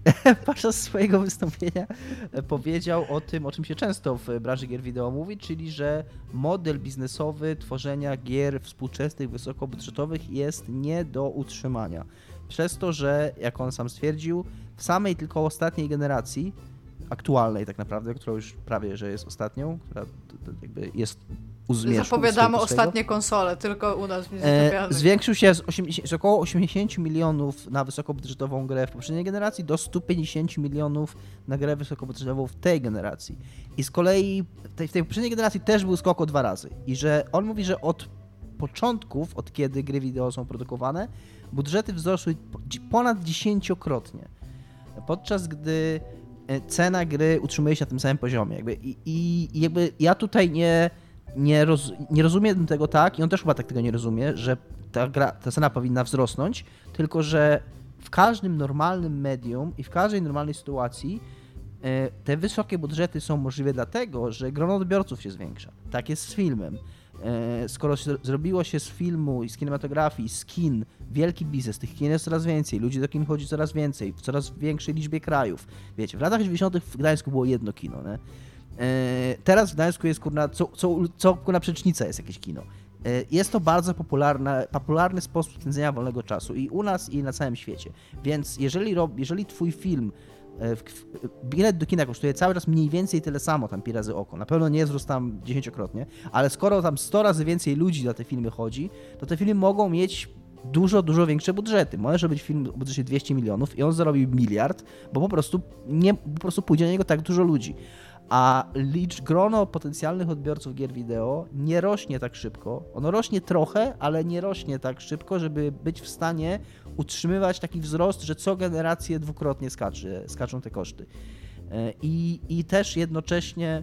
powiedział o tym, o czym się często w branży gier wideo mówi, czyli że model biznesowy tworzenia gier współczesnych, wysokobudżetowych jest nie do utrzymania. Przez to, że, jak on sam stwierdził, w samej tylko ostatniej generacji, aktualnej tak naprawdę, która już prawie, że jest ostatnią, która jakby jest u zmierzchu.
Zapowiadamy ostatnie konsole, tylko u nas w niezatopialnych.
Zwiększył się z około 80 milionów na wysokobudżetową grę w poprzedniej generacji do 150 milionów na grę wysokobudżetową w tej generacji. I z kolei w tej poprzedniej generacji też był skok o 2 razy. I że on mówi, że od początków, od kiedy gry wideo są produkowane, budżety wzrosły ponad 10-krotnie. Podczas gdy cena gry utrzymuje się na tym samym poziomie. Jakby ja tutaj nie rozumiem tego tak, i on też chyba tak tego nie rozumie, że ta cena powinna wzrosnąć, tylko że w każdym normalnym medium i w każdej normalnej sytuacji te wysokie budżety są możliwe dlatego, że grono odbiorców się zwiększa. Tak jest z filmem. Skoro zrobiło się z filmu i z kinematografii, z kin, wielki biznes, tych kin jest coraz więcej, ludzi do kin chodzi coraz więcej, w coraz większej liczbie krajów. Wiecie, w latach 90. w Gdańsku było jedno kino, nie? Teraz w Gdańsku jest kurna przecznica jest jakieś kino. Jest to bardzo popularny sposób spędzenia wolnego czasu i u nas, i na całym świecie. Więc jeżeli twój film, bilet do kina kosztuje cały czas mniej więcej tyle samo, tam pi razy oko, na pewno nie wzrósł tam 10-krotnie, ale skoro tam 100 razy więcej ludzi na te filmy chodzi, to te filmy mogą mieć dużo większe budżety. Może być film o budżecie 200 milionów i on zarobi 1 miliard, bo po prostu pójdzie na niego tak dużo ludzi. A grono potencjalnych odbiorców gier wideo nie rośnie tak szybko. Ono rośnie trochę, ale nie rośnie tak szybko, żeby być w stanie utrzymywać taki wzrost, że co generację dwukrotnie skaczą te koszty. I też jednocześnie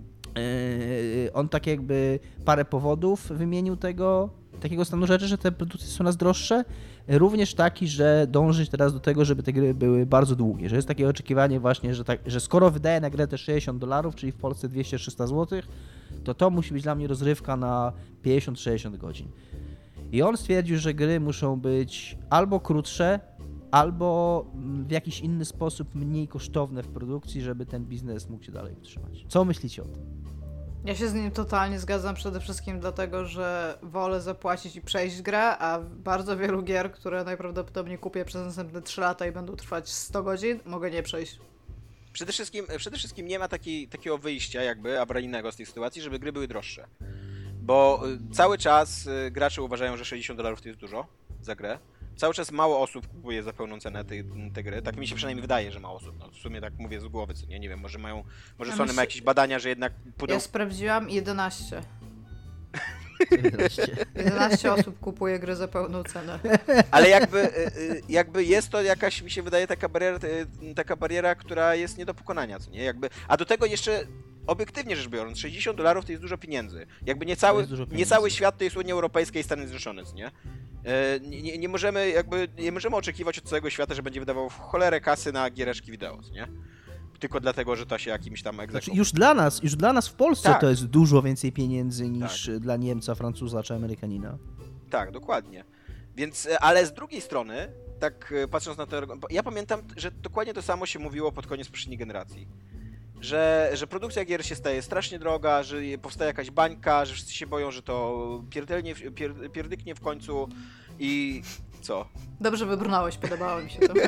on tak jakby parę powodów wymienił takiego stanu rzeczy, że te produkcje są nas droższe. Również taki, że dążyć teraz do tego, żeby te gry były bardzo długie, że jest takie oczekiwanie właśnie, że skoro wydaję na grę te $60, czyli w Polsce 200-300 zł, to musi być dla mnie rozrywka na 50-60 godzin. I on stwierdził, że gry muszą być albo krótsze, albo w jakiś inny sposób mniej kosztowne w produkcji, żeby ten biznes mógł się dalej utrzymać. Co myślicie o tym?
Ja się z nim totalnie zgadzam, przede wszystkim dlatego, że wolę zapłacić i przejść grę, a bardzo wielu gier, które najprawdopodobniej kupię przez następne 3 lata i będą trwać 100 godzin, mogę nie przejść.
Przede wszystkim nie ma takiego wyjścia jakby awaryjnego z tej sytuacji, żeby gry były droższe. Bo cały czas gracze uważają, że $60 to jest dużo za grę. Cały czas mało osób kupuje za pełną cenę te gry. Tak mi się przynajmniej wydaje, że mało osób. No, w sumie tak mówię z głowy, co nie wiem, może Sony ma jakieś badania, że jednak
Ja sprawdziłam 11. 11 osób kupuje gry za pełną cenę.
Ale jakby jest to jakaś, mi się wydaje, taka bariera, która jest nie do pokonania, co nie? A do tego jeszcze obiektywnie rzecz biorąc, $60 to jest dużo pieniędzy. Jakby nie cały świat to jest Unia Europejska i Stany Zjednoczone, co nie? Nie możemy oczekiwać od całego świata, że będzie wydawał w cholerę kasy na giereczki wideo, co nie? Tylko dlatego, że to się jakimś tam
znaczy, już dla nas w Polsce tak. To jest dużo więcej pieniędzy niż dla Niemca, Francuza czy Amerykanina.
Tak, dokładnie. Więc, ale z drugiej strony, tak patrząc na to, ja pamiętam, że dokładnie to samo się mówiło pod koniec poprzedniej generacji. Że produkcja gier się staje strasznie droga, że powstaje jakaś bańka, że wszyscy się boją, że to pierdyknie w końcu i co?
Dobrze wybrnąłeś, podobało mi się to.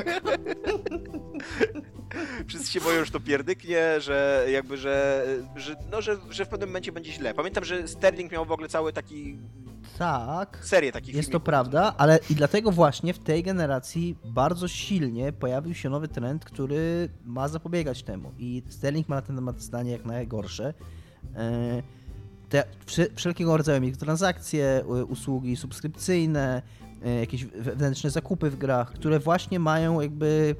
Wszyscy się boją, że to pierdyknie, że jakby, że w pewnym momencie będzie źle. Pamiętam, że Sterling miał w ogóle cały taki...
Tak,
serię takich
jest
filmików.
To prawda, ale i dlatego właśnie w tej generacji bardzo silnie pojawił się nowy trend, który ma zapobiegać temu i Sterling ma na ten temat zdanie jak najgorsze. Te wszelkiego rodzaju mikrotransakcje, usługi subskrypcyjne, jakieś wewnętrzne zakupy w grach, które właśnie mają jakby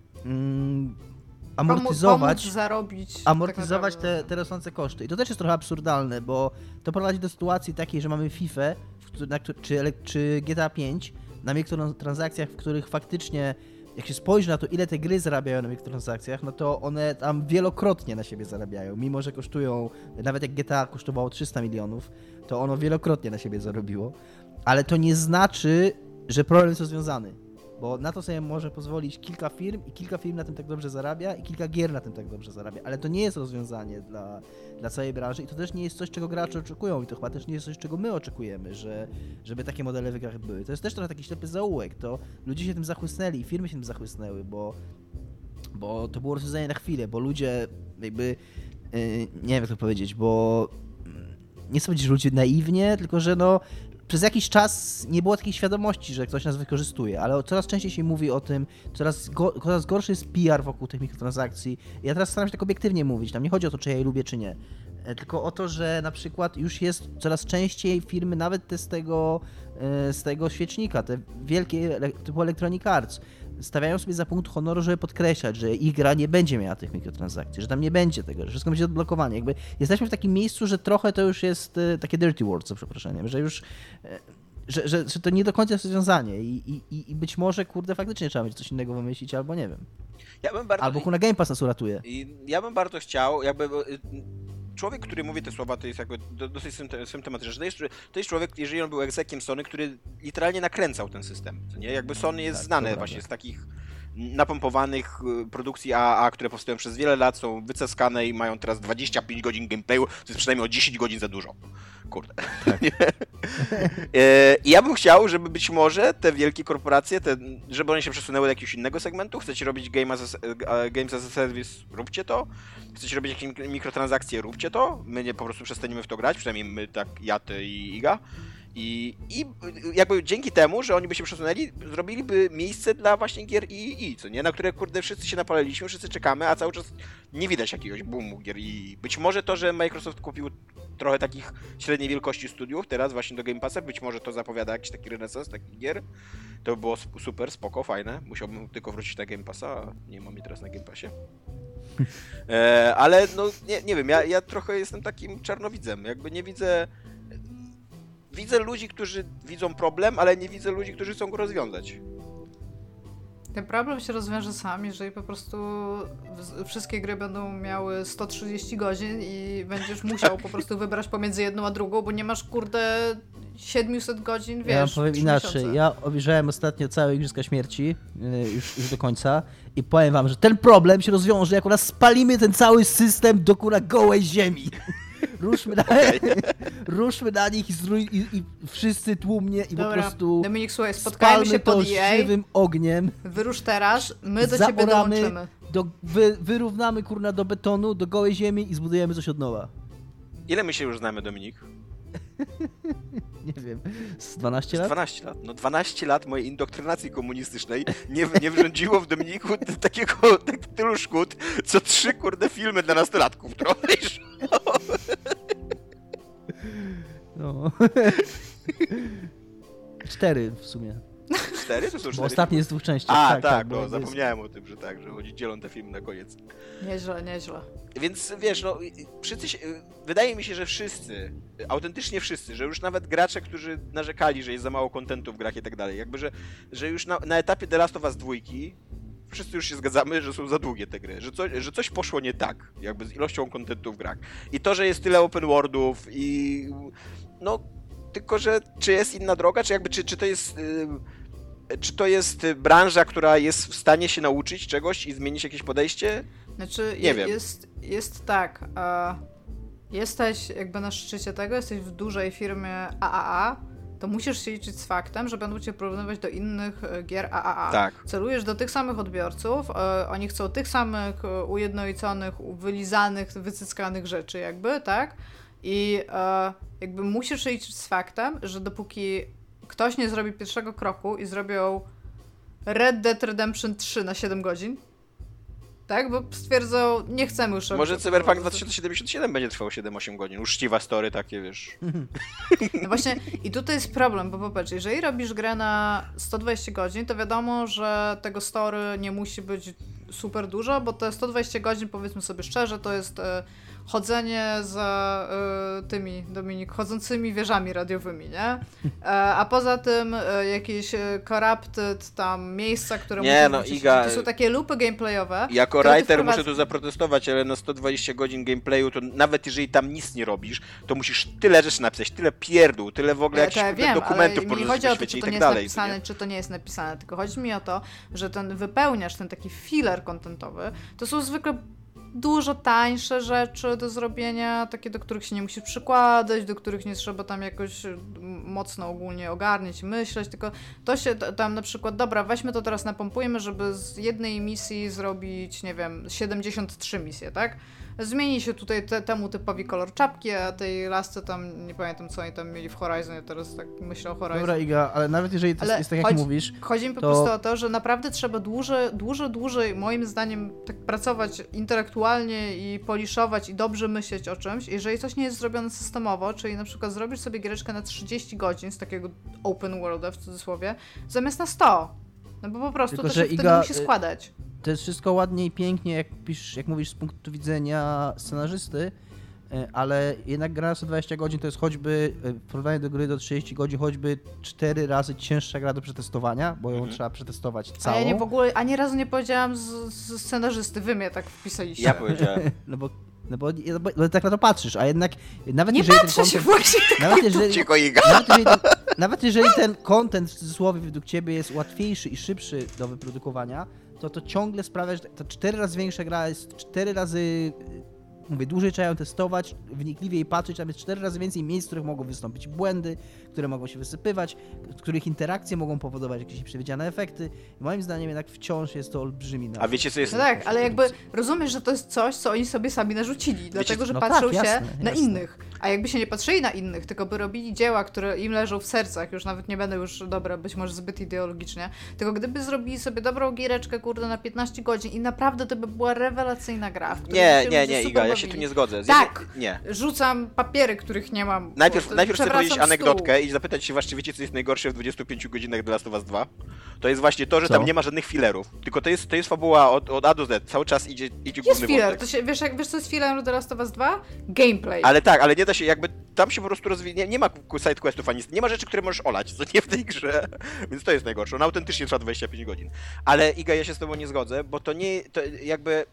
amortyzować te rosnące koszty. I to też jest trochę absurdalne, bo to prowadzi do sytuacji takiej, że mamy FIFA czy GTA 5 na mikrotransakcjach, w których faktycznie jak się spojrzy na to, ile te gry zarabiają na mikrotransakcjach, no to one tam wielokrotnie na siebie zarabiają. Mimo że kosztują, nawet jak GTA kosztowało 300 milionów, to ono wielokrotnie na siebie zarobiło. Ale to nie znaczy, że problem jest rozwiązany. Bo na to sobie może pozwolić kilka firm i kilka firm na tym tak dobrze zarabia i kilka gier na tym tak dobrze zarabia. Ale to nie jest rozwiązanie dla całej branży i to też nie jest coś, czego gracze oczekują i to chyba też nie jest coś, czego my oczekujemy, żeby takie modele w grach były. To jest też trochę taki ślepy zaułek, to ludzie się tym zachłysnęli i firmy się tym zachłysnęły, bo to było rozwiązanie na chwilę, bo ludzie jakby, nie wiem jak to powiedzieć, bo nie chcę powiedzieć, że ludzie naiwnie, tylko że no przez jakiś czas nie było takiej świadomości, że ktoś nas wykorzystuje, ale coraz częściej się mówi o tym, coraz gorszy jest PR wokół tych mikrotransakcji. Ja teraz staram się tak obiektywnie mówić, tam nie chodzi o to, czy ja je lubię, czy nie, tylko o to, że na przykład już jest coraz częściej firmy, nawet te z tego świecznika, te wielkie typu Electronic Arts, stawiają sobie za punkt honoru, żeby podkreślać, że ich gra nie będzie miała tych mikrotransakcji, że tam nie będzie tego, że wszystko będzie odblokowane. Jakby jesteśmy w takim miejscu, że trochę to już jest takie dirty word, za przeproszeniem, że już że to nie do końca jest rozwiązanie i być może, kurde, faktycznie trzeba będzie coś innego wymyślić, albo nie wiem. Albo na Game Pass nas uratuje.
I ja bym bardzo chciał, jakby człowiek, który mówi te słowa, to jest jakby dosyć symptomatyczne. To jest człowiek, jeżeli on był egzekiem Sony, który literalnie nakręcał ten system. Nie? Jakby Sony jest znane właśnie z takich napompowanych produkcji AAA, które powstają przez wiele lat, są wycaskane i mają teraz 25 godzin gameplayu, to jest przynajmniej o 10 godzin za dużo. Kurde. Tak. I ja bym chciał, żeby być może te wielkie korporacje, żeby one się przesunęły do jakiegoś innego segmentu. Chcecie robić Games as a Service, róbcie to. Chcecie robić jakieś mikrotransakcje, róbcie to. My nie po prostu przestaniemy w to grać, przynajmniej my, tak, ja, ty i Iga. I jakby dzięki temu, że oni by się przesunęli, zrobiliby miejsce dla właśnie gier III, co nie? Na które, kurde, wszyscy się napaliliśmy, wszyscy czekamy, a cały czas nie widać jakiegoś boomu gier III. Być może to, że Microsoft kupił trochę takich średniej wielkości studiów teraz właśnie do Game Passa, być może to zapowiada jakiś taki renesans takich gier. To by było super, spoko, fajne. Musiałbym tylko wrócić na Game Passa, a nie mam jej teraz na Game Passie. Ale no, nie wiem, ja trochę jestem takim czarnowidzem, jakby nie widzę... Widzę ludzi, którzy widzą problem, ale nie widzę ludzi, którzy chcą go rozwiązać.
Ten problem się rozwiąże sam, jeżeli po prostu wszystkie gry będą miały 130 godzin i będziesz musiał po prostu wybrać pomiędzy jedną a drugą, bo nie masz, kurde, 700 godzin, wiesz,
Ja wam powiem inaczej.
miesiące.
Ja obejrzałem ostatnio całe Igrzyska Śmierci, już do końca, i powiem wam, że ten problem się rozwiąże, jak u nas spalimy ten cały system do kurwa gołej ziemi. Ruszmy na nich i wszyscy tłumnie i
Dobra,
po prostu
Dominik, słuchaj, spotkajmy się pod
to
EA,
żywym ogniem.
wyrusz teraz, my do ciebie
zaoramy,
dołączymy.
Wyrównamy kurna do betonu, do gołej ziemi i zbudujemy coś od nowa.
Ile my się już znamy, Dominik?
Nie wiem, z 12 lat?
12 lat. No 12 lat mojej indoktrynacji komunistycznej nie wyrządziło w Dominiku tylu szkód, co 3 kurde filmy dla nastolatków. Trochę.
No. 4 w sumie.
4? To są 4.
Bo ostatnie jest w 2 części.
Tak,
bo
no zapomniałem o tym, że tak, że oni dzielą te filmy na koniec.
Nieźle.
Więc wiesz, no wydaje mi się, że wszyscy, autentycznie wszyscy, że już nawet gracze, którzy narzekali, że jest za mało kontentu w grach i tak dalej, jakby, że już na etapie The Last of Us 2 wszyscy już się zgadzamy, że są za długie te gry, że coś poszło nie tak, jakby z ilością kontentu w grach. I to, że jest tyle open worldów i no, tylko, że czy jest inna droga, czy jakby, czy to jest branża, która jest w stanie się nauczyć czegoś i zmienić jakieś podejście?
Znaczy,
Nie wiem.
jest tak, jesteś jakby na szczycie tego, jesteś w dużej firmie AAA, to musisz się liczyć z faktem, że będą cię porównywać do innych gier AAA.
Tak.
Celujesz do tych samych odbiorców, oni chcą tych samych ujednoliconych, wylizanych, wycyskanych rzeczy jakby, tak? I jakby musisz się liczyć z faktem, że dopóki ktoś nie zrobi pierwszego kroku i zrobią Red Dead Redemption 3 na 7 godzin, tak? Bo stwierdzą, nie chcemy już...
Może Cyberpunk 2077 będzie trwał 7-8 godzin. Uczciwa story takie, wiesz.
No właśnie, i tutaj jest problem, bo popatrz, jeżeli robisz grę na 120 godzin, to wiadomo, że tego story nie musi być super dużo, bo te 120 godzin, powiedzmy sobie szczerze, to jest chodzenie za tymi, Dominik, chodzącymi wieżami radiowymi, nie? A poza tym jakieś corrupted tam miejsca, które
Nie,
musisz wrócić.
Iga,
To są takie loopy gameplayowe.
jako
które ty
writer
wprowadz-
muszę tu zaprotestować, ale na 120 godzin gameplayu, to nawet jeżeli tam nic nie robisz, to musisz tyle rzeczy napisać, tyle pierdół, tyle w ogóle
Ja
jakichś
wiem,
dokumentów
ale mi nie
porozrzucić
chodzi o
po
to,
świecie
czy
i
to
tak
nie jest
dalej.
napisane, czy to nie jest napisane, tylko chodzi mi o to, że ten wypełniasz, ten taki filler kontentowy, to są zwykle dużo tańsze rzeczy do zrobienia, takie, do których się nie musisz przykładać, do których nie trzeba tam jakoś mocno ogólnie ogarniać, myśleć, tylko to się tam na przykład, dobra, weźmy to teraz napompujemy, żeby z jednej misji zrobić, nie wiem, 73 misje, tak? Zmieni się tutaj temu typowi kolor czapki, a tej lasce tam, nie pamiętam co oni tam mieli w Horizon, ja teraz tak myślę o Horizon.
Dobra, Iga, ale nawet jeżeli to jest tak, jak mówisz,
Chodzi mi po
to-
prostu o to, że naprawdę trzeba dłużej, moim zdaniem, tak pracować intelektualnie i poliszować i dobrze myśleć o czymś. Jeżeli coś nie jest zrobione systemowo, czyli na przykład zrobisz sobie giereczkę na 30 godzin z takiego open worlda w cudzysłowie, zamiast na 100. No bo po prostu
Tylko,
to
że
się wtedy
Iga,
musi składać.
to jest wszystko ładnie i pięknie, jak mówisz z punktu widzenia scenarzysty, ale jednak gra na 120 godzin to jest choćby, w porównaniu do gry do 30 godzin, choćby 4 razy cięższa gra do przetestowania, bo ją trzeba przetestować
A
całą.
ja nie w ogóle, ani razu nie powiedziałam z scenarzysty, wy mnie tak wpisaliście.
Ja powiedziałem.
No tak na to patrzysz, a jednak nawet
Nie
jeżeli
patrzę
ten
się
content,
właśnie tak.
Cicho, Iga.
nawet jeżeli ten content w cudzysłowie według ciebie jest łatwiejszy i szybszy do wyprodukowania, to ciągle sprawia, że to 4 razy większa gra jest 4 razy, mówię, dłużej trzeba ją testować, wnikliwiej patrzeć, tam jest 4 razy więcej miejsc, w których mogą wystąpić błędy, które mogą się wysypywać, w których interakcje mogą powodować jakieś nieprzewidziane efekty. I moim zdaniem jednak wciąż jest to olbrzymi narzut.
A wiecie co jest...
No tak, ale jakby rozumiesz, że to jest coś, co oni sobie sami narzucili, dlatego że
no
patrzą
tak,
się
jasne,
na
jasne.
innych. A jakby się nie patrzyli na innych, tylko by robili dzieła, które im leżą w sercach, już nawet nie będę już dobra, być może zbyt ideologicznie, tylko gdyby zrobili sobie dobrą giereczkę, kurde, na 15 godzin i naprawdę to by była rewelacyjna gra, w której by się ludzie
Nie,
super
Iga, ja się
bawili.
tu nie zgodzę.
Tak!
Nie.
Rzucam papiery, których nie mam.
Najpierw
Kurde,
chcę
przewracam
powiedzieć
stół.
anegdotkę i zapytać się was, czy wiecie, co jest najgorsze w 25 godzinach The Last of Us 2? To jest właśnie to, że
Co?
tam nie ma żadnych fillerów. Tylko to jest fabuła od A do Z. Cały czas idzie
Jest
główny
filler,
wątek.
to się, wiesz co jest filler The Last of Us 2? Gameplay.
Ale tak, ale nie da się jakby... Tam się po prostu rozwija... Nie ma sidequestów ani... Nie ma rzeczy, które możesz olać, co nie w tej grze. Więc to jest najgorsze. Ona autentycznie trwa 25 godzin. Ale Iga, ja się z tobą nie zgodzę, bo to nie... To jakby...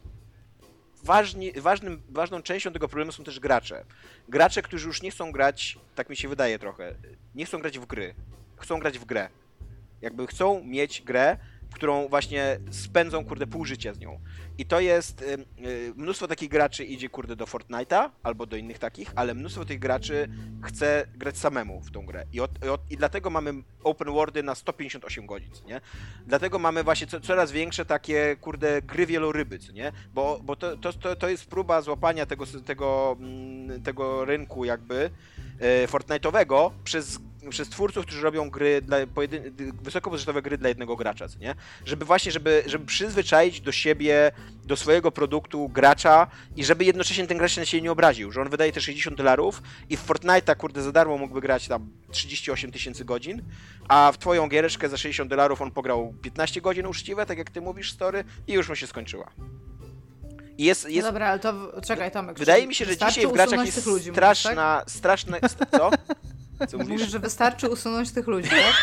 Ważną częścią tego problemu są też gracze. Gracze, którzy już nie chcą grać, tak mi się wydaje trochę, nie chcą grać w gry. Chcą grać w grę. Jakby chcą mieć grę, w którą właśnie spędzą, kurde, pół życia z nią. I to jest... mnóstwo takich graczy idzie, kurde, do Fortnite'a albo do innych takich, ale mnóstwo tych graczy chce grać samemu w tą grę. I dlatego mamy open worldy na 158 godzin, co nie? Dlatego mamy właśnie coraz większe takie, kurde, gry wieloryby, co nie? Bo to jest próba złapania tego rynku jakby Fortnite'owego przez twórców, którzy robią gry wysokobudżetowe gry dla jednego gracza, co nie? Żeby przyzwyczaić do siebie, do swojego produktu gracza i żeby jednocześnie ten gracz na siebie nie obraził, że on wydaje te $60 i w Fortnite'a, kurde, za darmo mógłby grać tam 38 000 godzin, a w twoją giereczkę za $60 on pograł 15 godzin uczciwe, tak jak ty mówisz, story, i już mu się skończyła. I
No dobra, ale to czekaj, Tomek.
wydaje mi się, że dzisiaj w graczach jest
tych ludzi,
straszne... Co? Co mówisz?
Mówisz, że wystarczy usunąć tych ludzi, tak?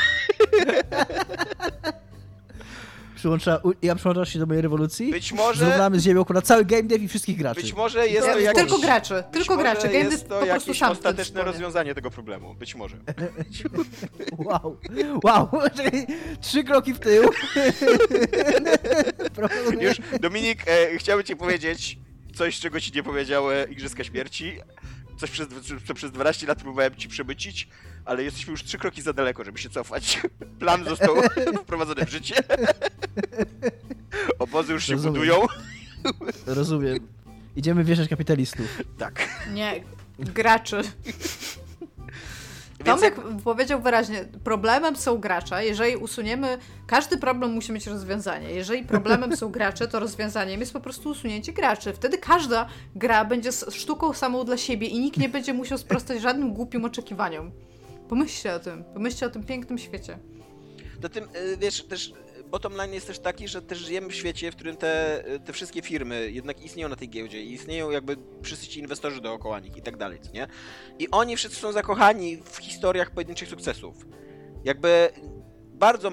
Ja przyłączasz się do mojej rewolucji?
Być może...
Zrównamy z ziemią akurat cały game dev i wszystkich graczy.
Być może jest to
Tylko
jakieś...
gracze, tylko gracze. Game
jest
dev
to
po prostu
jakieś
sam
ostateczne
wtedy
rozwiązanie tego problemu. Być może.
Wow, czekaj, 3 kroki w tył.
Już, Dominik, chciałbym ci powiedzieć coś, czego ci nie powiedziały Igrzyska Śmierci. Coś, co przez 12 lat próbowałem ci przemycić, ale jesteśmy już 3 kroki za daleko, żeby się cofać. Plan został wprowadzony w życie. Obozy już się
Rozumiem.
budują.
Rozumiem. Idziemy wieszać kapitalistów.
Tak.
Nie, graczy.
Więc
Tomek powiedział wyraźnie, problemem są gracze, jeżeli usuniemy, każdy problem musi mieć rozwiązanie. Jeżeli problemem są gracze, to rozwiązaniem jest po prostu usunięcie graczy. Wtedy każda gra będzie sztuką samą dla siebie i nikt nie będzie musiał sprostać żadnym głupim oczekiwaniom. Pomyślcie o tym pięknym świecie.
To tym, wiesz, też bottom line jest też taki, że też żyjemy w świecie, w którym te wszystkie firmy jednak istnieją na tej giełdzie i istnieją jakby wszyscy ci inwestorzy dookoła nich i tak dalej, co nie? I oni wszyscy są zakochani w historiach pojedynczych sukcesów. Jakby bardzo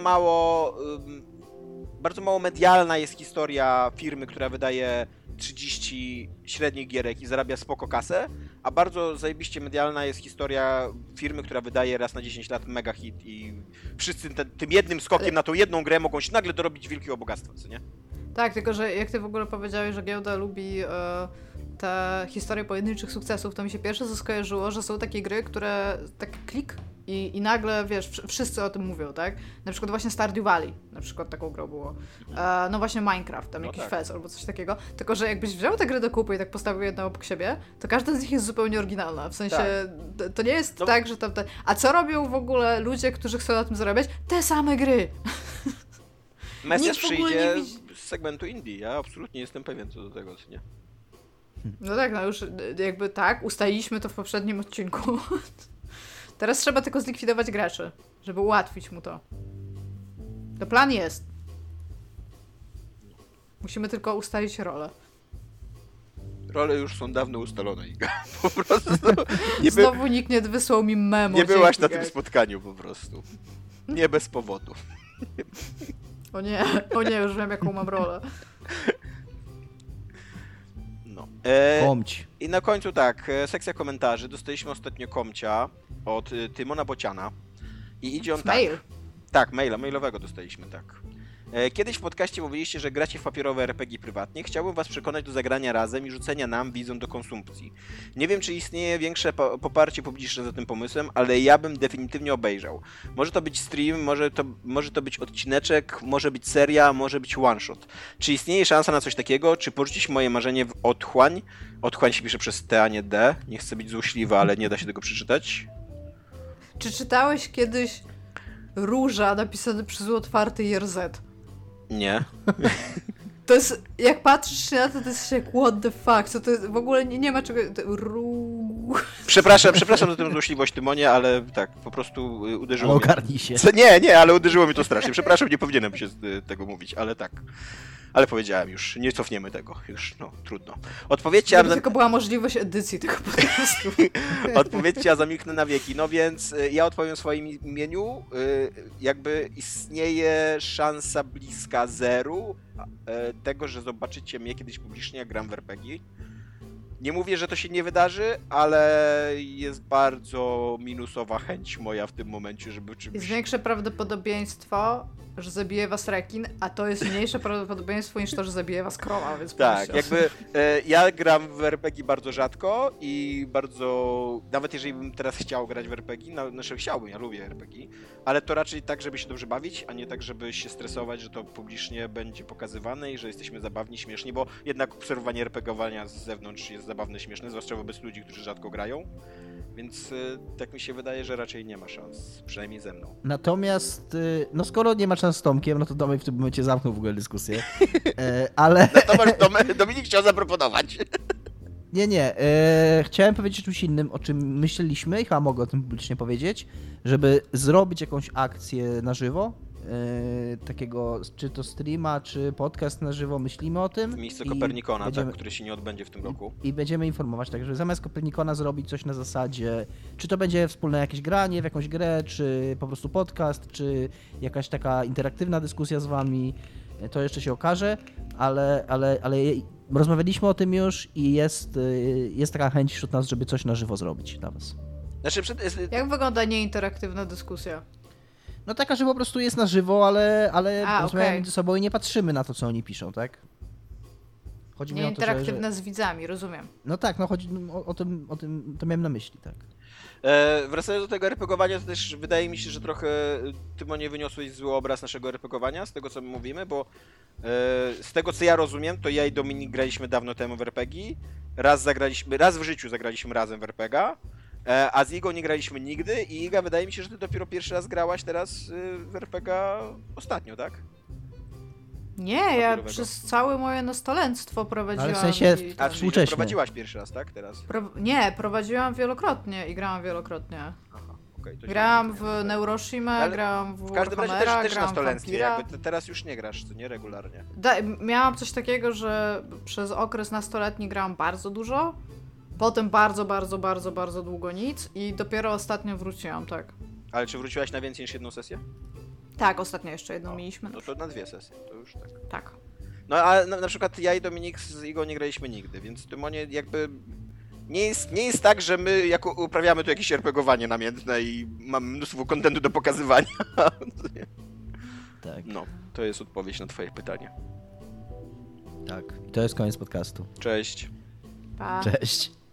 mało medialna jest historia firmy, która wydaje 30 średnich gierek i zarabia spoko kasę, a bardzo zajebiście medialna jest historia firmy, która wydaje raz na 10 lat mega hit i wszyscy tym jednym skokiem na tą jedną grę mogą się nagle dorobić wielkiego bogactwa, co nie?
Tak, tylko że jak ty w ogóle powiedziałeś, że giełda lubi te historie pojedynczych sukcesów, to mi się pierwsze co skojarzyło, że są takie gry, które tak klik i nagle, wiesz, wszyscy o tym mówią, tak? Na przykład właśnie Stardew Valley, na przykład taką grą było. No właśnie Minecraft, tam jakiś fez albo coś takiego. Tylko, że jakbyś wziął te gry do kupy i tak postawił jedną obok siebie, to każda z nich jest zupełnie oryginalna. W sensie, to nie jest tak, że tam... A co robią w ogóle ludzie, którzy chcą na tym zarabiać? Te same gry!
Mesjasz przyjdzie z segmentu indie, ja absolutnie jestem pewien co do tego, co nie?
No tak, no już jakby tak, ustaliliśmy to w poprzednim odcinku. Teraz trzeba tylko zlikwidować graczy, żeby ułatwić mu to. To plan jest. Musimy tylko ustalić rolę.
Role już są dawno ustalone, Iga. Po prostu.
Znowu nikt nie wysłał mi memo.
Nie byłaś na tym spotkaniu po prostu. Nie bez powodu.
O nie, już wiem jaką mam rolę.
No.
Komć.
I na końcu tak, sekcja komentarzy. Dostaliśmy ostatnio komcia od Tymona Bociana. I idzie on
Mail.
tak. Tak, mailowego dostaliśmy, tak. Kiedyś w podcaście mówiliście, że gracie w papierowe RPG prywatnie. Chciałbym was przekonać do zagrania razem i rzucenia nam widzom do konsumpcji. Nie wiem, czy istnieje większe poparcie publiczne za tym pomysłem, ale ja bym definitywnie obejrzał. Może to być stream, może to być odcineczek, może być seria, może być one shot. Czy istnieje szansa na coś takiego? Czy porzucić moje marzenie w otchłań? Otchłań się pisze przez T, a nie D. Nie chcę być złośliwa, ale nie da się tego przeczytać.
Czy czytałeś kiedyś Róża napisane przez otwarty JRZ?
Nie.
To jest, jak patrzysz na to, to jest jak what the fuck, co to jest, w ogóle nie ma czego,
Przepraszam za tę złośliwość, Tymonie, ale tak, po prostu uderzyło mnie.
Ogarnij się.
Nie, ale uderzyło mnie to strasznie. Przepraszam, nie powinienem się tego mówić, ale tak. Ale powiedziałem już, nie cofniemy tego, już, no, trudno. Odpowiedzcie,
Gdyby tylko była możliwość edycji tego podcastu.
Odpowiedzcie, a zamilknę na wieki. No więc ja odpowiem w swoim imieniu. Jakby istnieje szansa bliska zeru tego, że zobaczycie mnie kiedyś publicznie, jak gram w RPG. Nie mówię, że to się nie wydarzy, ale jest bardzo minusowa chęć moja w tym momencie, żeby czymś...
Jest większe prawdopodobieństwo, że zabije was rekin, a to jest mniejsze prawdopodobieństwo niż to, że zabije was krowa, więc
tak, jakby ja gram w RPG bardzo rzadko i bardzo... Nawet jeżeli bym teraz chciał grać w RPG, znaczy chciałbym, ja lubię RPG, ale to raczej tak, żeby się dobrze bawić, a nie tak, żeby się stresować, że to publicznie będzie pokazywane i że jesteśmy zabawni, śmieszni, bo jednak obserwowanie RPGowania z zewnątrz jest zabawne, śmieszne, zwłaszcza wobec ludzi, którzy rzadko grają. Więc tak mi się wydaje, że raczej nie ma szans, przynajmniej ze mną.
Natomiast, no skoro nie ma szans z Tomkiem, no to Tomek w tym momencie zamknął w ogóle dyskusję. Ale...
Dominik chciał zaproponować.
Nie. Chciałem powiedzieć o czymś innym, o czym myśleliśmy i chyba mogę o tym publicznie powiedzieć, żeby zrobić jakąś akcję na żywo, takiego, czy to streama, czy podcast na żywo, myślimy o tym.
W miejscu Kopernikona, tak, który się nie odbędzie w tym roku.
I będziemy informować, także zamiast Kopernikona zrobić coś na zasadzie, czy to będzie wspólne jakieś granie w jakąś grę, czy po prostu podcast, czy jakaś taka interaktywna dyskusja z wami, to jeszcze się okaże, ale rozmawialiśmy o tym już i jest taka chęć wśród nas, żeby coś na żywo zrobić dla was.
Znaczy,
Jak wygląda nieinteraktywna dyskusja?
No taka, że po prostu jest na żywo, ale rozmawiamy między sobą i nie patrzymy na to, co oni piszą, tak? Chodzi mi o to,
Nieinteraktywna z widzami, rozumiem.
No tak, no chodzi o tym, to miałem na myśli, tak.
Wracając do tego RPGowania, to też wydaje mi się, że trochę Tymonie wyniosłeś zły obraz naszego RPGowania, z tego co my mówimy, bo z tego co ja rozumiem, to ja i Dominik graliśmy dawno temu w RPG, raz w życiu zagraliśmy razem w RPG, a z Igą nie graliśmy nigdy i Iga, wydaje mi się, że ty dopiero pierwszy raz grałaś teraz w RPG ostatnio, tak?
Nie, ja przez całe moje nastolenstwo prowadziłam.
Ale w sensie
czyli prowadziłaś pierwszy raz, tak? Teraz?
Nie, prowadziłam wielokrotnie i grałam wielokrotnie.
Aha, okej. to
Grałam
się
w Neuroshima,
Ale
grałam w
W każdym razie
Warhammera,
też na
grałam w
stolęctwie,
Vampira.
jakby teraz już nie grasz, co nie regularnie.
Miałam coś takiego, że przez okres nastoletni grałam bardzo dużo, potem bardzo długo nic i dopiero ostatnio wróciłam, tak.
Ale czy wróciłaś na więcej niż jedną sesję?
Tak, ostatnio jeszcze jedną
O,
mieliśmy.
No to na 2 sesje, to już tak.
Tak.
No a na przykład ja i Dominik z Igą nie graliśmy nigdy, więc Tymonie jakby nie jest tak, że my jako uprawiamy tu jakieś RPGowanie namiętne i mamy mnóstwo kontentu do pokazywania.
Tak,
No, to jest odpowiedź na twoje pytanie.
tak. I to jest koniec podcastu.
Cześć.
Pa.
Cześć.